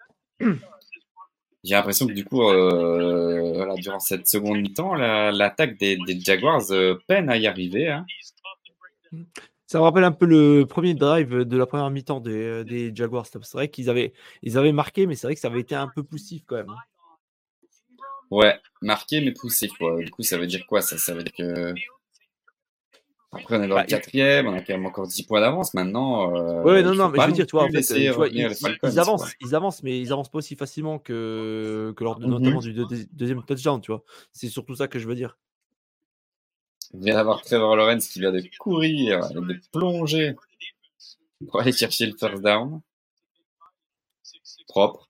J'ai l'impression que du coup, voilà, durant cette seconde mi-temps, l'attaque des Jaguars peine à y arriver. Hein. Ça me rappelle un peu le premier drive de la première mi-temps des Jaguars. C'est vrai qu'ils avaient marqué, mais c'est vrai que ça avait été un peu poussif quand même. Ouais, marqué mais poussif. Ouais. Du coup, ça veut dire quoi ça veut dire que... Après, on est dans le 4e, on a quand même encore 10 points d'avance maintenant. Ouais, non, mais je veux dire, tu vois, en fait, ils avancent, mais ils avancent pas aussi facilement que lors notamment du deuxième touchdown, tu vois. C'est surtout ça que je veux dire. Il vient d'avoir Trevor Lawrence qui vient de courir et de plonger pour aller chercher le first down. Propre.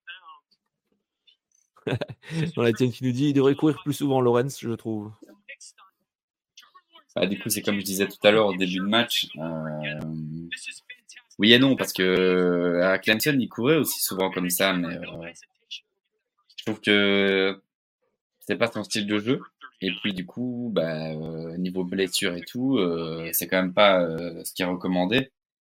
Dans la tienne qui nous dit il devrait courir plus souvent, Lawrence, je trouve. Du coup, c'est comme je disais tout à l'heure au début de match. Oui et non, parce que à Clemson, il courait aussi souvent comme ça, mais je trouve que c'est pas son style de jeu. Et puis du coup, niveau blessure et tout, c'est quand même pas ce qui est recommandé.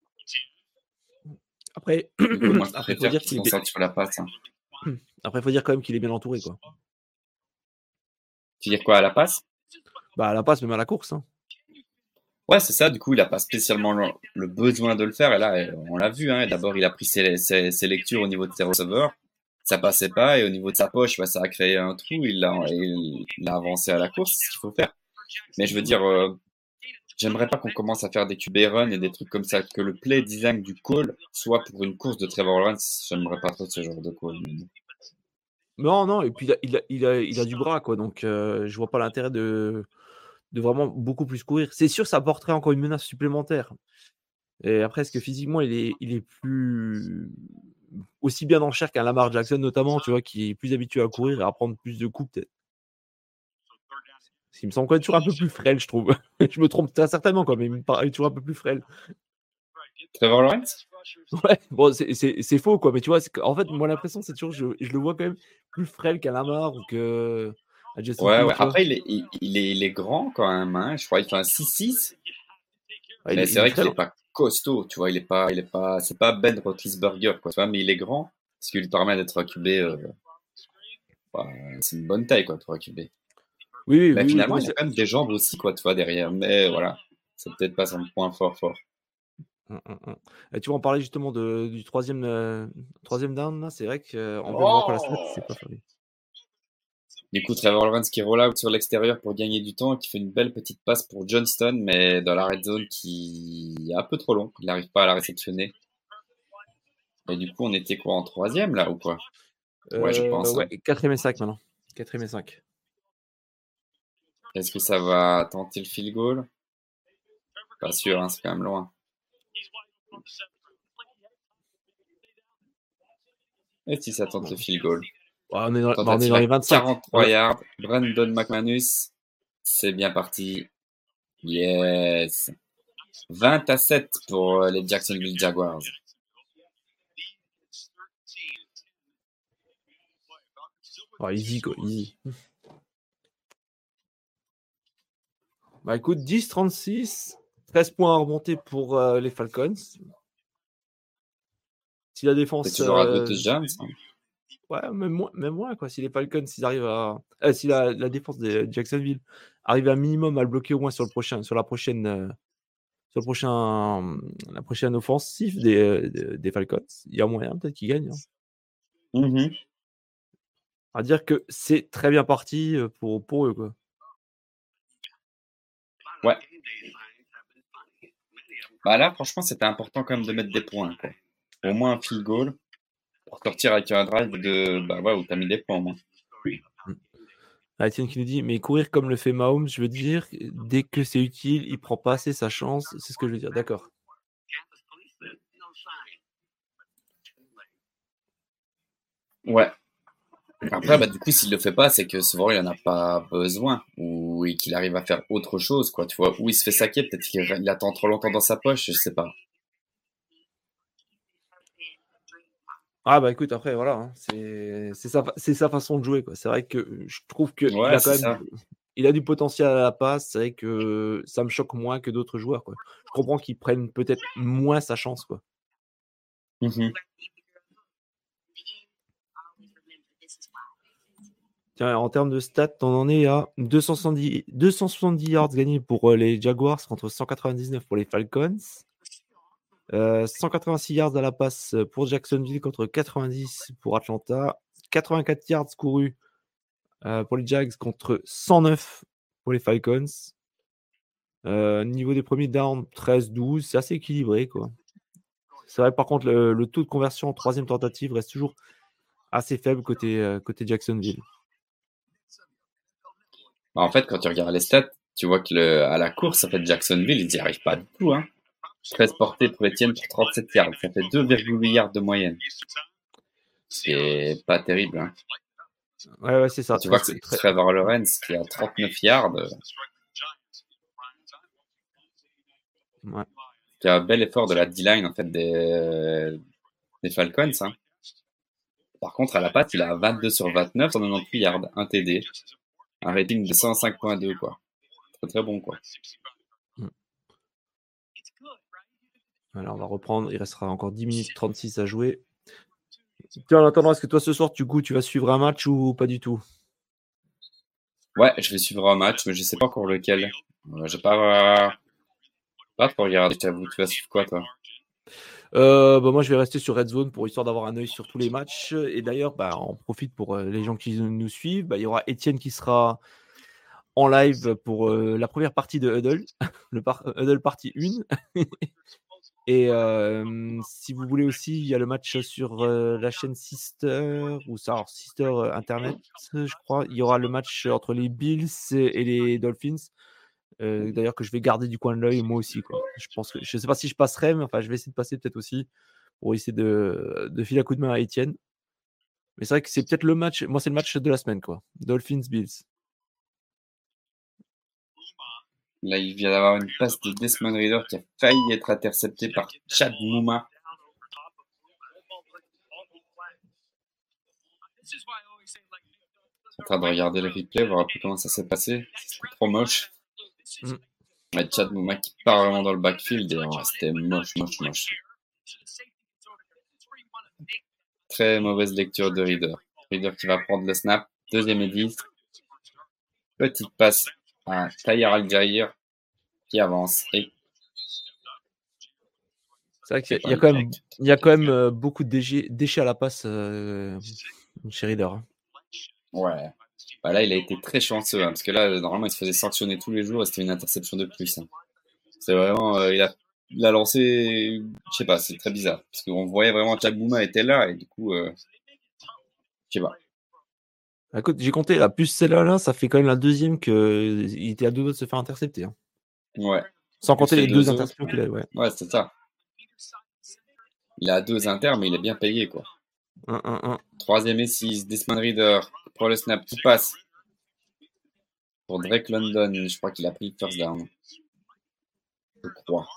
Après, moi, je préfère qu'il se concentre sur la passe. Hein. Après, il faut dire quand même qu'il est bien entouré, quoi. Tu veux dire quoi à la passe? Bah, à la passe, même à la course. Hein. Ouais, c'est ça. Du coup, il a pas spécialement le besoin de le faire. Et là, on l'a vu. Hein, d'abord, il a pris ses lectures au niveau de ses receveurs. Ça passait pas. Et au niveau de sa poche, bah, ça a créé un trou. Il a avancé à la course. C'est ce qu'il faut faire. Mais je veux dire, j'aimerais pas qu'on commence à faire des QB run et des trucs comme ça. Que le play design du call soit pour une course de Trevor Lawrence. J'aimerais pas trop ce genre de call. Non, et puis il a du bras, quoi. Donc, je vois pas l'intérêt de vraiment beaucoup plus courir. C'est sûr, ça apporterait encore une menace supplémentaire. Et après, est-ce que physiquement, il est plus aussi bien en chair qu'un Lamar Jackson, notamment, tu vois, qui est plus habitué à courir et à prendre plus de coups, peut-être. Il me semble quand même toujours un peu plus frêle, je trouve. Je me trompe très certainement, quoi, mais il me paraît toujours un peu plus frêle. Trevor Lawrence? Ouais, bon, c'est faux, quoi. Mais tu vois, en fait, moi, l'impression, c'est toujours, je le vois quand même plus frêle qu'à Lamar ou que à Justin Ouais, Fields, ouais. tu vois. Après, il est grand quand même. Hein. Je crois qu'il fait un 6'6". Ouais, Mais il c'est est vrai qu'il frêle. est pas costaud, tu vois, c'est pas Ben Roethlisberger, quoi, tu vois, mais il est grand, ce qui lui permet d'être un QB, bah, c'est une bonne taille, quoi, pour un QB. Mais Oui. Non, finalement, mais il a quand même des jambes aussi, quoi, tu vois, derrière, mais voilà, c'est peut-être pas son point fort. Et tu vois, on parlait justement du troisième down, là. C'est vrai qu'on vient de voir quoi la stat, c'est Oh! pas fabuleux. Du coup, Trevor Lawrence qui roll out sur l'extérieur pour gagner du temps, qui fait une belle petite passe pour Johnston, mais dans la red zone qui est un peu trop long, il n'arrive pas à la réceptionner. Et du coup, on était quoi, en troisième, là, ou quoi? Ouais, je pense, Ouais, hein. 4ème et 5 maintenant. 4ème et 5. Est-ce que ça va tenter le field goal? Pas sûr, hein, c'est quand même loin. Et si ça tente le field goal? Ouais, on est Tentative dans à les 25. 43 yards. Brandon McManus. C'est bien parti. Yes. 20-7 pour les Jacksonville Jaguars. Easy, quoi, easy. Bah écoute, 10-36. 13 points à remonter pour les Falcons. Si la C'est défense. toujours à 2 touchdowns. Hein. Ouais, même moins, quoi. Si les Falcons, s'ils arrivent à. Si la défense de Jacksonville arrive un minimum à le bloquer au moins sur la prochaine. La prochaine offensive des Falcons, il y a moyen peut-être qu'ils gagnent. Hein. Mm-hmm. À dire que c'est très bien parti pour eux, quoi. Ouais. Bah là, franchement, c'était important quand même de mettre des points. Quoi. Au moins un field goal pour sortir avec un drive où t'as mis des points au moins. Etienne qui nous dit, mais courir comme le fait Mahomes, je veux dire, dès que c'est utile, il prend pas assez sa chance. C'est ce que je veux dire, d'accord. Ouais. Après, bah, du coup, s'il le fait pas, c'est que souvent il en a pas besoin ou qu'il arrive à faire autre chose, quoi. Tu vois, ou il se fait saquer, peut-être qu'il attend trop longtemps dans sa poche, je sais pas. Ah bah écoute, après voilà, hein, c'est sa façon de jouer, quoi. C'est vrai que je trouve qu'il Ouais, a quand c'est même ça. il a du potentiel à la passe. C'est vrai que ça me choque moins que d'autres joueurs, quoi. Je comprends qu'ils prennent peut-être moins sa chance, quoi. Mhm. Tiens, en termes de stats, on en est à 270 yards gagnés pour les Jaguars contre 199 pour les Falcons. 186 yards à la passe pour Jacksonville contre 90 pour Atlanta. 84 yards courus pour les Jags contre 109 pour les Falcons. Niveau des premiers downs, 13-12. C'est assez équilibré, quoi. C'est vrai, par contre, le taux de conversion en troisième tentative reste toujours assez faible côté Jacksonville. Bah, en fait, quand tu regardes les stats, tu vois que à la course, en fait, Jacksonville, ils n'y arrivent pas du tout, hein. 13 portées pour Etienne pour 37 yards. Ça fait 2,8 yards de moyenne. C'est pas terrible, hein. Ouais, c'est ça. Quand tu vois que c'est Trevor Lawrence qui a 39 yards. Ouais. Qui a un bel effort de la D-line, en fait, des Falcons, hein. Par contre, à la patte, il a 22 sur 29, 198 yards, un TD. Un rating de 105.2, quoi. Très très bon, quoi. Alors, on va reprendre. Il restera encore 10 minutes 36 à jouer. Tiens, en attendant, est-ce que toi, ce soir, tu vas suivre un match ou pas du tout? Ouais, je vais suivre un match, mais je sais pas encore lequel. J'ai pas trop regardé, je t'avoue. Tu vas suivre quoi, toi? Moi, je vais rester sur Red Zone pour histoire d'avoir un œil sur tous les matchs. Et d'ailleurs, on profite pour les gens qui nous suivent. Il y aura Étienne qui sera en live pour la première partie de Huddle, Huddle partie 1. Et si vous voulez aussi, il y a le match sur la chaîne Sister, ou ça, alors Sister Internet, je crois. Il y aura le match entre les Bills et les Dolphins. D'ailleurs, que je vais garder du coin de l'œil, moi aussi, quoi. Je sais pas si je passerai, mais enfin, je vais essayer de passer peut-être aussi pour essayer de filer un coup de main à Étienne. Mais c'est vrai que c'est peut-être le match. Moi, c'est le match de la semaine, quoi. Dolphins-Bills. Là, il vient d'avoir une passe de Desmond Ridder qui a failli être intercepté par Chad Mouma. En train de regarder le replay, voir un peu comment ça s'est passé. C'était trop moche. Mais Chad Mouma qui part vraiment dans le backfield et c'était moche. Très mauvaise lecture de Ridder. Ridder qui va prendre le snap. Deuxième et 10. Petite passe à Tahir Al-Jair qui avance. Et c'est vrai qu'il y a quand même beaucoup de déchets à la passe chez Ridder. Ouais. Là, il a été très chanceux, parce que là, normalement, il se faisait sanctionner tous les jours et c'était une interception de plus. C'est vraiment, il a lancé, je sais pas, c'est très bizarre, parce qu'on voyait vraiment Chad Mouma était là et du coup, je sais pas. Écoute, j'ai compté, la plus celle-là, ça fait quand même la deuxième qu'il était à deux doigts de se faire intercepter. Ouais. Sans compter les deux interceptions qu'il a, ouais. Ouais, c'est ça. Il a 2 inters, mais il est bien payé, quoi. 3e et 6, Desmond Ridder pour le snap qui passe. Pour Drake London, je crois qu'il a pris le first down. Je crois.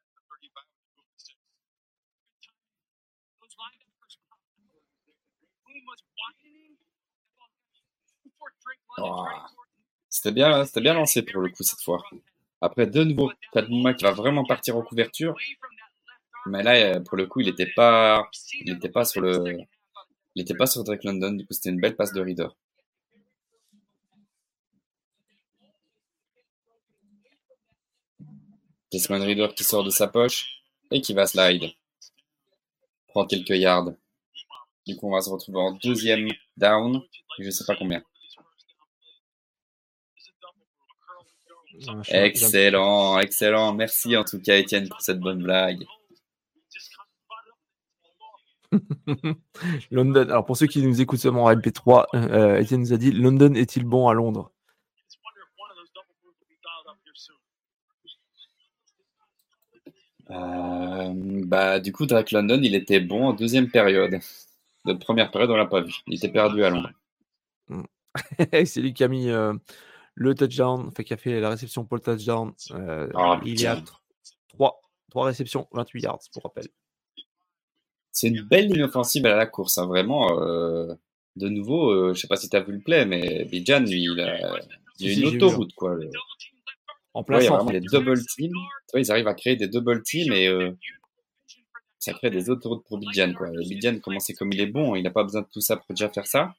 Oh. C'était bien lancé pour le coup cette fois. Après, de nouveau, Chad Mouma qui va vraiment partir en couverture. Mais là, pour le coup, il était pas sur Drake London. Du coup, c'était une belle passe de Reader. Desmond Ridder qui sort de sa poche et qui va slide. Prend quelques yards. Du coup, on va se retrouver en deuxième down. Je sais pas combien. Excellent. Merci en tout cas, Étienne, pour cette bonne blague. London. Alors pour ceux qui nous écoutent seulement en MP3, Étienne nous a dit: London est-il bon à Londres? Du coup, Drake London, il était bon en deuxième période. De première période, on l'a pas vu. Il était perdu à Londres. C'est lui qui a mis le touchdown, qui a fait la réception pour le touchdown. Il y a 3 réceptions, 28 yards, pour rappel. C'est une belle ligne offensive à la course, vraiment. De nouveau, je sais pas si tu as vu le play, mais Bijan, lui, il a une autoroute, quoi. En plein centre. Vraiment des double teams. Ils arrivent à créer des double teams et ça crée des autoroutes pour Bijan, quoi. Et Bijan, comment c'est comme il est bon, il n'a pas besoin de tout ça pour déjà faire ça.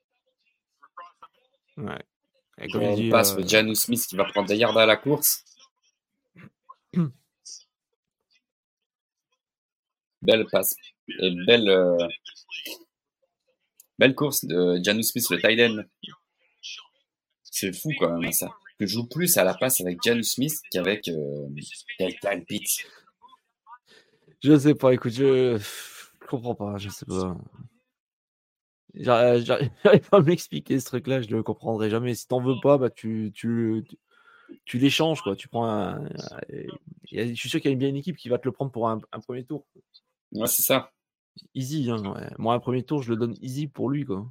Ouais. Et comme on passe Jonnu Smith qui va prendre des yards à la course. Belle passe. Et belle course de Jonnu Smith, le tight end. C'est fou quand même ça. Je joue plus à la passe avec Jonnu Smith qu'avec Kyle Pitts. Je sais pas, écoute, je comprends pas, je sais pas. J'arrive pas à m'expliquer ce truc-là, je le comprendrai jamais. Si t'en veux pas, tu l'échanges, quoi. Tu prends je suis sûr qu'il y a bien une équipe qui va te le prendre pour un premier tour. Ouais, c'est ça. Easy, hein, ouais. Moi, un premier tour, je le donne easy pour lui, quoi.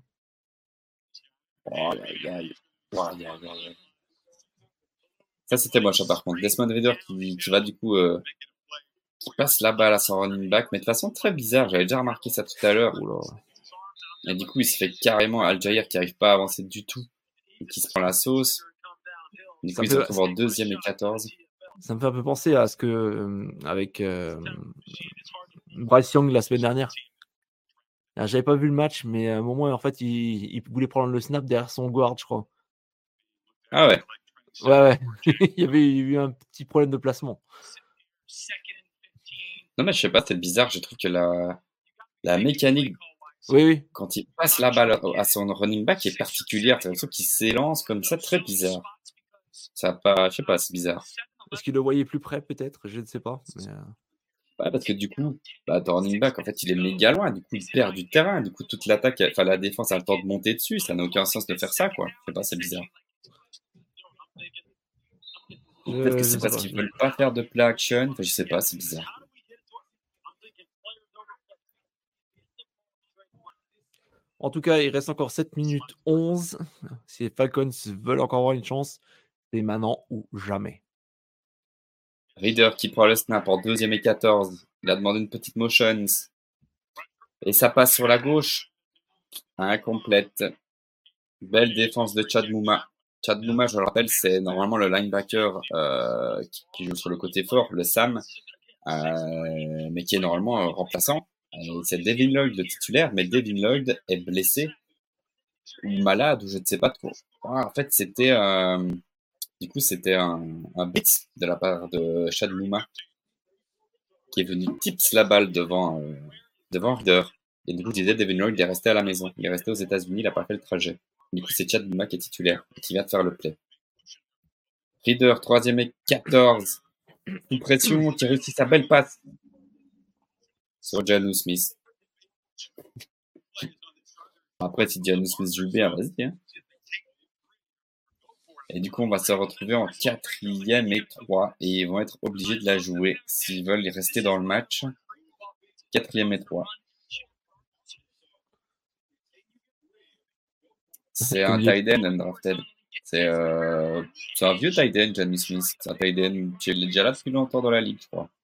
Ça, c'était moche, par contre. Desmond Ridder qui va du coup qui passe la balle à son running back, mais de façon très bizarre. J'avais déjà remarqué ça tout à l'heure. Et du coup, il se fait carrément Al-Jair qui n'arrive pas à avancer du tout et qui se prend la sauce. Du coup, il se retrouve en 2e et 14. Ça me fait un peu penser à ce que avec Bryce Young la semaine dernière. Alors, j'avais pas vu le match, mais à un moment, en fait, il voulait prendre le snap derrière son guard, je crois. Ah ouais. Ouais. Il y avait eu un petit problème de placement. Non, mais je sais pas, c'est bizarre. Je trouve que la mécanique, Oui. quand il passe la balle à son running back, est particulière. C'est un truc qui s'élance comme ça, très bizarre. Ça a pas, je sais pas, c'est bizarre. Est-ce qu'il le voyait plus près, peut-être? Je ne sais pas. Mais, Ouais, parce que du coup, ton running back, en fait, il est méga loin. Du coup, il perd du terrain. Du coup, toute l'attaque, enfin, la défense a le temps de monter dessus. Ça n'a aucun sens de faire ça, quoi. Je sais pas, c'est bizarre. Peut-être que je c'est ne sais parce pas. qu'ils veulent pas faire de play action. Enfin, je sais pas, c'est bizarre. En tout cas, il reste encore 7 minutes 11. Si les Falcons veulent encore avoir une chance, c'est maintenant ou jamais. Reader qui prend le snap en 2e et 14. Il a demandé une petite motion. Et ça passe sur la gauche. Incomplète. Belle défense de Chad Mouma. Chad Mouma, je le rappelle, c'est normalement le linebacker qui joue sur le côté fort, le Sam, mais qui est normalement remplaçant. C'est Devin Lloyd le titulaire, mais Devin Lloyd est blessé ou malade ou je ne sais pas trop. En fait, c'était c'était un blitz de la part de Chad Mouma qui est venu tips la balle devant Reader. Et du coup, je disais, Devin Lloyd est resté à la maison. Il est resté aux États-Unis, il n'a pas fait le trajet. Du coup, c'est Chad Mouma qui est titulaire et qui vient de faire le play. Reader, 3e et 14. Sous pression, qui réussit sa belle passe sur Jonnu Smith. Après, si Jonnu Smith joue bien, vas-y. Hein. Et du coup, on va se retrouver en 4e et 3. Et ils vont être obligés de la jouer s'ils veulent y rester dans le match. 4e et 3. C'est un tight end undrafted. C'est un vieux tight end, Jonnu Smith. C'est un tight end qui est déjà là depuis longtemps dans la ligue, je crois.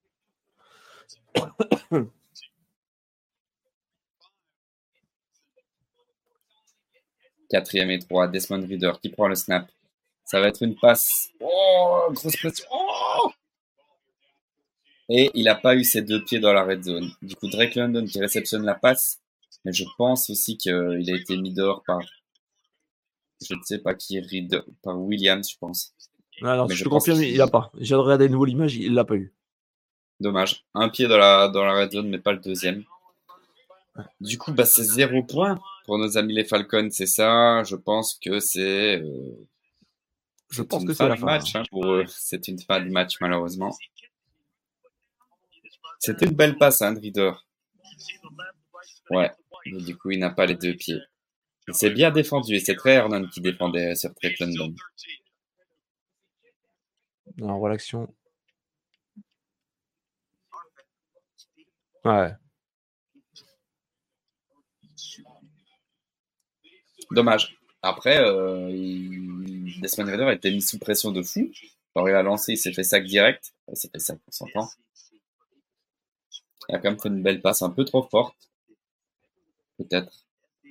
Quatrième et 3, Desmond Reader qui prend le snap. Ça va être une passe. Oh, grosse pression. Oh, et il n'a pas eu ses 2 pieds dans la red zone. Du coup, Drake London qui réceptionne la passe. Mais je pense aussi qu'il a été mis dehors par, je ne sais pas qui, par Williams, je pense. Ah non, mais je te confirme, il l'a pas. J'ai regardé de nouveau l'image, il l'a pas eu. Dommage. Un pied dans la red zone, mais pas le deuxième. Du coup, c'est 0 point pour nos amis les Falcons. C'est ça. Je pense que c'est. Je pense que c'est la fin. Match, hein, pour eux. C'est une fin de match, malheureusement. C'était une belle passe, hein, de Reader. Ouais. Mais du coup, il n'a pas les 2 pieds. Et c'est bien défendu. Et c'est très Hernan qui défendait sur Drake London. Non, voilà l'action. Ouais. Dommage. Après, Desmond Ridder a été mis sous pression de fou. Alors, il a lancé, il s'est fait sac direct. Il s'est fait sac, on s'entend. Il a quand même fait une belle passe, un peu trop forte. Peut-être.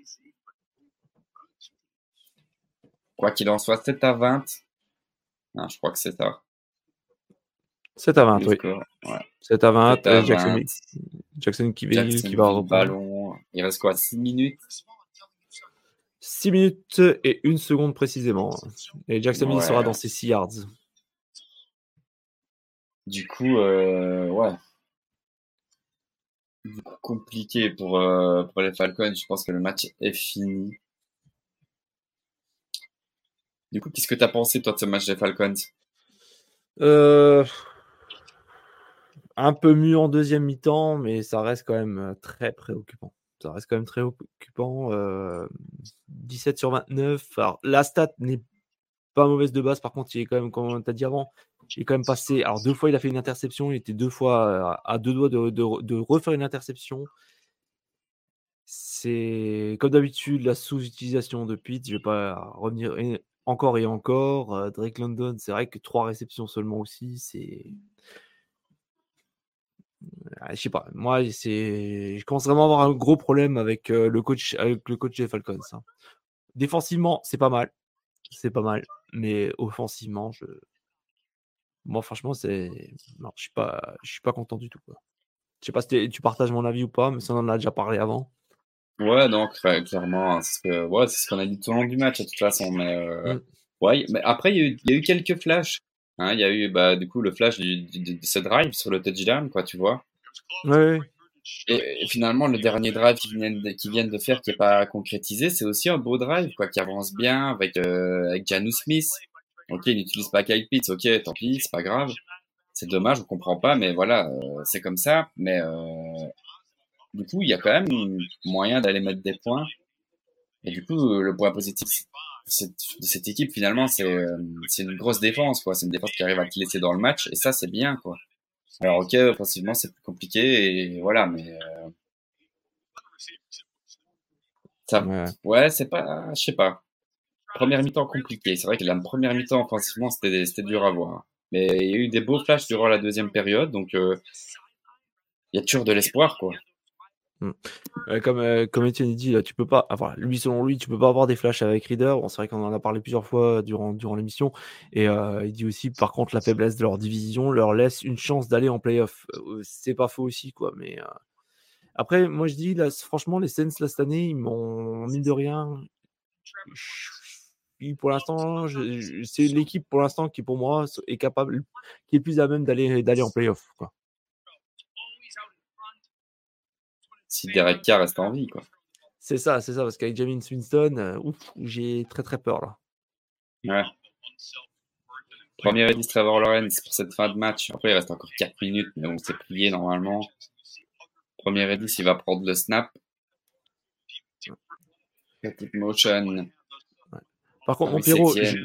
Quoi qu'il en soit, 7 à 20. Non, je crois que c'est ça. 7 à 20, oui. Ouais. 7 à 20. 7 à Jackson qui va reprendre. Ballon. Il reste quoi, 6 minutes 6 minutes et 1 seconde précisément. Et Jacksonville sera dans ses 6 yards. Du coup, ouais. Du coup, compliqué pour les Falcons. Je pense que le match est fini. Du coup, qu'est-ce que tu as pensé, toi, de ce match des Falcons? Un peu mieux en deuxième mi-temps, mais ça reste quand même très préoccupant. 17 sur 29. Alors, la stat n'est pas mauvaise de base. Par contre, il est quand même, comme tu as dit avant, il est quand même passé. Alors, 2 fois, il a fait une interception. Il était 2 fois à 2 doigts de refaire une interception. C'est comme d'habitude la sous-utilisation de Pitt. Je ne vais pas revenir encore et encore. Drake London, c'est vrai que 3 réceptions seulement aussi. C'est. Je sais pas. Moi, je commence vraiment à avoir un gros problème avec le coach des Falcons. Hein. Défensivement, c'est pas mal. Mais offensivement, moi, franchement, non, je suis pas content du tout. Quoi. Je sais pas si tu partages mon avis ou pas, mais ça, on en a déjà parlé avant. Ouais, donc clairement, c'est ce qu'on a dit tout au long du match, de toute façon. Mais Ouais, mais après, il y a eu quelques flashs. Hein, il y a eu, bah, du coup, le flash de ce drive sur le touchdown, quoi, tu vois. Ouais, ouais. Et finalement, le dernier drive qu'ils viennent de faire, qui est pas concrétisé, c'est aussi un beau drive, quoi, qui avance bien avec Janu Smith. Ok, il n'utilise pas Kyle Pitts, ok, tant pis, c'est pas grave. C'est dommage, on comprend pas, mais voilà, c'est comme ça. Mais du coup, il y a quand même moyen d'aller mettre des points. Et du coup, le point positif de cette équipe, finalement, c'est une grosse défense, quoi. C'est une défense qui arrive à te laisser dans le match, et ça, c'est bien, quoi. Alors, ok, offensivement, c'est plus compliqué, et voilà, mais ça, Ouais. ouais, c'est pas, je sais pas. Première mi-temps compliquée. C'est vrai que la première mi-temps, offensivement, c'était dur à voir. Mais il y a eu des beaux flashs durant la deuxième période, donc il y a toujours de l'espoir, quoi. Mm. Comme Étienne dit, là, tu peux pas avoir, lui, selon lui, tu peux pas avoir des flashs avec Reader. Bon, c'est vrai qu'on en a parlé plusieurs fois durant l'émission. Et il dit aussi, par contre, la faiblesse de leur division leur laisse une chance d'aller en playoff. C'est pas faux aussi, quoi. Mais après, moi, je dis, là, franchement, les Saints, là, cette année, ils m'ont, mine de rien, pour l'instant, c'est l'équipe, pour l'instant, qui, pour moi, est capable, qui est plus à même d'aller en playoff, quoi. Si Derek Carr reste en vie, quoi. C'est ça, parce qu'avec Jameis Winston, ouf, j'ai très très peur là. Ouais. Premier et 10, Trevor Lawrence pour cette fin de match. Après, il reste encore 4 minutes, mais on s'est plié normalement. Premier et 10, il va prendre le snap. Static motion. Ouais. Par contre, mon Travis Pierrot, Etienne.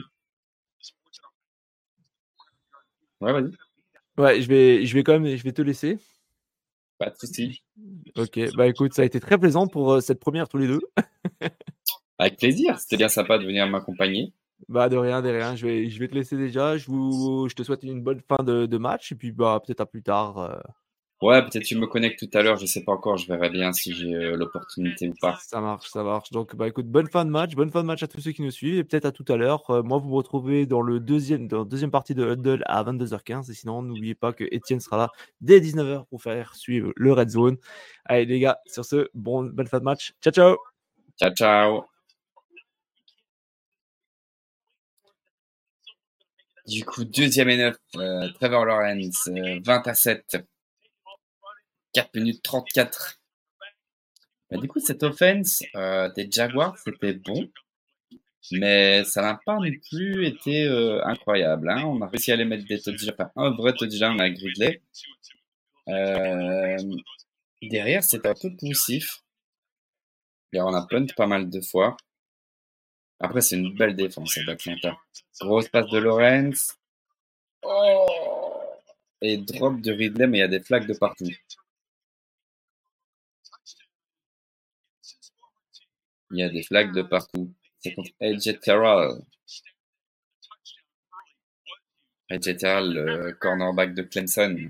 Ouais, vas-y. ouais, je vais quand même, je vais te laisser. Pas de souci. Ok, bah écoute, ça a été très plaisant pour cette première tous les deux. Avec plaisir. C'était bien sympa de venir m'accompagner. Bah de rien, de rien. Je vais te laisser déjà. Je te souhaite une bonne fin de match et puis bah peut-être à plus tard. Ouais, peut-être tu me connectes tout à l'heure. Je sais pas encore. Je verrai bien si j'ai l'opportunité ou pas. Ça marche, ça marche. Donc bah écoute, bonne fin de match à tous ceux qui nous suivent et peut-être à tout à l'heure. Moi, vous me retrouvez dans dans la deuxième partie de Huddle à 22h15 et sinon n'oubliez pas que Étienne sera là dès 19h pour faire suivre le Red Zone. Allez les gars, sur ce, bonne fin de match. Ciao ciao. Ciao, ciao. Du coup, deuxième et 9, Trevor Lawrence, 20-7, 4 minutes 34. Bah, du coup, cette offense des Jaguars, c'était bon, mais ça n'a pas non plus été incroyable. Hein. On a réussi à les mettre des touchdowns, enfin un vrai touchdown à Gridley. Derrière, c'était un peu poussif. Et on a punt pas mal de fois. Après, c'est une belle défense d'Atlanta. Grosse passe de Lawrence. Oh, et drop de Ridley, mais il y a des flags de partout. Il y a des flags de partout. C'est contre AJ Terrell. AJ Terrell, le cornerback de Clemson.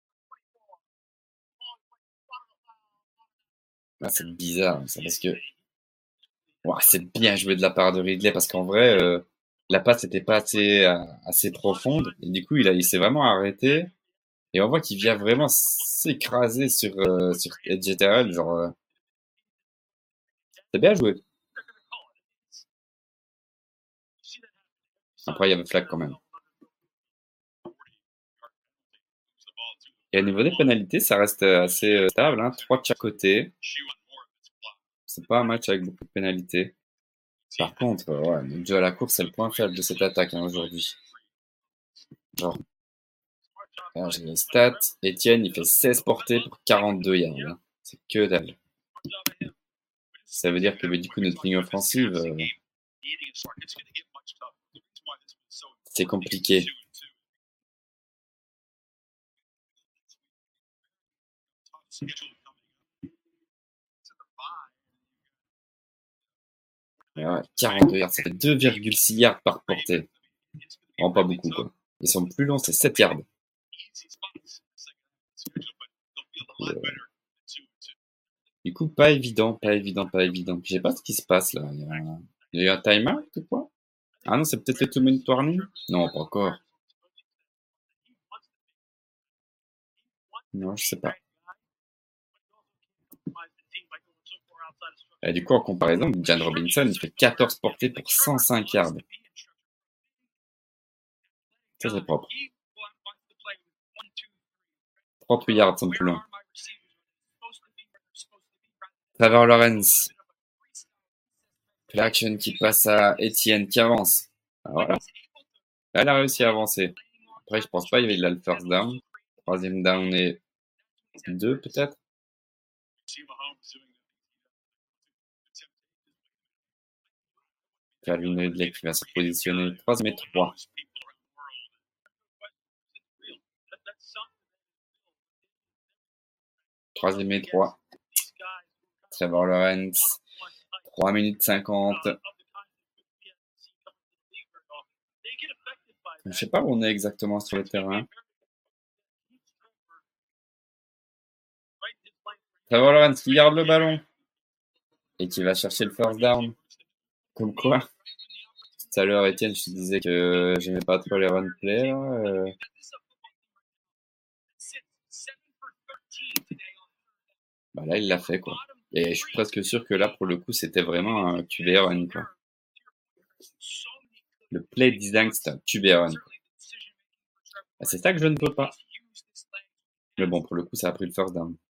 Ah, c'est bizarre, ça, parce que ouah, c'est bien joué de la part de Ridley, parce qu'en vrai, la passe n'était pas assez profonde. Et du coup, il s'est vraiment arrêté. Et on voit qu'il vient vraiment s'écraser sur AJ Terrell. Genre, c'est bien joué. Après, il y avait flag quand même. Et au niveau des pénalités, ça reste assez stable, hein, 3 de chaque côté. C'est pas un match avec beaucoup de pénalités. Par contre, ouais, le jeu à la course, c'est le point faible de cette attaque hein, aujourd'hui. Genre, alors, j'ai les stats. Etienne, il fait 16 portées pour 42 yards. Hein. C'est que dalle. Ça veut dire que du coup, notre ligne offensive, c'est compliqué. Ouais, 42 yards, ça fait 2,6 yards par portée. Vraiment pas beaucoup, quoi. Ils sont plus longs, c'est 7 yards. Du coup, pas évident, pas évident, pas évident. Je sais pas ce qui se passe là. Il y a eu un timeout ou quoi? Ah non, c'est peut-être le 2-minute warning? Non, pas encore. Non, je sais pas. Et du coup, en comparaison, Jan Robinson, il fait 14 portées pour 105 yards. Ça, c'est propre. 38 yards sont plus longs. Trevor Lawrence. Play action qui passe à Etienne qui avance. Ah, voilà. Elle a réussi à avancer. Après, je pense pas, il y avait le first down. Troisième down et 2 peut-être. Calvin Ridley qui va se positionner. 3e et 3. Troisième et 3. Trevor Lawrence. 3 minutes 50. Je sais pas où on est exactement sur le terrain. Trevor Lawrence qui garde le ballon. Et qui va chercher le first down. Comme quoi. Tout à l'heure, Étienne, je te disais que j'aimais pas trop les run play. Là. Bah là, il l'a fait, quoi. Et je suis presque sûr que là, pour le coup, c'était vraiment un QB run, quoi. Le play design, c'est un QB run. Ah, c'est ça que je ne peux pas. Mais bon, pour le coup, ça a pris le first down.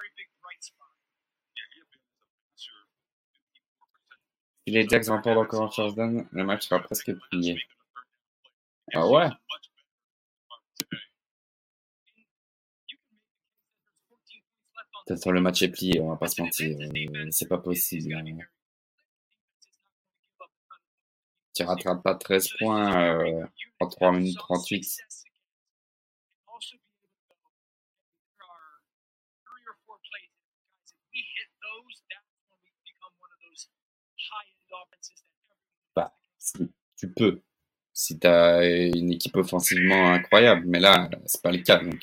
Si les Jacks remportent encore un first down, le match sera presque plié. Ah ouais? Peut-être le match est plié, on va pas se mentir. C'est pas possible. Hein. Tu rattrapes pas 13 points en 3 minutes 38. Bah, tu peux. Si tu as une équipe offensivement incroyable, mais là, c'est pas le cas. Donc,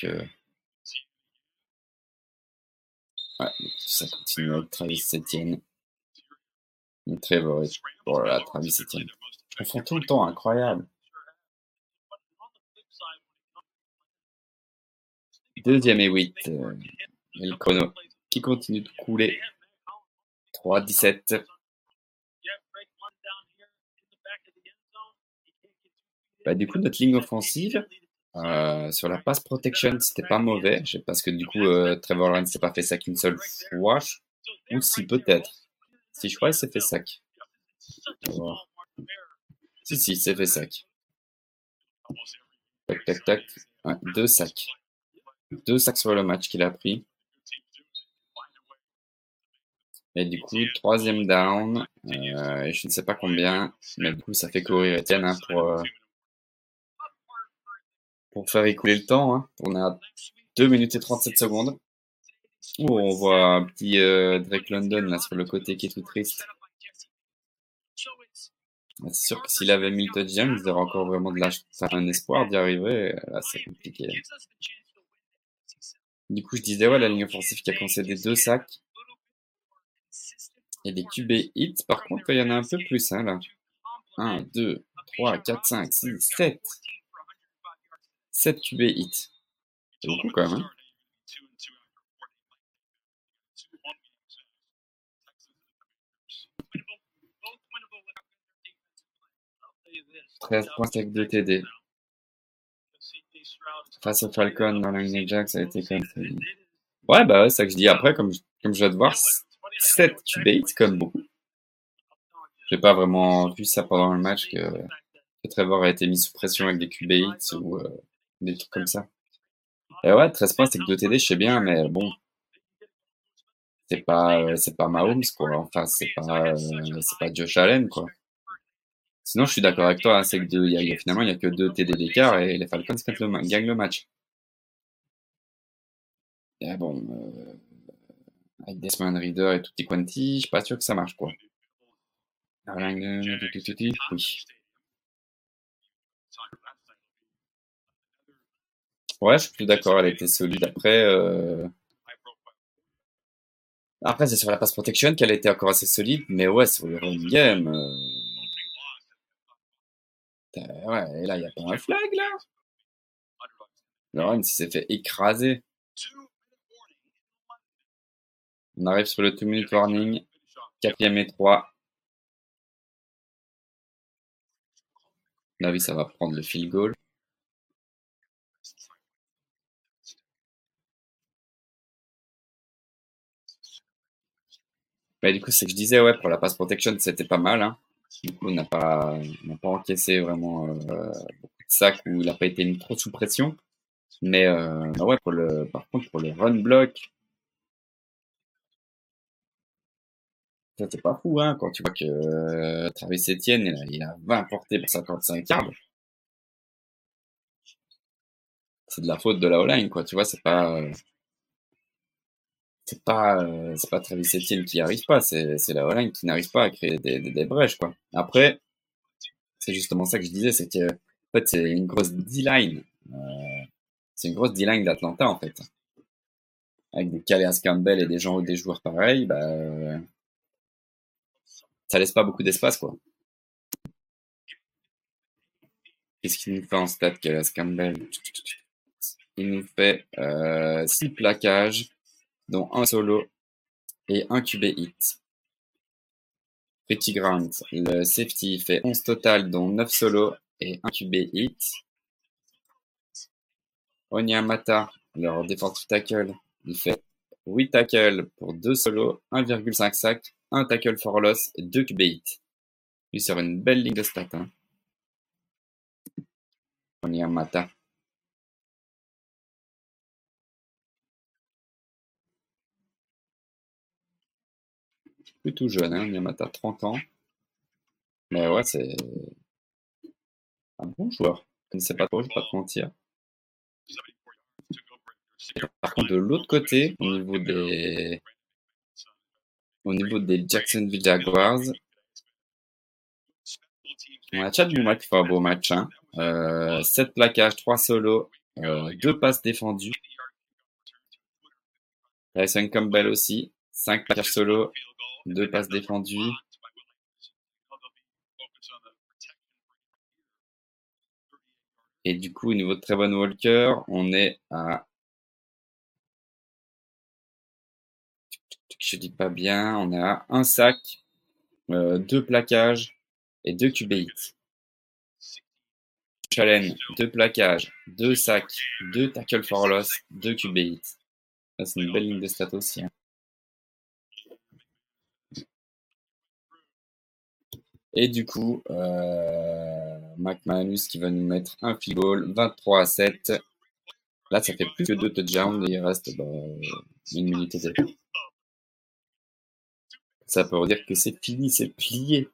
ouais, ça continue avec Travis Etienne. Trevor, oh là, Travis Etienne. Ils font tout le temps, incroyable. Deuxième et 8. Et le chrono qui continue de couler. 3-17. Bah, du coup, notre ligne offensive, sur la pass protection, c'était pas mauvais. Parce que du coup, Trevor Lawrence s'est pas fait sac une seule fois. Ou si, peut-être. Si, je crois qu'il s'est fait sac. Si, il s'est fait sac. Tac, tac, tac. Ouais, 2 sacs. 2 sacs sur le match qu'il a pris. Et du coup, 3e down. Et je ne sais pas combien. Mais du coup, ça fait courir Etienne hein, pour faire écouler le temps. Hein. On est à 2 minutes et 37 secondes. Oh, on voit un petit Drake London là sur le côté qui est tout triste. C'est sûr que s'il avait mis le touchdown, il aurait encore vraiment un espoir d'y arriver. Là, c'est compliqué. Du coup, je disais, ouais, la ligne offensive qui a concédé 2 sacs. Et les QB hits, par contre, il y en a un peu plus, hein, là. 1, 2, 3, 4, 5, 6, 7. 7 QB hits. C'est beaucoup quand même, hein. 13 points avec 2 TD. Face au Falcon dans la ligne Jack, ça a été quand même... Ouais, bah ouais, c'est ça que je dis. Après, comme je viens de voir, 7 QB hits, comme beaucoup. J'ai pas vraiment vu ça pendant le match que Trevor a été mis sous pression avec des QB hits ou des trucs comme ça. Et ouais, 13 points, c'est que 2 TD, je sais bien, mais bon. C'est pas Mahomes, quoi. Enfin, c'est pas Josh Allen, quoi. Sinon, je suis d'accord avec toi, hein, c'est que finalement, il n'y a que 2 TD d'écart et les Falcons gagnent le match. Et bon, avec Desmond Reader et Tutti Quanti, je suis pas sûr que ça marche, quoi. Oui. Ouais, je suis plus d'accord, elle a été solide. Après, c'est sur la pass protection qu'elle a été encore assez solide, mais ouais, sur le run game, ouais, et là, il n'y a pas un flag, là. Lawrence, il s'est fait écraser. On arrive sur le 2-minute warning. 4e et 3. À mon avis, ça va prendre le field goal. Mais du coup, c'est que je disais, ouais, pour la pass protection, c'était pas mal, hein. Du coup, on n'a pas encaissé vraiment beaucoup de sacs où il n'a pas été mis trop sous pression. Mais bah ouais, par contre, pour le run block, ça c'est pas fou, hein, quand tu vois que Travis Etienne, il a 20 portées pour 55 yards. C'est de la faute de la O-line, quoi. Tu vois, c'est pas Travis Etienne qui arrive pas, c'est la O-line qui n'arrive pas à créer des brèches, quoi. Après, c'est justement ça que je disais, c'est que, en fait, c'est une grosse D-line. C'est une grosse D-line d'Atlanta, en fait. Avec des Calais Campbell et des joueurs pareils, bah, ça laisse pas beaucoup d'espace, quoi. Qu'est-ce qu'il nous fait en stat, Calais Campbell? Il nous fait 6 plaquages, dont un solo et un QB hit. Pretty Grant, le safety, fait 11 total, dont 9 solos et un QB hit. Onyemata, leur defensive tackle, il fait 8 tackles pour 2 solos, 1,5 sacs, 1 tackle for loss et 2 QB hit. Lui sur une belle ligne de stats, hein. Onyemata. Plutôt jeune, hein, Onyemata, 30 ans. Mais ouais, c'est un bon joueur. Je ne sais pas trop, je vais pas te mentir. Par contre, de l'autre côté, au niveau des Jacksonville Jaguars, on a Chad Bouma qui fait un beau match, hein. 7 plaquages, 3 solos, 2 passes défendues. Tyson Campbell aussi, 5 plaquages solos, 2 passes défendues. Et du coup, au niveau de Trevon Walker, on est à, je dis pas bien, on est à 1 sac, 2 plaquages et 2 QB hits. Allen, 2 plaquages, 2 sacs, 2 tackles for loss, 2 QB hits. Ça, c'est une belle ligne de stats aussi, hein. Et du coup, McManus qui va nous mettre un field goal, 23-7. Là, ça fait plus que 2 touchdowns et il reste 1 minute et quelques. Ça peut dire que c'est fini, c'est plié.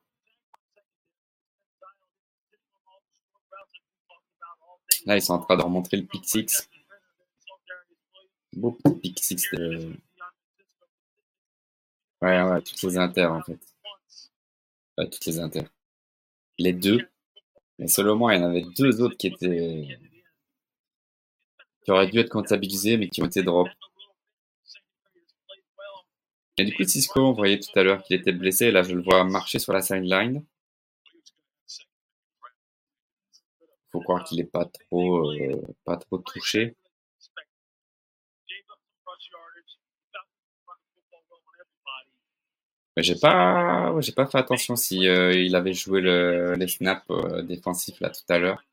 Là, ils sont en train de remontrer le pick six. Beau petit pick six. Ouais, toutes les inters en fait. Ouais, toutes les inters. Les deux. Mais seulement, il y en avait 2 autres qui auraient dû être comptabilisés, mais qui ont été drop. Et du coup, Cisco, on voyait tout à l'heure qu'il était blessé. Là, je le vois marcher sur la sideline. Faut croire qu'il est pas trop touché. Mais j'ai pas fait attention si il avait joué les snaps défensifs là tout à l'heure.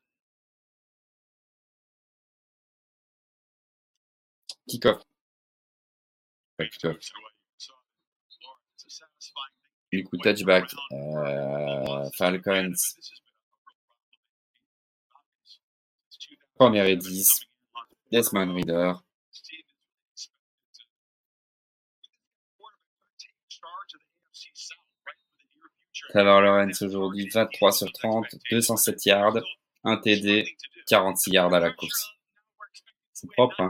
Kick-off. Pas kick-off. Du coup, touchback. Falcons. Première et 10. Desmond Reader. Trevor Lawrence aujourd'hui, 23 sur 30, 207 yards, 1 TD, 46 yards à la course. C'est propre, hein.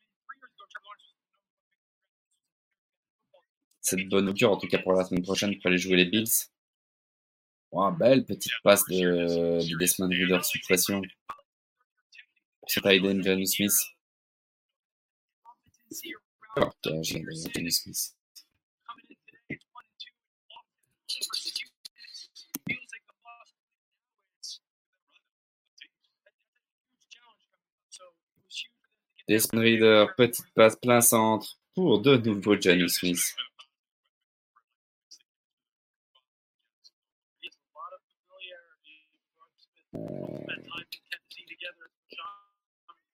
C'est de bonne augure, en tout cas pour la semaine prochaine, pour aller jouer les Bills. Oh, belle petite passe de Desmond Reader sous pression. Pour ce tight end, Jonnu Smith. Oh, Jonnu Smith. Desmond Reader, petite passe plein centre pour de nouveau Jonnu Smith.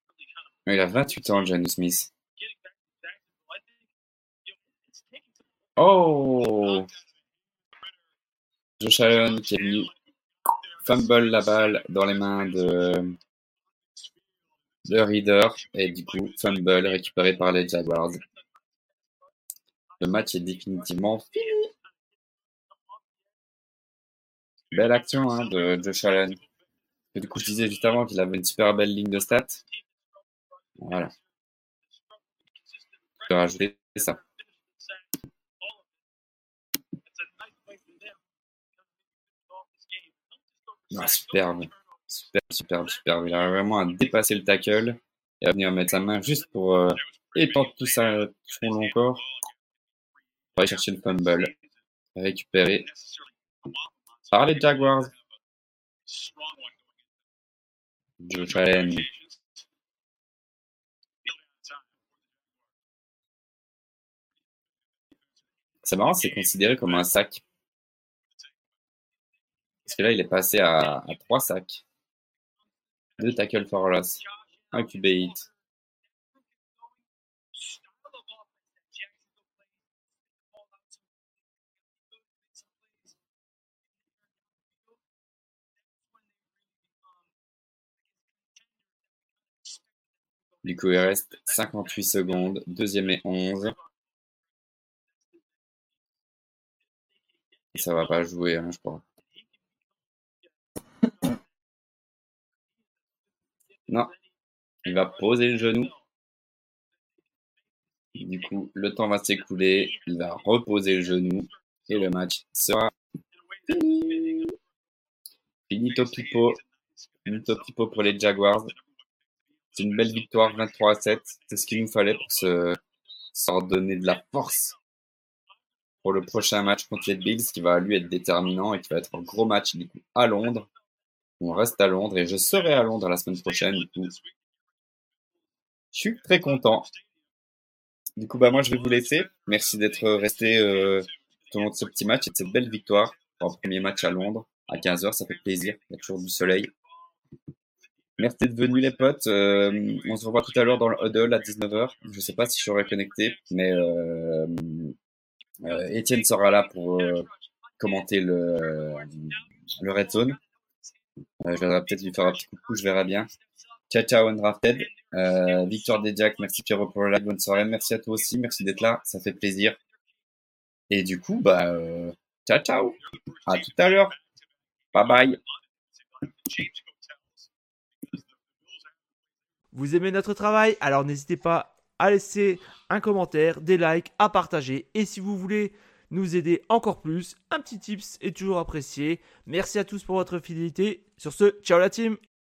Il a 28 ans, Jonnu Smith. Oh! Josh Allen qui est venu fumble la balle dans les mains de Reader et du coup fumble récupéré par les Jaguars. Le match est définitivement fini. Belle action de Josh Allen. Et du coup je disais juste avant qu'il avait une super belle ligne de stats. Voilà. Je peux rajouter ça. Ah, superbe. Superbe. Il a vraiment à dépasser le tackle et à venir mettre sa main juste pour étendre tout son long corps pour aller chercher le fumble récupéré par les Jaguars. Josh Allen. C'est marrant, c'est considéré comme un sac. Parce que là, il est passé à 3 sacs. 2 tackles for loss. 1 QB hit. Du coup, il reste 58 secondes. 2e et 11. Et ça va pas jouer, je crois. Non. Il va poser le genou. Du coup, le temps va s'écouler. Il va reposer le genou. Et le match sera fini. Finito pipo. Finito pipo pour les Jaguars. C'est une belle victoire, 23-7. C'est ce qu'il nous fallait pour se redonner de la force pour le prochain match contre les Bills, qui va lui être déterminant et qui va être un gros match du coup à Londres. On reste à Londres et je serai à Londres la semaine prochaine. Du coup, je suis très content. Du coup, moi, je vais vous laisser. Merci d'être resté tout au long de ce petit match et de cette belle victoire pour un premier match à Londres à 15h. Ça fait plaisir. Il y a toujours du soleil. Merci d'être venus les potes. On se revoit tout à l'heure dans le huddle à 19h. Je sais pas si je serai connecté, mais Étienne sera là pour commenter le Red Zone. Je viendrai peut-être lui faire un petit coucou, je verrai bien. Ciao Undrafted. Victoire des Jacks, merci Pierrot pour le live, bonne soirée. Merci à toi aussi, merci d'être là, ça fait plaisir. Et du coup, ciao. À tout à l'heure. Bye bye. Vous aimez notre travail? Alors n'hésitez pas à laisser un commentaire, des likes, à partager. Et si vous voulez nous aider encore plus, un petit tips est toujours apprécié. Merci à tous pour votre fidélité. Sur ce, ciao la team!